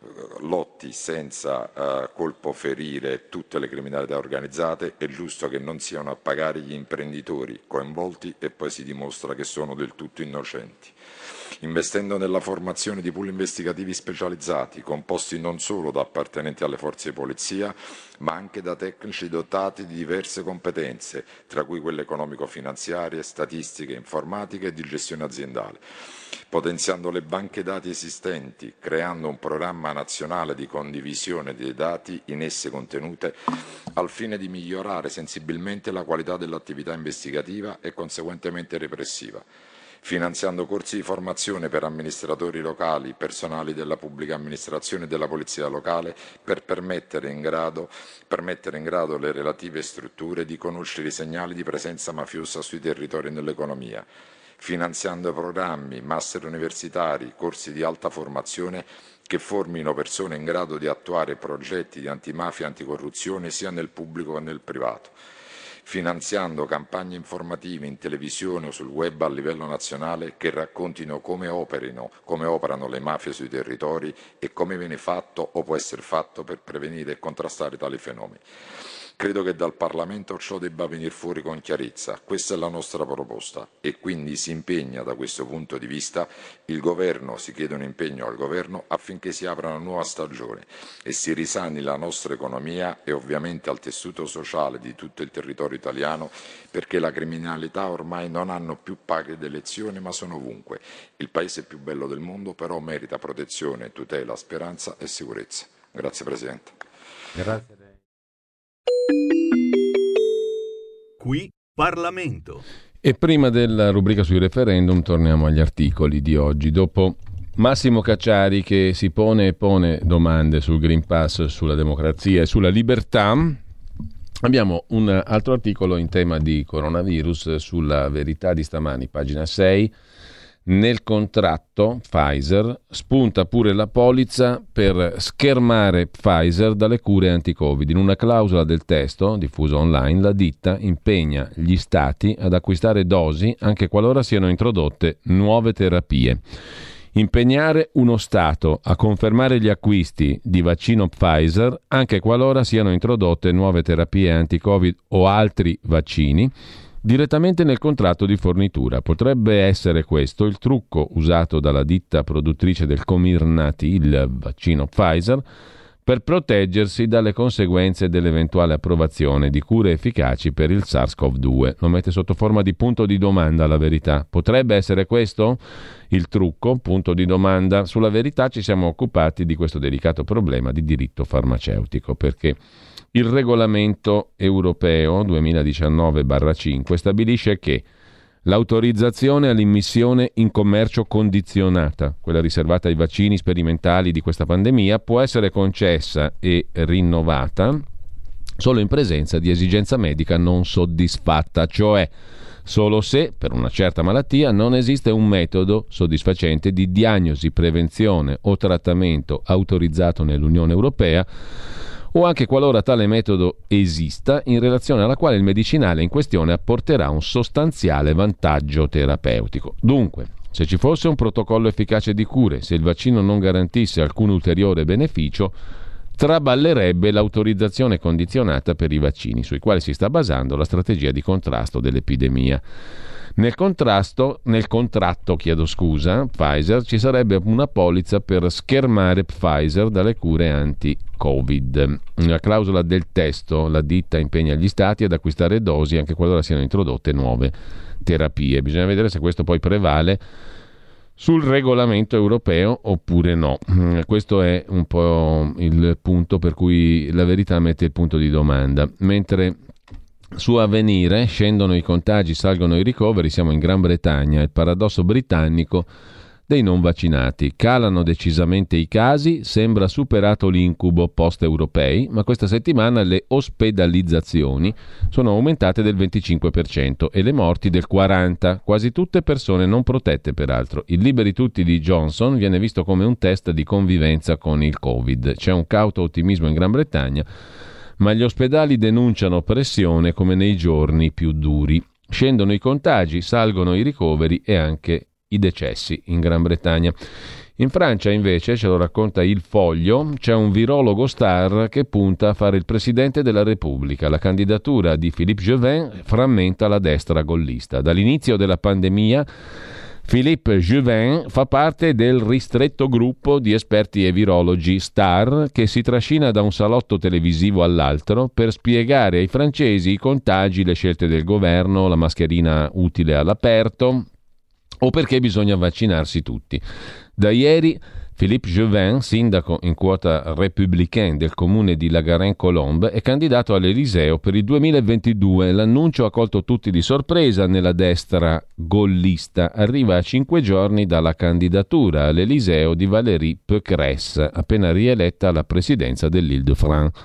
lotti senza uh, colpo ferire tutte le criminalità organizzate, è giusto che non siano a pagare gli imprenditori coinvolti e poi si dimostra che sono del tutto innocenti. Investendo nella formazione di pool investigativi specializzati, composti non solo da appartenenti alle forze di polizia, ma anche da tecnici dotati di diverse competenze, tra cui quelle economico-finanziarie, statistiche, informatiche e di gestione aziendale, potenziando le banche dati esistenti, creando un programma nazionale di condivisione dei dati in esse contenute, al fine di migliorare sensibilmente la qualità dell'attività investigativa e conseguentemente repressiva, finanziando corsi di formazione per amministratori locali, personali della pubblica amministrazione e della polizia locale per permettere in grado, per mettere in grado le relative strutture di conoscere i segnali di presenza mafiosa sui territori e nell'economia, finanziando programmi, master universitari, corsi di alta formazione che formino persone in grado di attuare progetti di antimafia e anticorruzione sia nel pubblico che nel privato, finanziando campagne informative in televisione o sul web a livello nazionale che raccontino come operino, come operano le mafie sui territori e come viene fatto o può essere fatto per prevenire e contrastare tali fenomeni. Credo che dal Parlamento ciò debba venire fuori con chiarezza, questa è la nostra proposta e quindi si impegna da questo punto di vista il Governo, si chiede un impegno al Governo affinché si apra una nuova stagione e si risani la nostra economia e ovviamente al tessuto sociale di tutto il territorio italiano, perché la criminalità ormai non hanno più paghe d'elezione ma sono ovunque. Il paese più bello del mondo però merita protezione, tutela, speranza e sicurezza. Grazie Presidente. Grazie. Qui Parlamento. E prima della rubrica sui referendum torniamo agli articoli di oggi. Dopo Massimo Cacciari che si pone e pone domande sul Green Pass, sulla democrazia e sulla libertà, abbiamo un altro articolo in tema di coronavirus sulla Verità di stamani, pagina sei. Nel contratto Pfizer spunta pure la polizza per schermare Pfizer dalle cure anti-Covid. In una clausola del testo diffuso online, la ditta impegna gli stati ad acquistare dosi anche qualora siano introdotte nuove terapie. impegnare uno Stato a confermare gli acquisti di vaccino Pfizer anche qualora siano introdotte nuove terapie anti-Covid o altri vaccini direttamente nel contratto di fornitura. Potrebbe essere questo il trucco usato dalla ditta produttrice del Comirnaty, il vaccino Pfizer, per proteggersi dalle conseguenze dell'eventuale approvazione di cure efficaci per il SARS-CoV due. Lo mette sotto forma di punto di domanda La Verità. Potrebbe essere questo il trucco? Punto di domanda. Sulla Verità ci siamo occupati di questo delicato problema di diritto farmaceutico, perché il regolamento europeo duemiladiciannove cinque stabilisce che l'autorizzazione all'immissione in commercio condizionata, quella riservata ai vaccini sperimentali di questa pandemia, può essere concessa e rinnovata solo in presenza di esigenza medica non soddisfatta, cioè solo se per una certa malattia non esiste un metodo soddisfacente di diagnosi, prevenzione o trattamento autorizzato nell'Unione Europea, o anche qualora tale metodo esista, in relazione alla quale il medicinale in questione apporterà un sostanziale vantaggio terapeutico. Dunque, se ci fosse un protocollo efficace di cure, se il vaccino non garantisse alcun ulteriore beneficio, traballerebbe l'autorizzazione condizionata per i vaccini, sui quali si sta basando la strategia di contrasto dell'epidemia. Nel contrasto, nel contratto, chiedo scusa, Pfizer, ci sarebbe una polizza per schermare Pfizer dalle cure anti-Covid. La clausola del testo, la ditta impegna gli stati ad acquistare dosi anche qualora siano introdotte nuove terapie. Bisogna vedere se questo poi prevale sul regolamento europeo oppure no. Questo è un po' il punto per cui La Verità mette il punto di domanda. Mentre su Avvenire scendono i contagi, salgono i ricoveri, siamo in Gran Bretagna, il paradosso britannico dei non vaccinati. Calano decisamente i casi, sembra superato l'incubo post-europei, ma questa settimana le ospedalizzazioni sono aumentate del venticinque per cento e le morti del quaranta per cento, quasi tutte persone non protette peraltro. Il Liberi Tutti di Johnson viene visto come un test di convivenza con il Covid. C'è un cauto ottimismo in Gran Bretagna, ma gli ospedali denunciano pressione come nei giorni più duri. Scendono i contagi, salgono i ricoveri e anche i decessi in Gran Bretagna. In Francia, invece, ce lo racconta Il Foglio, c'è un virologo star che punta a fare il presidente della Repubblica. La candidatura di Philippe Juvin frammenta la destra gollista. Dall'inizio della pandemia Philippe Juvin fa parte del ristretto gruppo di esperti e virologi star che si trascina da un salotto televisivo all'altro per spiegare ai francesi i contagi, le scelte del governo, la mascherina utile all'aperto o perché bisogna vaccinarsi tutti. Da ieri Philippe Juvin, sindaco in quota républicain del comune di La Garenne-Colombe, è candidato all'Eliseo per il duemilaventidue. L'annuncio ha colto tutti di sorpresa nella destra gollista. Arriva a cinque giorni dalla candidatura all'Eliseo di Valérie Pécresse, appena rieletta alla presidenza dell'Île-de-France.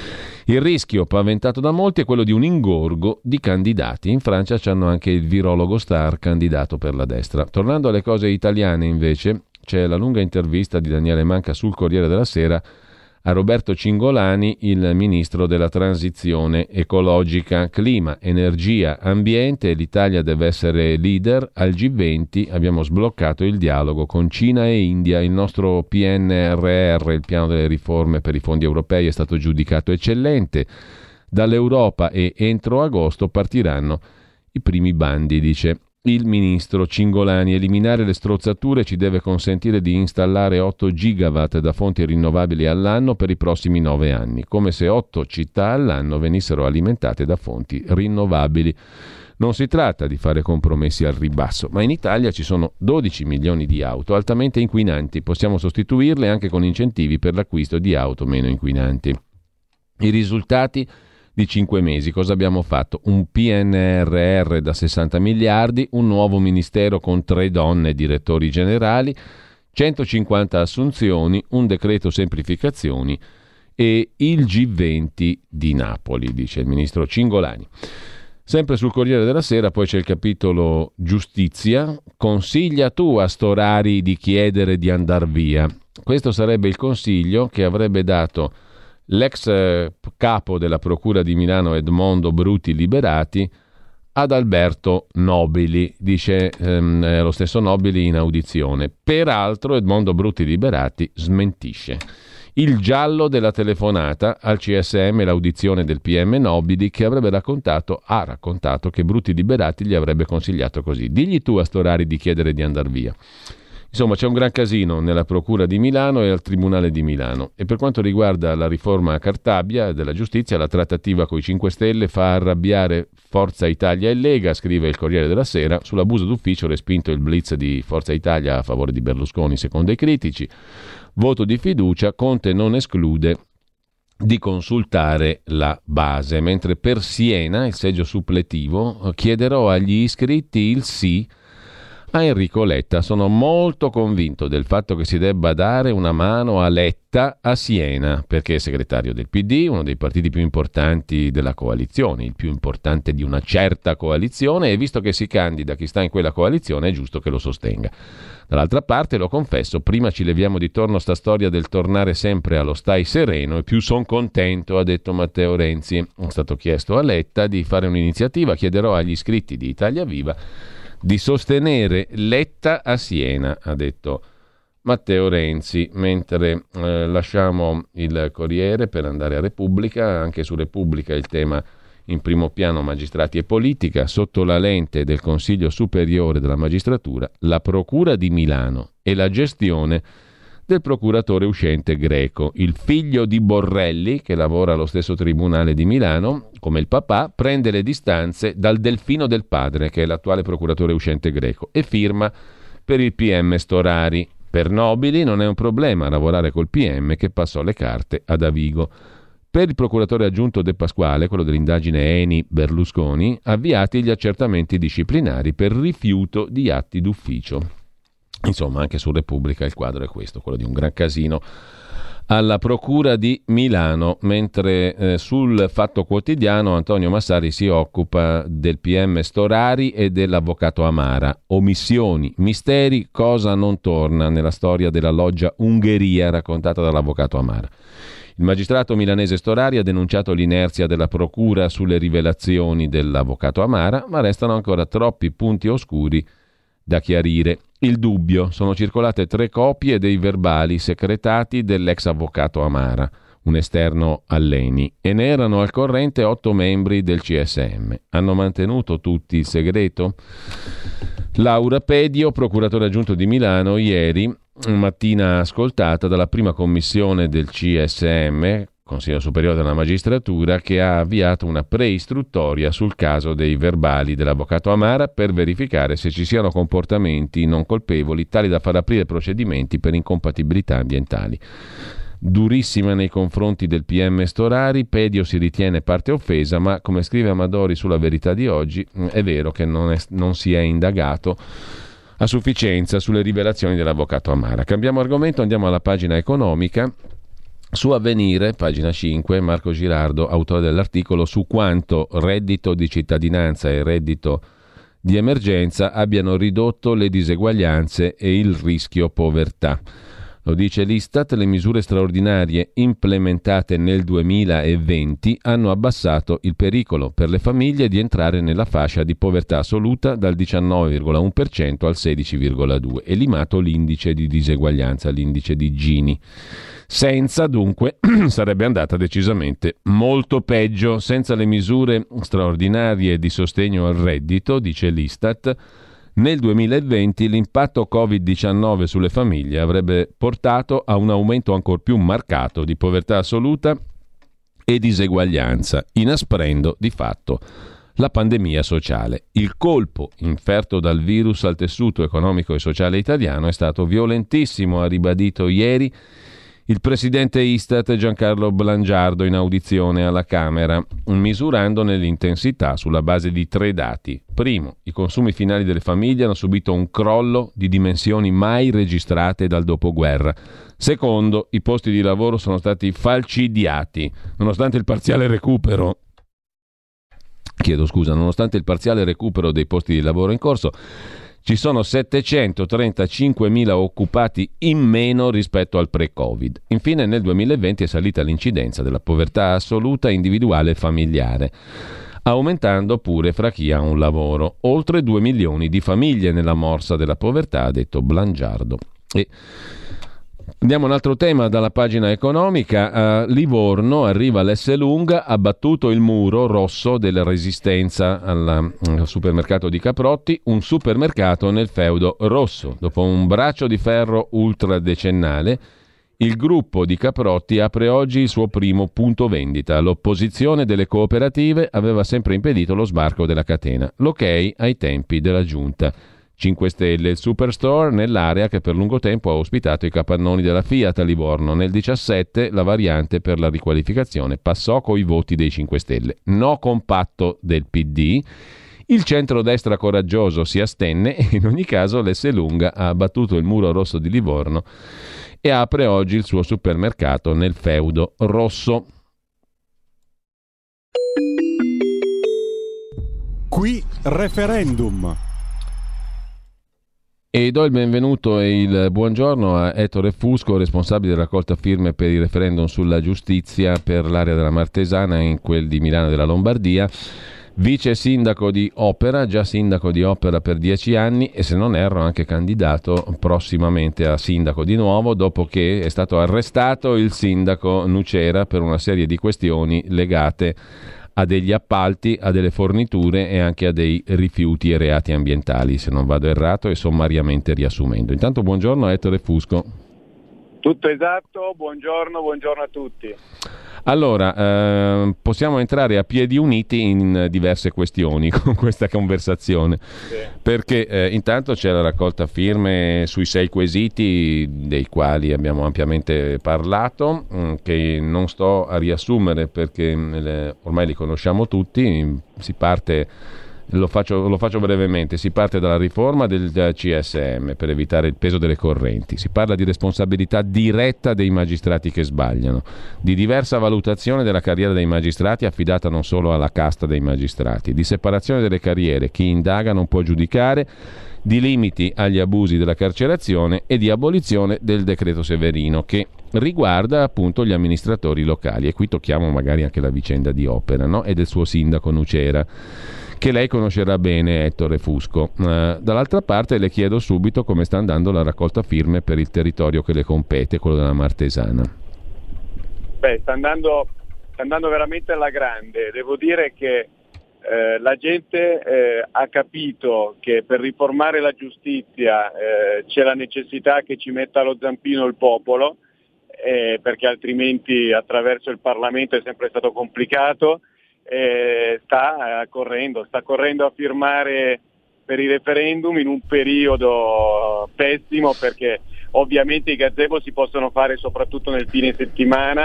Il rischio paventato da molti è quello di un ingorgo di candidati. In Francia c'hanno anche il virologo star candidato per la destra. Tornando alle cose italiane, invece, c'è la lunga intervista di Daniele Manca sul Corriere della Sera a Roberto Cingolani, il ministro della transizione ecologica, clima, energia, ambiente. L'Italia deve essere leader. Al G venti abbiamo sbloccato il dialogo con Cina e India. Il nostro P N R R, il piano delle riforme per i fondi europei, è stato giudicato eccellente dall'Europa e entro agosto partiranno i primi bandi, dice il ministro Cingolani. Eliminare le strozzature ci deve consentire di installare otto gigawatt da fonti rinnovabili all'anno per i prossimi nove anni, come se otto città all'anno venissero alimentate da fonti rinnovabili. Non si tratta di fare compromessi al ribasso, ma in Italia ci sono dodici milioni di auto altamente inquinanti. Possiamo sostituirle anche con incentivi per l'acquisto di auto meno inquinanti. I risultati di cinque mesi. Cosa abbiamo fatto? Un P N R R da sessanta miliardi, un nuovo ministero con tre donne direttori generali, centocinquanta assunzioni, un decreto semplificazioni e il G venti di Napoli, dice il ministro Cingolani. Sempre sul Corriere della Sera poi c'è il capitolo giustizia. Consiglia tu a Storari di chiedere di andar via. Questo sarebbe il consiglio che avrebbe dato l'ex capo della Procura di Milano Edmondo Bruti Liberati ad Alberto Nobili, dice ehm, lo stesso Nobili in audizione. Peraltro Edmondo Brutti Liberati smentisce. Il giallo della telefonata al C S M, l'audizione del P M Nobili, che avrebbe raccontato, ha raccontato che Brutti Liberati gli avrebbe consigliato così: digli tu a Storari di chiedere di andar via. Insomma, c'è un gran casino nella Procura di Milano e al Tribunale di Milano. E per quanto riguarda la riforma Cartabia della giustizia, la trattativa coi cinque Stelle fa arrabbiare Forza Italia e Lega, scrive il Corriere della Sera. Sull'abuso d'ufficio respinto il blitz di Forza Italia a favore di Berlusconi, secondo i critici. Voto di fiducia, Conte non esclude di consultare la base. Mentre per Siena, il seggio suppletivo, chiederò agli iscritti il sì a Enrico Letta. Sono molto convinto del fatto che si debba dare una mano a Letta a Siena, perché è segretario del P D, uno dei partiti più importanti della coalizione, il più importante di una certa coalizione, e visto che si candida chi sta in quella coalizione è giusto che lo sostenga. Dall'altra parte, lo confesso, prima ci leviamo di torno sta storia del tornare sempre allo stai sereno e più son contento, ha detto Matteo Renzi. È stato chiesto a Letta di fare un'iniziativa, chiederò agli iscritti di Italia Viva di sostenere Letta a Siena, ha detto Matteo Renzi. Mentre eh, lasciamo il Corriere per andare a Repubblica. Anche su Repubblica il tema in primo piano: magistrati e politica. Sotto la lente del Consiglio Superiore della Magistratura, la Procura di Milano e la gestione del procuratore uscente Greco. Il figlio di Borrelli, che lavora allo stesso tribunale di Milano, come il papà, prende le distanze dal delfino del padre, che è l'attuale procuratore uscente Greco, e firma per il P M Storari. Per Nobili non è un problema lavorare col P M, che passò le carte a Davigo. Per il procuratore aggiunto De Pasquale, quello dell'indagine Eni Berlusconi, avviati gli accertamenti disciplinari per rifiuto di atti d'ufficio. Insomma, anche su Repubblica il quadro è questo, quello di un gran casino alla Procura di Milano. Mentre eh, sul Fatto Quotidiano Antonio Massari si occupa del P M Storari e dell'avvocato Amara. Omissioni, misteri, cosa non torna nella storia della loggia Ungheria raccontata dall'avvocato Amara. Il magistrato milanese Storari ha denunciato l'inerzia della procura sulle rivelazioni dell'avvocato Amara, ma restano ancora troppi punti oscuri da chiarire. Il dubbio: sono circolate tre copie dei verbali secretati dell'ex avvocato Amara, un esterno all'Eni, e ne erano al corrente otto membri del C S M. Hanno mantenuto tutti il segreto? Laura Pedio, procuratore aggiunto di Milano, ieri mattina ascoltata dalla prima commissione del C S M, Consiglio Superiore della Magistratura, che ha avviato una preistruttoria sul caso dei verbali dell'avvocato Amara per verificare se ci siano comportamenti non colpevoli tali da far aprire procedimenti per incompatibilità ambientali. Durissima nei confronti del P M Storari, Pedio si ritiene parte offesa, ma come scrive Amadori sulla Verità di oggi, è vero che non, è, non si è indagato a sufficienza sulle rivelazioni dell'avvocato Amara. Cambiamo argomento, andiamo alla pagina economica. Su Avvenire, pagina cinque, Marco Girardo, autore dell'articolo su quanto reddito di cittadinanza e reddito di emergenza abbiano ridotto le diseguaglianze e il rischio povertà. Lo dice l'Istat: le misure straordinarie implementate nel duemilaventi hanno abbassato il pericolo per le famiglie di entrare nella fascia di povertà assoluta dal diciannove virgola uno per cento al sedici virgola due per cento e limato l'indice di diseguaglianza, l'indice di Gini. Senza, dunque, sarebbe andata decisamente molto peggio. Senza le misure straordinarie di sostegno al reddito, dice l'Istat, nel duemilaventi l'impatto covid diciannove sulle famiglie avrebbe portato a un aumento ancor più marcato di povertà assoluta e diseguaglianza, inasprendo di fatto la pandemia sociale. Il colpo inferto dal virus al tessuto economico e sociale italiano è stato violentissimo, ha ribadito ieri il presidente Istat Giancarlo Blangiardo in audizione alla Camera, misurandone l'intensità sulla base di tre dati. Primo, i consumi finali delle famiglie hanno subito un crollo di dimensioni mai registrate dal dopoguerra. Secondo, i posti di lavoro sono stati falcidiati, nonostante il parziale recupero Chiedo scusa, nonostante il parziale recupero dei posti di lavoro in corso, ci sono settecentotrentacinquemila occupati in meno rispetto al pre-Covid. Infine, nel duemilaventi è salita l'incidenza della povertà assoluta individuale e familiare. aumentando pure fra chi ha un lavoro. Oltre due milioni di famiglie nella morsa della povertà, ha detto Blangiardo. E andiamo a un altro tema dalla pagina economica. A Livorno arriva l'Esselunga, ha battuto il muro rosso della resistenza alla, al supermercato di Caprotti, un supermercato nel feudo rosso. Dopo un braccio di ferro ultradecennale, il gruppo di Caprotti apre oggi il suo primo punto vendita. L'opposizione delle cooperative aveva sempre impedito lo sbarco della catena. L'ok ai tempi della giunta. cinque Stelle, il superstore nell'area che per lungo tempo ha ospitato i capannoni della Fiat a Livorno. Nel diciassette la variante per la riqualificazione passò coi voti dei cinque Stelle. No compatto del P D. Il centrodestra coraggioso si astenne e in ogni caso l'Esselunga ha abbattuto il muro rosso di Livorno e apre oggi il suo supermercato nel feudo rosso. Qui referendum. E do il benvenuto e il buongiorno a Ettore Fusco, responsabile della raccolta firme per il referendum sulla giustizia per l'area della Martesana e in quel di Milano e della Lombardia. Vice sindaco di Opera, già sindaco di Opera per dieci anni e se non erro anche candidato prossimamente a sindaco di nuovo dopo che è stato arrestato il sindaco Nucera per una serie di questioni legate a degli appalti, a delle forniture e anche a dei rifiuti e reati ambientali, se non vado errato e sommariamente riassumendo. Intanto buongiorno a Ettore Fusco. Tutto esatto, buongiorno, buongiorno a tutti. Allora, eh, possiamo entrare a piedi uniti in diverse questioni con questa conversazione, sì. Perché eh, intanto c'è la raccolta firme sui sei quesiti dei quali abbiamo ampiamente parlato, mh, che non sto a riassumere perché le, ormai li conosciamo tutti. Si parte... Lo faccio, lo faccio brevemente. Si parte dalla riforma del C S M per evitare il peso delle correnti. Si parla di responsabilità diretta dei magistrati che sbagliano, di diversa valutazione della carriera dei magistrati affidata non solo alla casta dei magistrati, di separazione delle carriere, chi indaga non può giudicare, di limiti agli abusi della carcerazione e di abolizione del decreto Severino che riguarda appunto gli amministratori locali. E qui tocchiamo magari anche la vicenda di Opera, no? E del suo sindaco Nucera, che lei conoscerà bene, Ettore Fusco. Uh, dall'altra parte le chiedo subito come sta andando la raccolta firme per il territorio che le compete, quello della Martesana. Beh, sta andando, sta andando veramente alla grande. Devo dire che eh, la gente eh, ha capito che per riformare la giustizia eh, c'è la necessità che ci metta lo zampino il popolo, eh, perché altrimenti attraverso il Parlamento è sempre stato complicato. Eh, sta correndo, sta correndo a firmare per i referendum in un periodo pessimo, perché ovviamente i gazebo si possono fare soprattutto nel fine settimana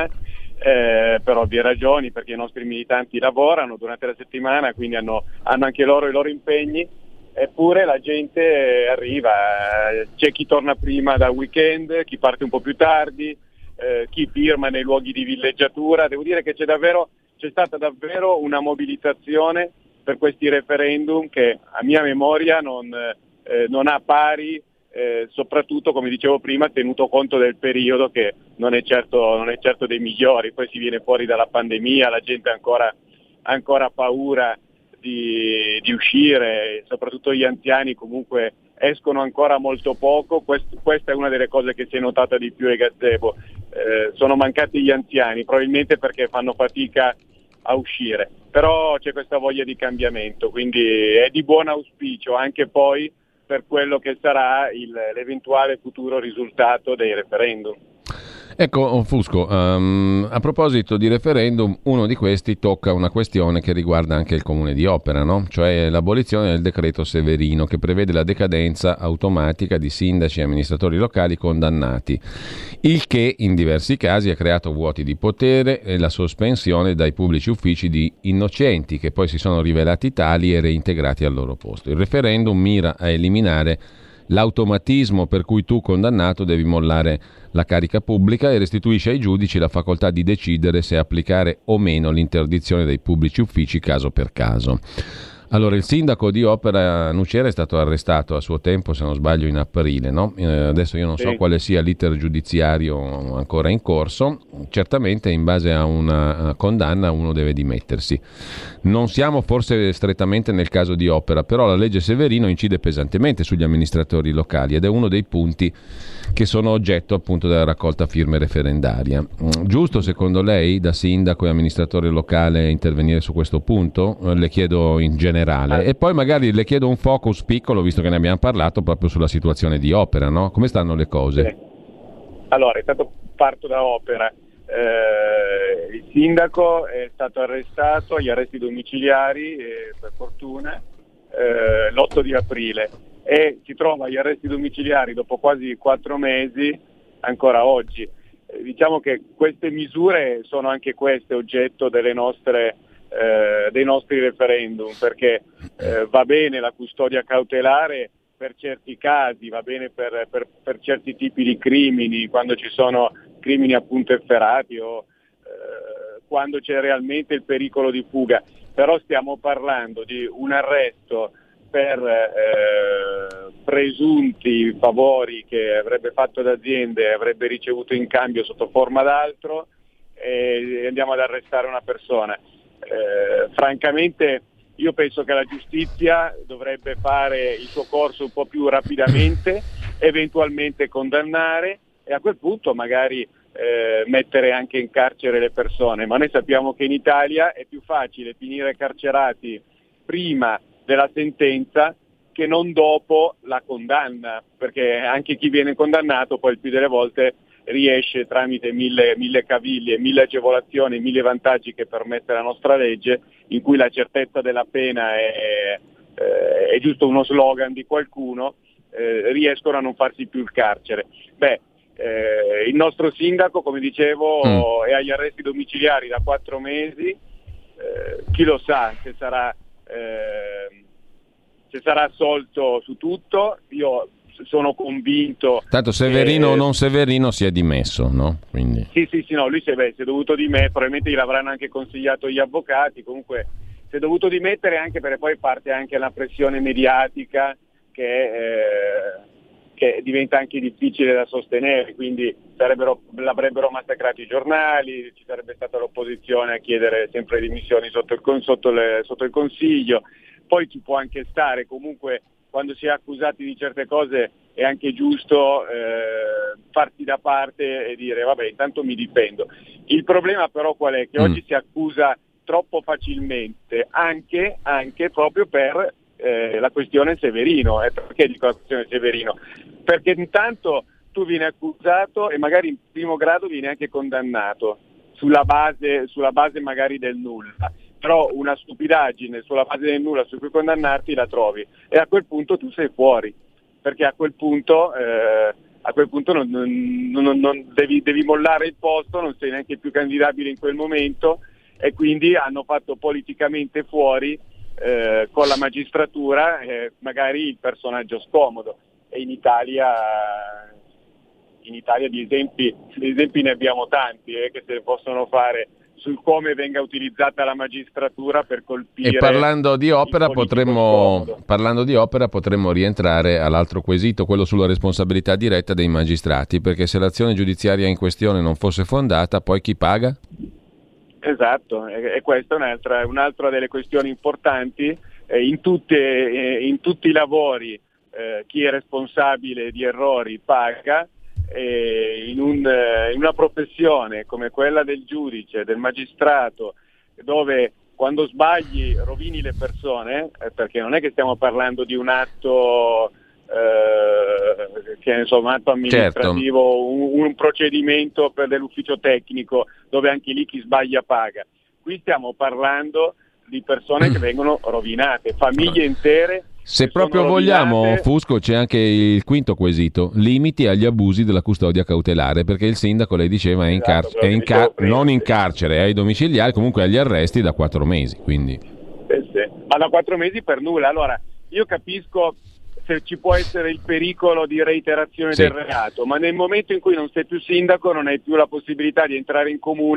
eh, per ovvie ragioni, perché i nostri militanti lavorano durante la settimana, quindi hanno, hanno anche loro i loro impegni, eppure la gente arriva, c'è chi torna prima dal weekend, chi parte un po' più tardi, eh, chi firma nei luoghi di villeggiatura. Devo dire che c'è davvero C'è stata davvero una mobilitazione per questi referendum che a mia memoria non, eh, non ha pari, eh, soprattutto come dicevo prima tenuto conto del periodo che non è certo, non è certo dei migliori. Poi si viene fuori dalla pandemia, la gente ha ancora, ha ancora paura di, di uscire, soprattutto gli anziani comunque escono ancora molto poco. Quest, questa è una delle cose che si è notata di più ai gazebo. Eh, sono mancati gli anziani, probabilmente perché fanno fatica a uscire, però c'è questa voglia di cambiamento, quindi è di buon auspicio anche poi per quello che sarà il, l'eventuale futuro risultato dei referendum. Ecco Fusco, um, a proposito di referendum, uno di questi tocca una questione che riguarda anche il comune di Opera, no? Cioè l'abolizione del decreto Severino che prevede la decadenza automatica di sindaci e amministratori locali condannati, il che in diversi casi ha creato vuoti di potere e la sospensione dai pubblici uffici di innocenti che poi si sono rivelati tali e reintegrati al loro posto. Il referendum mira a eliminare l'automatismo per cui tu condannato devi mollare la carica pubblica e restituisce ai giudici la facoltà di decidere se applicare o meno l'interdizione dai pubblici uffici caso per caso. Allora, il sindaco di Opera Nucera è stato arrestato a suo tempo, se non sbaglio, in aprile, no? Eh, adesso io non so sì. quale sia l'iter giudiziario ancora in corso. Certamente in base a una condanna uno deve dimettersi. Non siamo forse strettamente nel caso di Opera, però la legge Severino incide pesantemente sugli amministratori locali ed è uno dei punti che sono oggetto appunto della raccolta firme referendaria. Giusto secondo lei, da sindaco e amministratore locale, intervenire su questo punto? Le chiedo in generale. E poi magari le chiedo un focus piccolo, visto che ne abbiamo parlato, proprio sulla situazione di Opera, no? Come stanno le cose? Sì. Allora, intanto parto da Opera. Eh, il sindaco è stato arrestato agli arresti domiciliari, eh, per fortuna, eh, l'otto di aprile e si trova agli arresti domiciliari dopo quasi quattro mesi ancora oggi. Eh, diciamo che queste misure sono anche queste oggetto delle nostre Eh, dei nostri referendum, perché eh, va bene la custodia cautelare per certi casi, va bene per, per, per certi tipi di crimini, quando ci sono crimini appunto efferati o eh, quando c'è realmente il pericolo di fuga, però stiamo parlando di un arresto per eh, presunti favori che avrebbe fatto l'azienda e avrebbe ricevuto in cambio sotto forma d'altro, e andiamo ad arrestare una persona. Eh, francamente io penso che la giustizia dovrebbe fare il suo corso un po' più rapidamente, eventualmente condannare e a quel punto magari eh, mettere anche in carcere le persone, ma noi sappiamo che in Italia è più facile finire carcerati prima della sentenza che non dopo la condanna, perché anche chi viene condannato poi il più delle volte riesce tramite mille, mille cavilli e mille agevolazioni, mille vantaggi che permette la nostra legge, in cui la certezza della pena è, è, è giusto uno slogan di qualcuno, eh, riescono a non farsi più il carcere. Beh, eh, il nostro sindaco, come dicevo, mm. è agli arresti domiciliari da quattro mesi, eh, chi lo sa se sarà, eh, se sarà assolto su tutto. Io sono convinto. Tanto Severino che, o non Severino si è dimesso, no? Quindi. Sì, sì, sì, no, lui si è, beh, si è dovuto dimettere, probabilmente gliel'avranno anche consigliato gli avvocati, comunque si è dovuto dimettere anche perché poi parte anche la pressione mediatica che, eh, che diventa anche difficile da sostenere, quindi sarebbero, l'avrebbero massacrato i giornali, ci sarebbe stata l'opposizione a chiedere sempre dimissioni sotto il, sotto le, sotto il Consiglio, poi ci può anche stare, comunque quando si è accusati di certe cose è anche giusto eh, farsi da parte e dire vabbè, intanto mi difendo. Il problema però qual è? Che mm. oggi si accusa troppo facilmente, anche, anche proprio per eh, la questione Severino. Eh, perché dico la questione Severino? Perché intanto tu vieni accusato e magari in primo grado vieni anche condannato sulla base, sulla base magari del nulla. Però una stupidaggine sulla base del nulla su cui condannarti la trovi e a quel punto tu sei fuori, perché a quel punto, eh, a quel punto non, non, non devi, devi mollare il posto, non sei neanche più candidabile in quel momento e quindi hanno fatto politicamente fuori eh, con la magistratura eh, magari il personaggio scomodo e in Italia, in Italia di esempi, di esempi ne abbiamo tanti eh, che se possono fare sul come venga utilizzata la magistratura per colpire. E parlando di opera potremmo parlando di opera potremmo rientrare all'altro quesito, quello sulla responsabilità diretta dei magistrati, perché se l'azione giudiziaria in questione non fosse fondata, poi chi paga? Esatto, e questa è un'altra, un'altra delle questioni importanti. Eh, in, tutte, eh, in tutti i lavori eh, chi è responsabile di errori paga. E in, un, in una professione come quella del giudice, del magistrato, dove quando sbagli rovini le persone, eh, perché non è che stiamo parlando di un atto eh, che insomma un atto amministrativo, certo. un, un procedimento per dell'ufficio tecnico dove anche lì chi sbaglia paga. Qui stiamo parlando di persone che vengono rovinate, famiglie intere. Se proprio vogliamo, Fusco, c'è anche il quinto quesito, limiti agli abusi della custodia cautelare, perché il sindaco, lei diceva, è in, car- esatto, è in car- non in carcere, è ai domiciliari, comunque agli arresti da quattro mesi. Quindi. Eh sì, ma da quattro mesi per nulla. Allora, io capisco se ci può essere il pericolo di reiterazione sì. del reato, ma nel momento in cui non sei più sindaco non hai più la possibilità di entrare in comune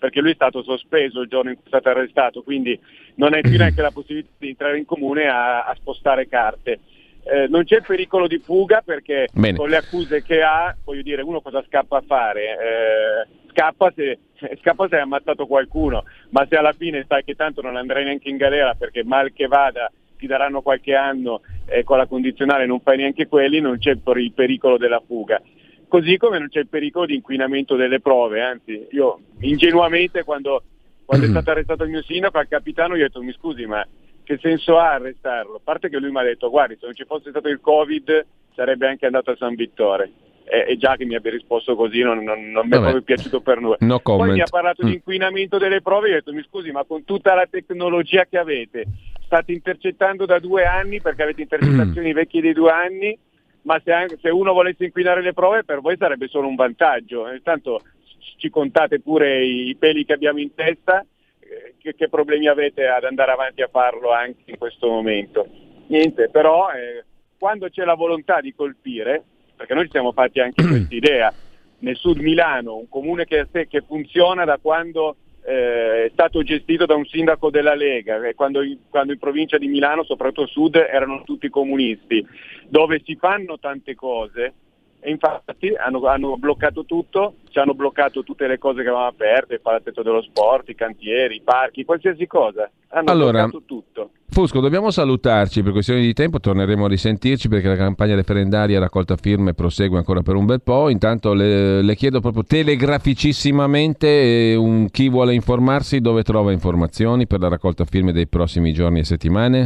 perché lui è stato sospeso il giorno in cui è stato arrestato, quindi non hai più neanche la possibilità di entrare in comune a, a spostare carte. Eh, non c'è pericolo di fuga perché Bene. con le accuse che ha, voglio dire, uno cosa scappa a fare? Eh, scappa se, scappa se hai ammazzato qualcuno, ma se alla fine sai che tanto non andrai neanche in galera perché mal che vada ti daranno qualche anno e con la condizionale non fai neanche quelli, non c'è il pericolo della fuga. Così come non c'è il pericolo di inquinamento delle prove, anzi io ingenuamente quando, quando è stato arrestato il mio sindaco al capitano gli ho detto mi scusi ma che senso ha arrestarlo? A parte che lui mi ha detto guardi se non ci fosse stato il Covid sarebbe anche andato a San Vittore. E, e già che mi abbia risposto così non, non, non mi è proprio piaciuto per nulla. No Poi mi ha parlato mm. di inquinamento delle prove e io ho detto mi scusi ma con tutta la tecnologia che avete state intercettando da due anni perché avete intercettazioni mm. vecchie di due anni, ma se, anche, se uno volesse inquinare le prove per voi sarebbe solo un vantaggio, intanto ci contate pure i, i peli che abbiamo in testa, eh, che, che problemi avete ad andare avanti a farlo anche in questo momento? Niente, però eh, quando c'è la volontà di colpire, perché noi ci siamo fatti anche questa idea, nel sud Milano, un comune che, che funziona da quando eh, è stato gestito da un sindaco della Lega, e quando, quando in provincia di Milano, soprattutto sud, erano tutti comunisti, dove si fanno tante cose, e infatti hanno, hanno bloccato tutto, ci hanno bloccato tutte le cose che avevamo aperte, il palazzetto dello sport, i cantieri, i parchi, qualsiasi cosa, hanno allora, bloccato tutto. Fusco, dobbiamo salutarci per questioni di tempo, torneremo a risentirci perché la campagna referendaria raccolta firme prosegue ancora per un bel po'. Intanto le, le chiedo proprio telegraficissimamente eh, un, chi vuole informarsi dove trova informazioni per la raccolta firme dei prossimi giorni e settimane?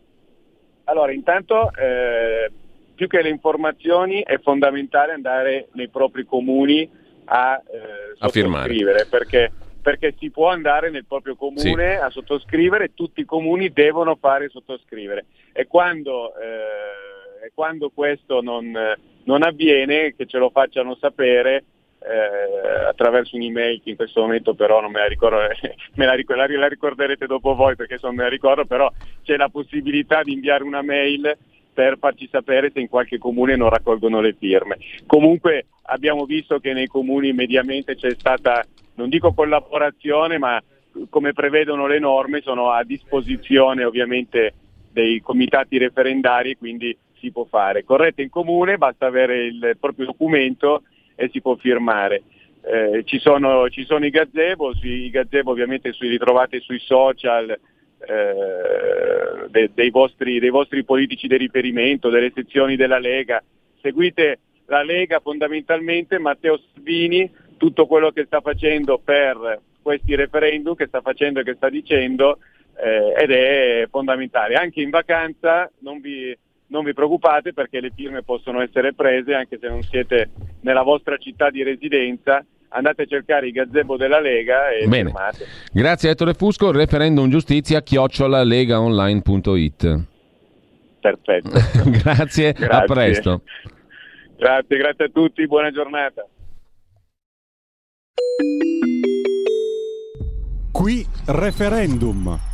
Allora, intanto eh, più che le informazioni è fondamentale andare nei propri comuni a, eh, a sottoscrivere, perché perché si può andare nel proprio comune sì. a sottoscrivere, tutti i comuni devono fare sottoscrivere e quando, eh, e quando questo non, non avviene che ce lo facciano sapere eh, attraverso un'email che in questo momento però non me la ricordo, me la, ric- la ricorderete dopo voi perché non me la ricordo, però c'è la possibilità di inviare una mail per farci sapere se in qualche comune non raccolgono le firme. Comunque abbiamo visto che nei comuni mediamente c'è stata, non dico collaborazione, ma come prevedono le norme sono a disposizione ovviamente dei comitati referendari, quindi si può fare. Correte in comune, basta avere il proprio documento e si può firmare. Eh, ci sono, ci sono i gazebo, sui, i gazebo ovviamente li ritrovate sui social, Eh, de, dei, vostri, dei vostri politici di riferimento, delle sezioni della Lega. Seguite la Lega fondamentalmente, Matteo Salvini, tutto quello che sta facendo per questi referendum, che sta facendo e che sta dicendo, eh, ed è fondamentale. Anche in vacanza non vi, non vi preoccupate perché le firme possono essere prese anche se non siete nella vostra città di residenza. Andate a cercare i gazebo della Lega e Bene. firmate. Grazie a Ettore Fusco, referendum giustizia chiocciola legaonline punto it. Perfetto. Grazie, grazie, a presto. Grazie, grazie a tutti, buona giornata. Qui referendum.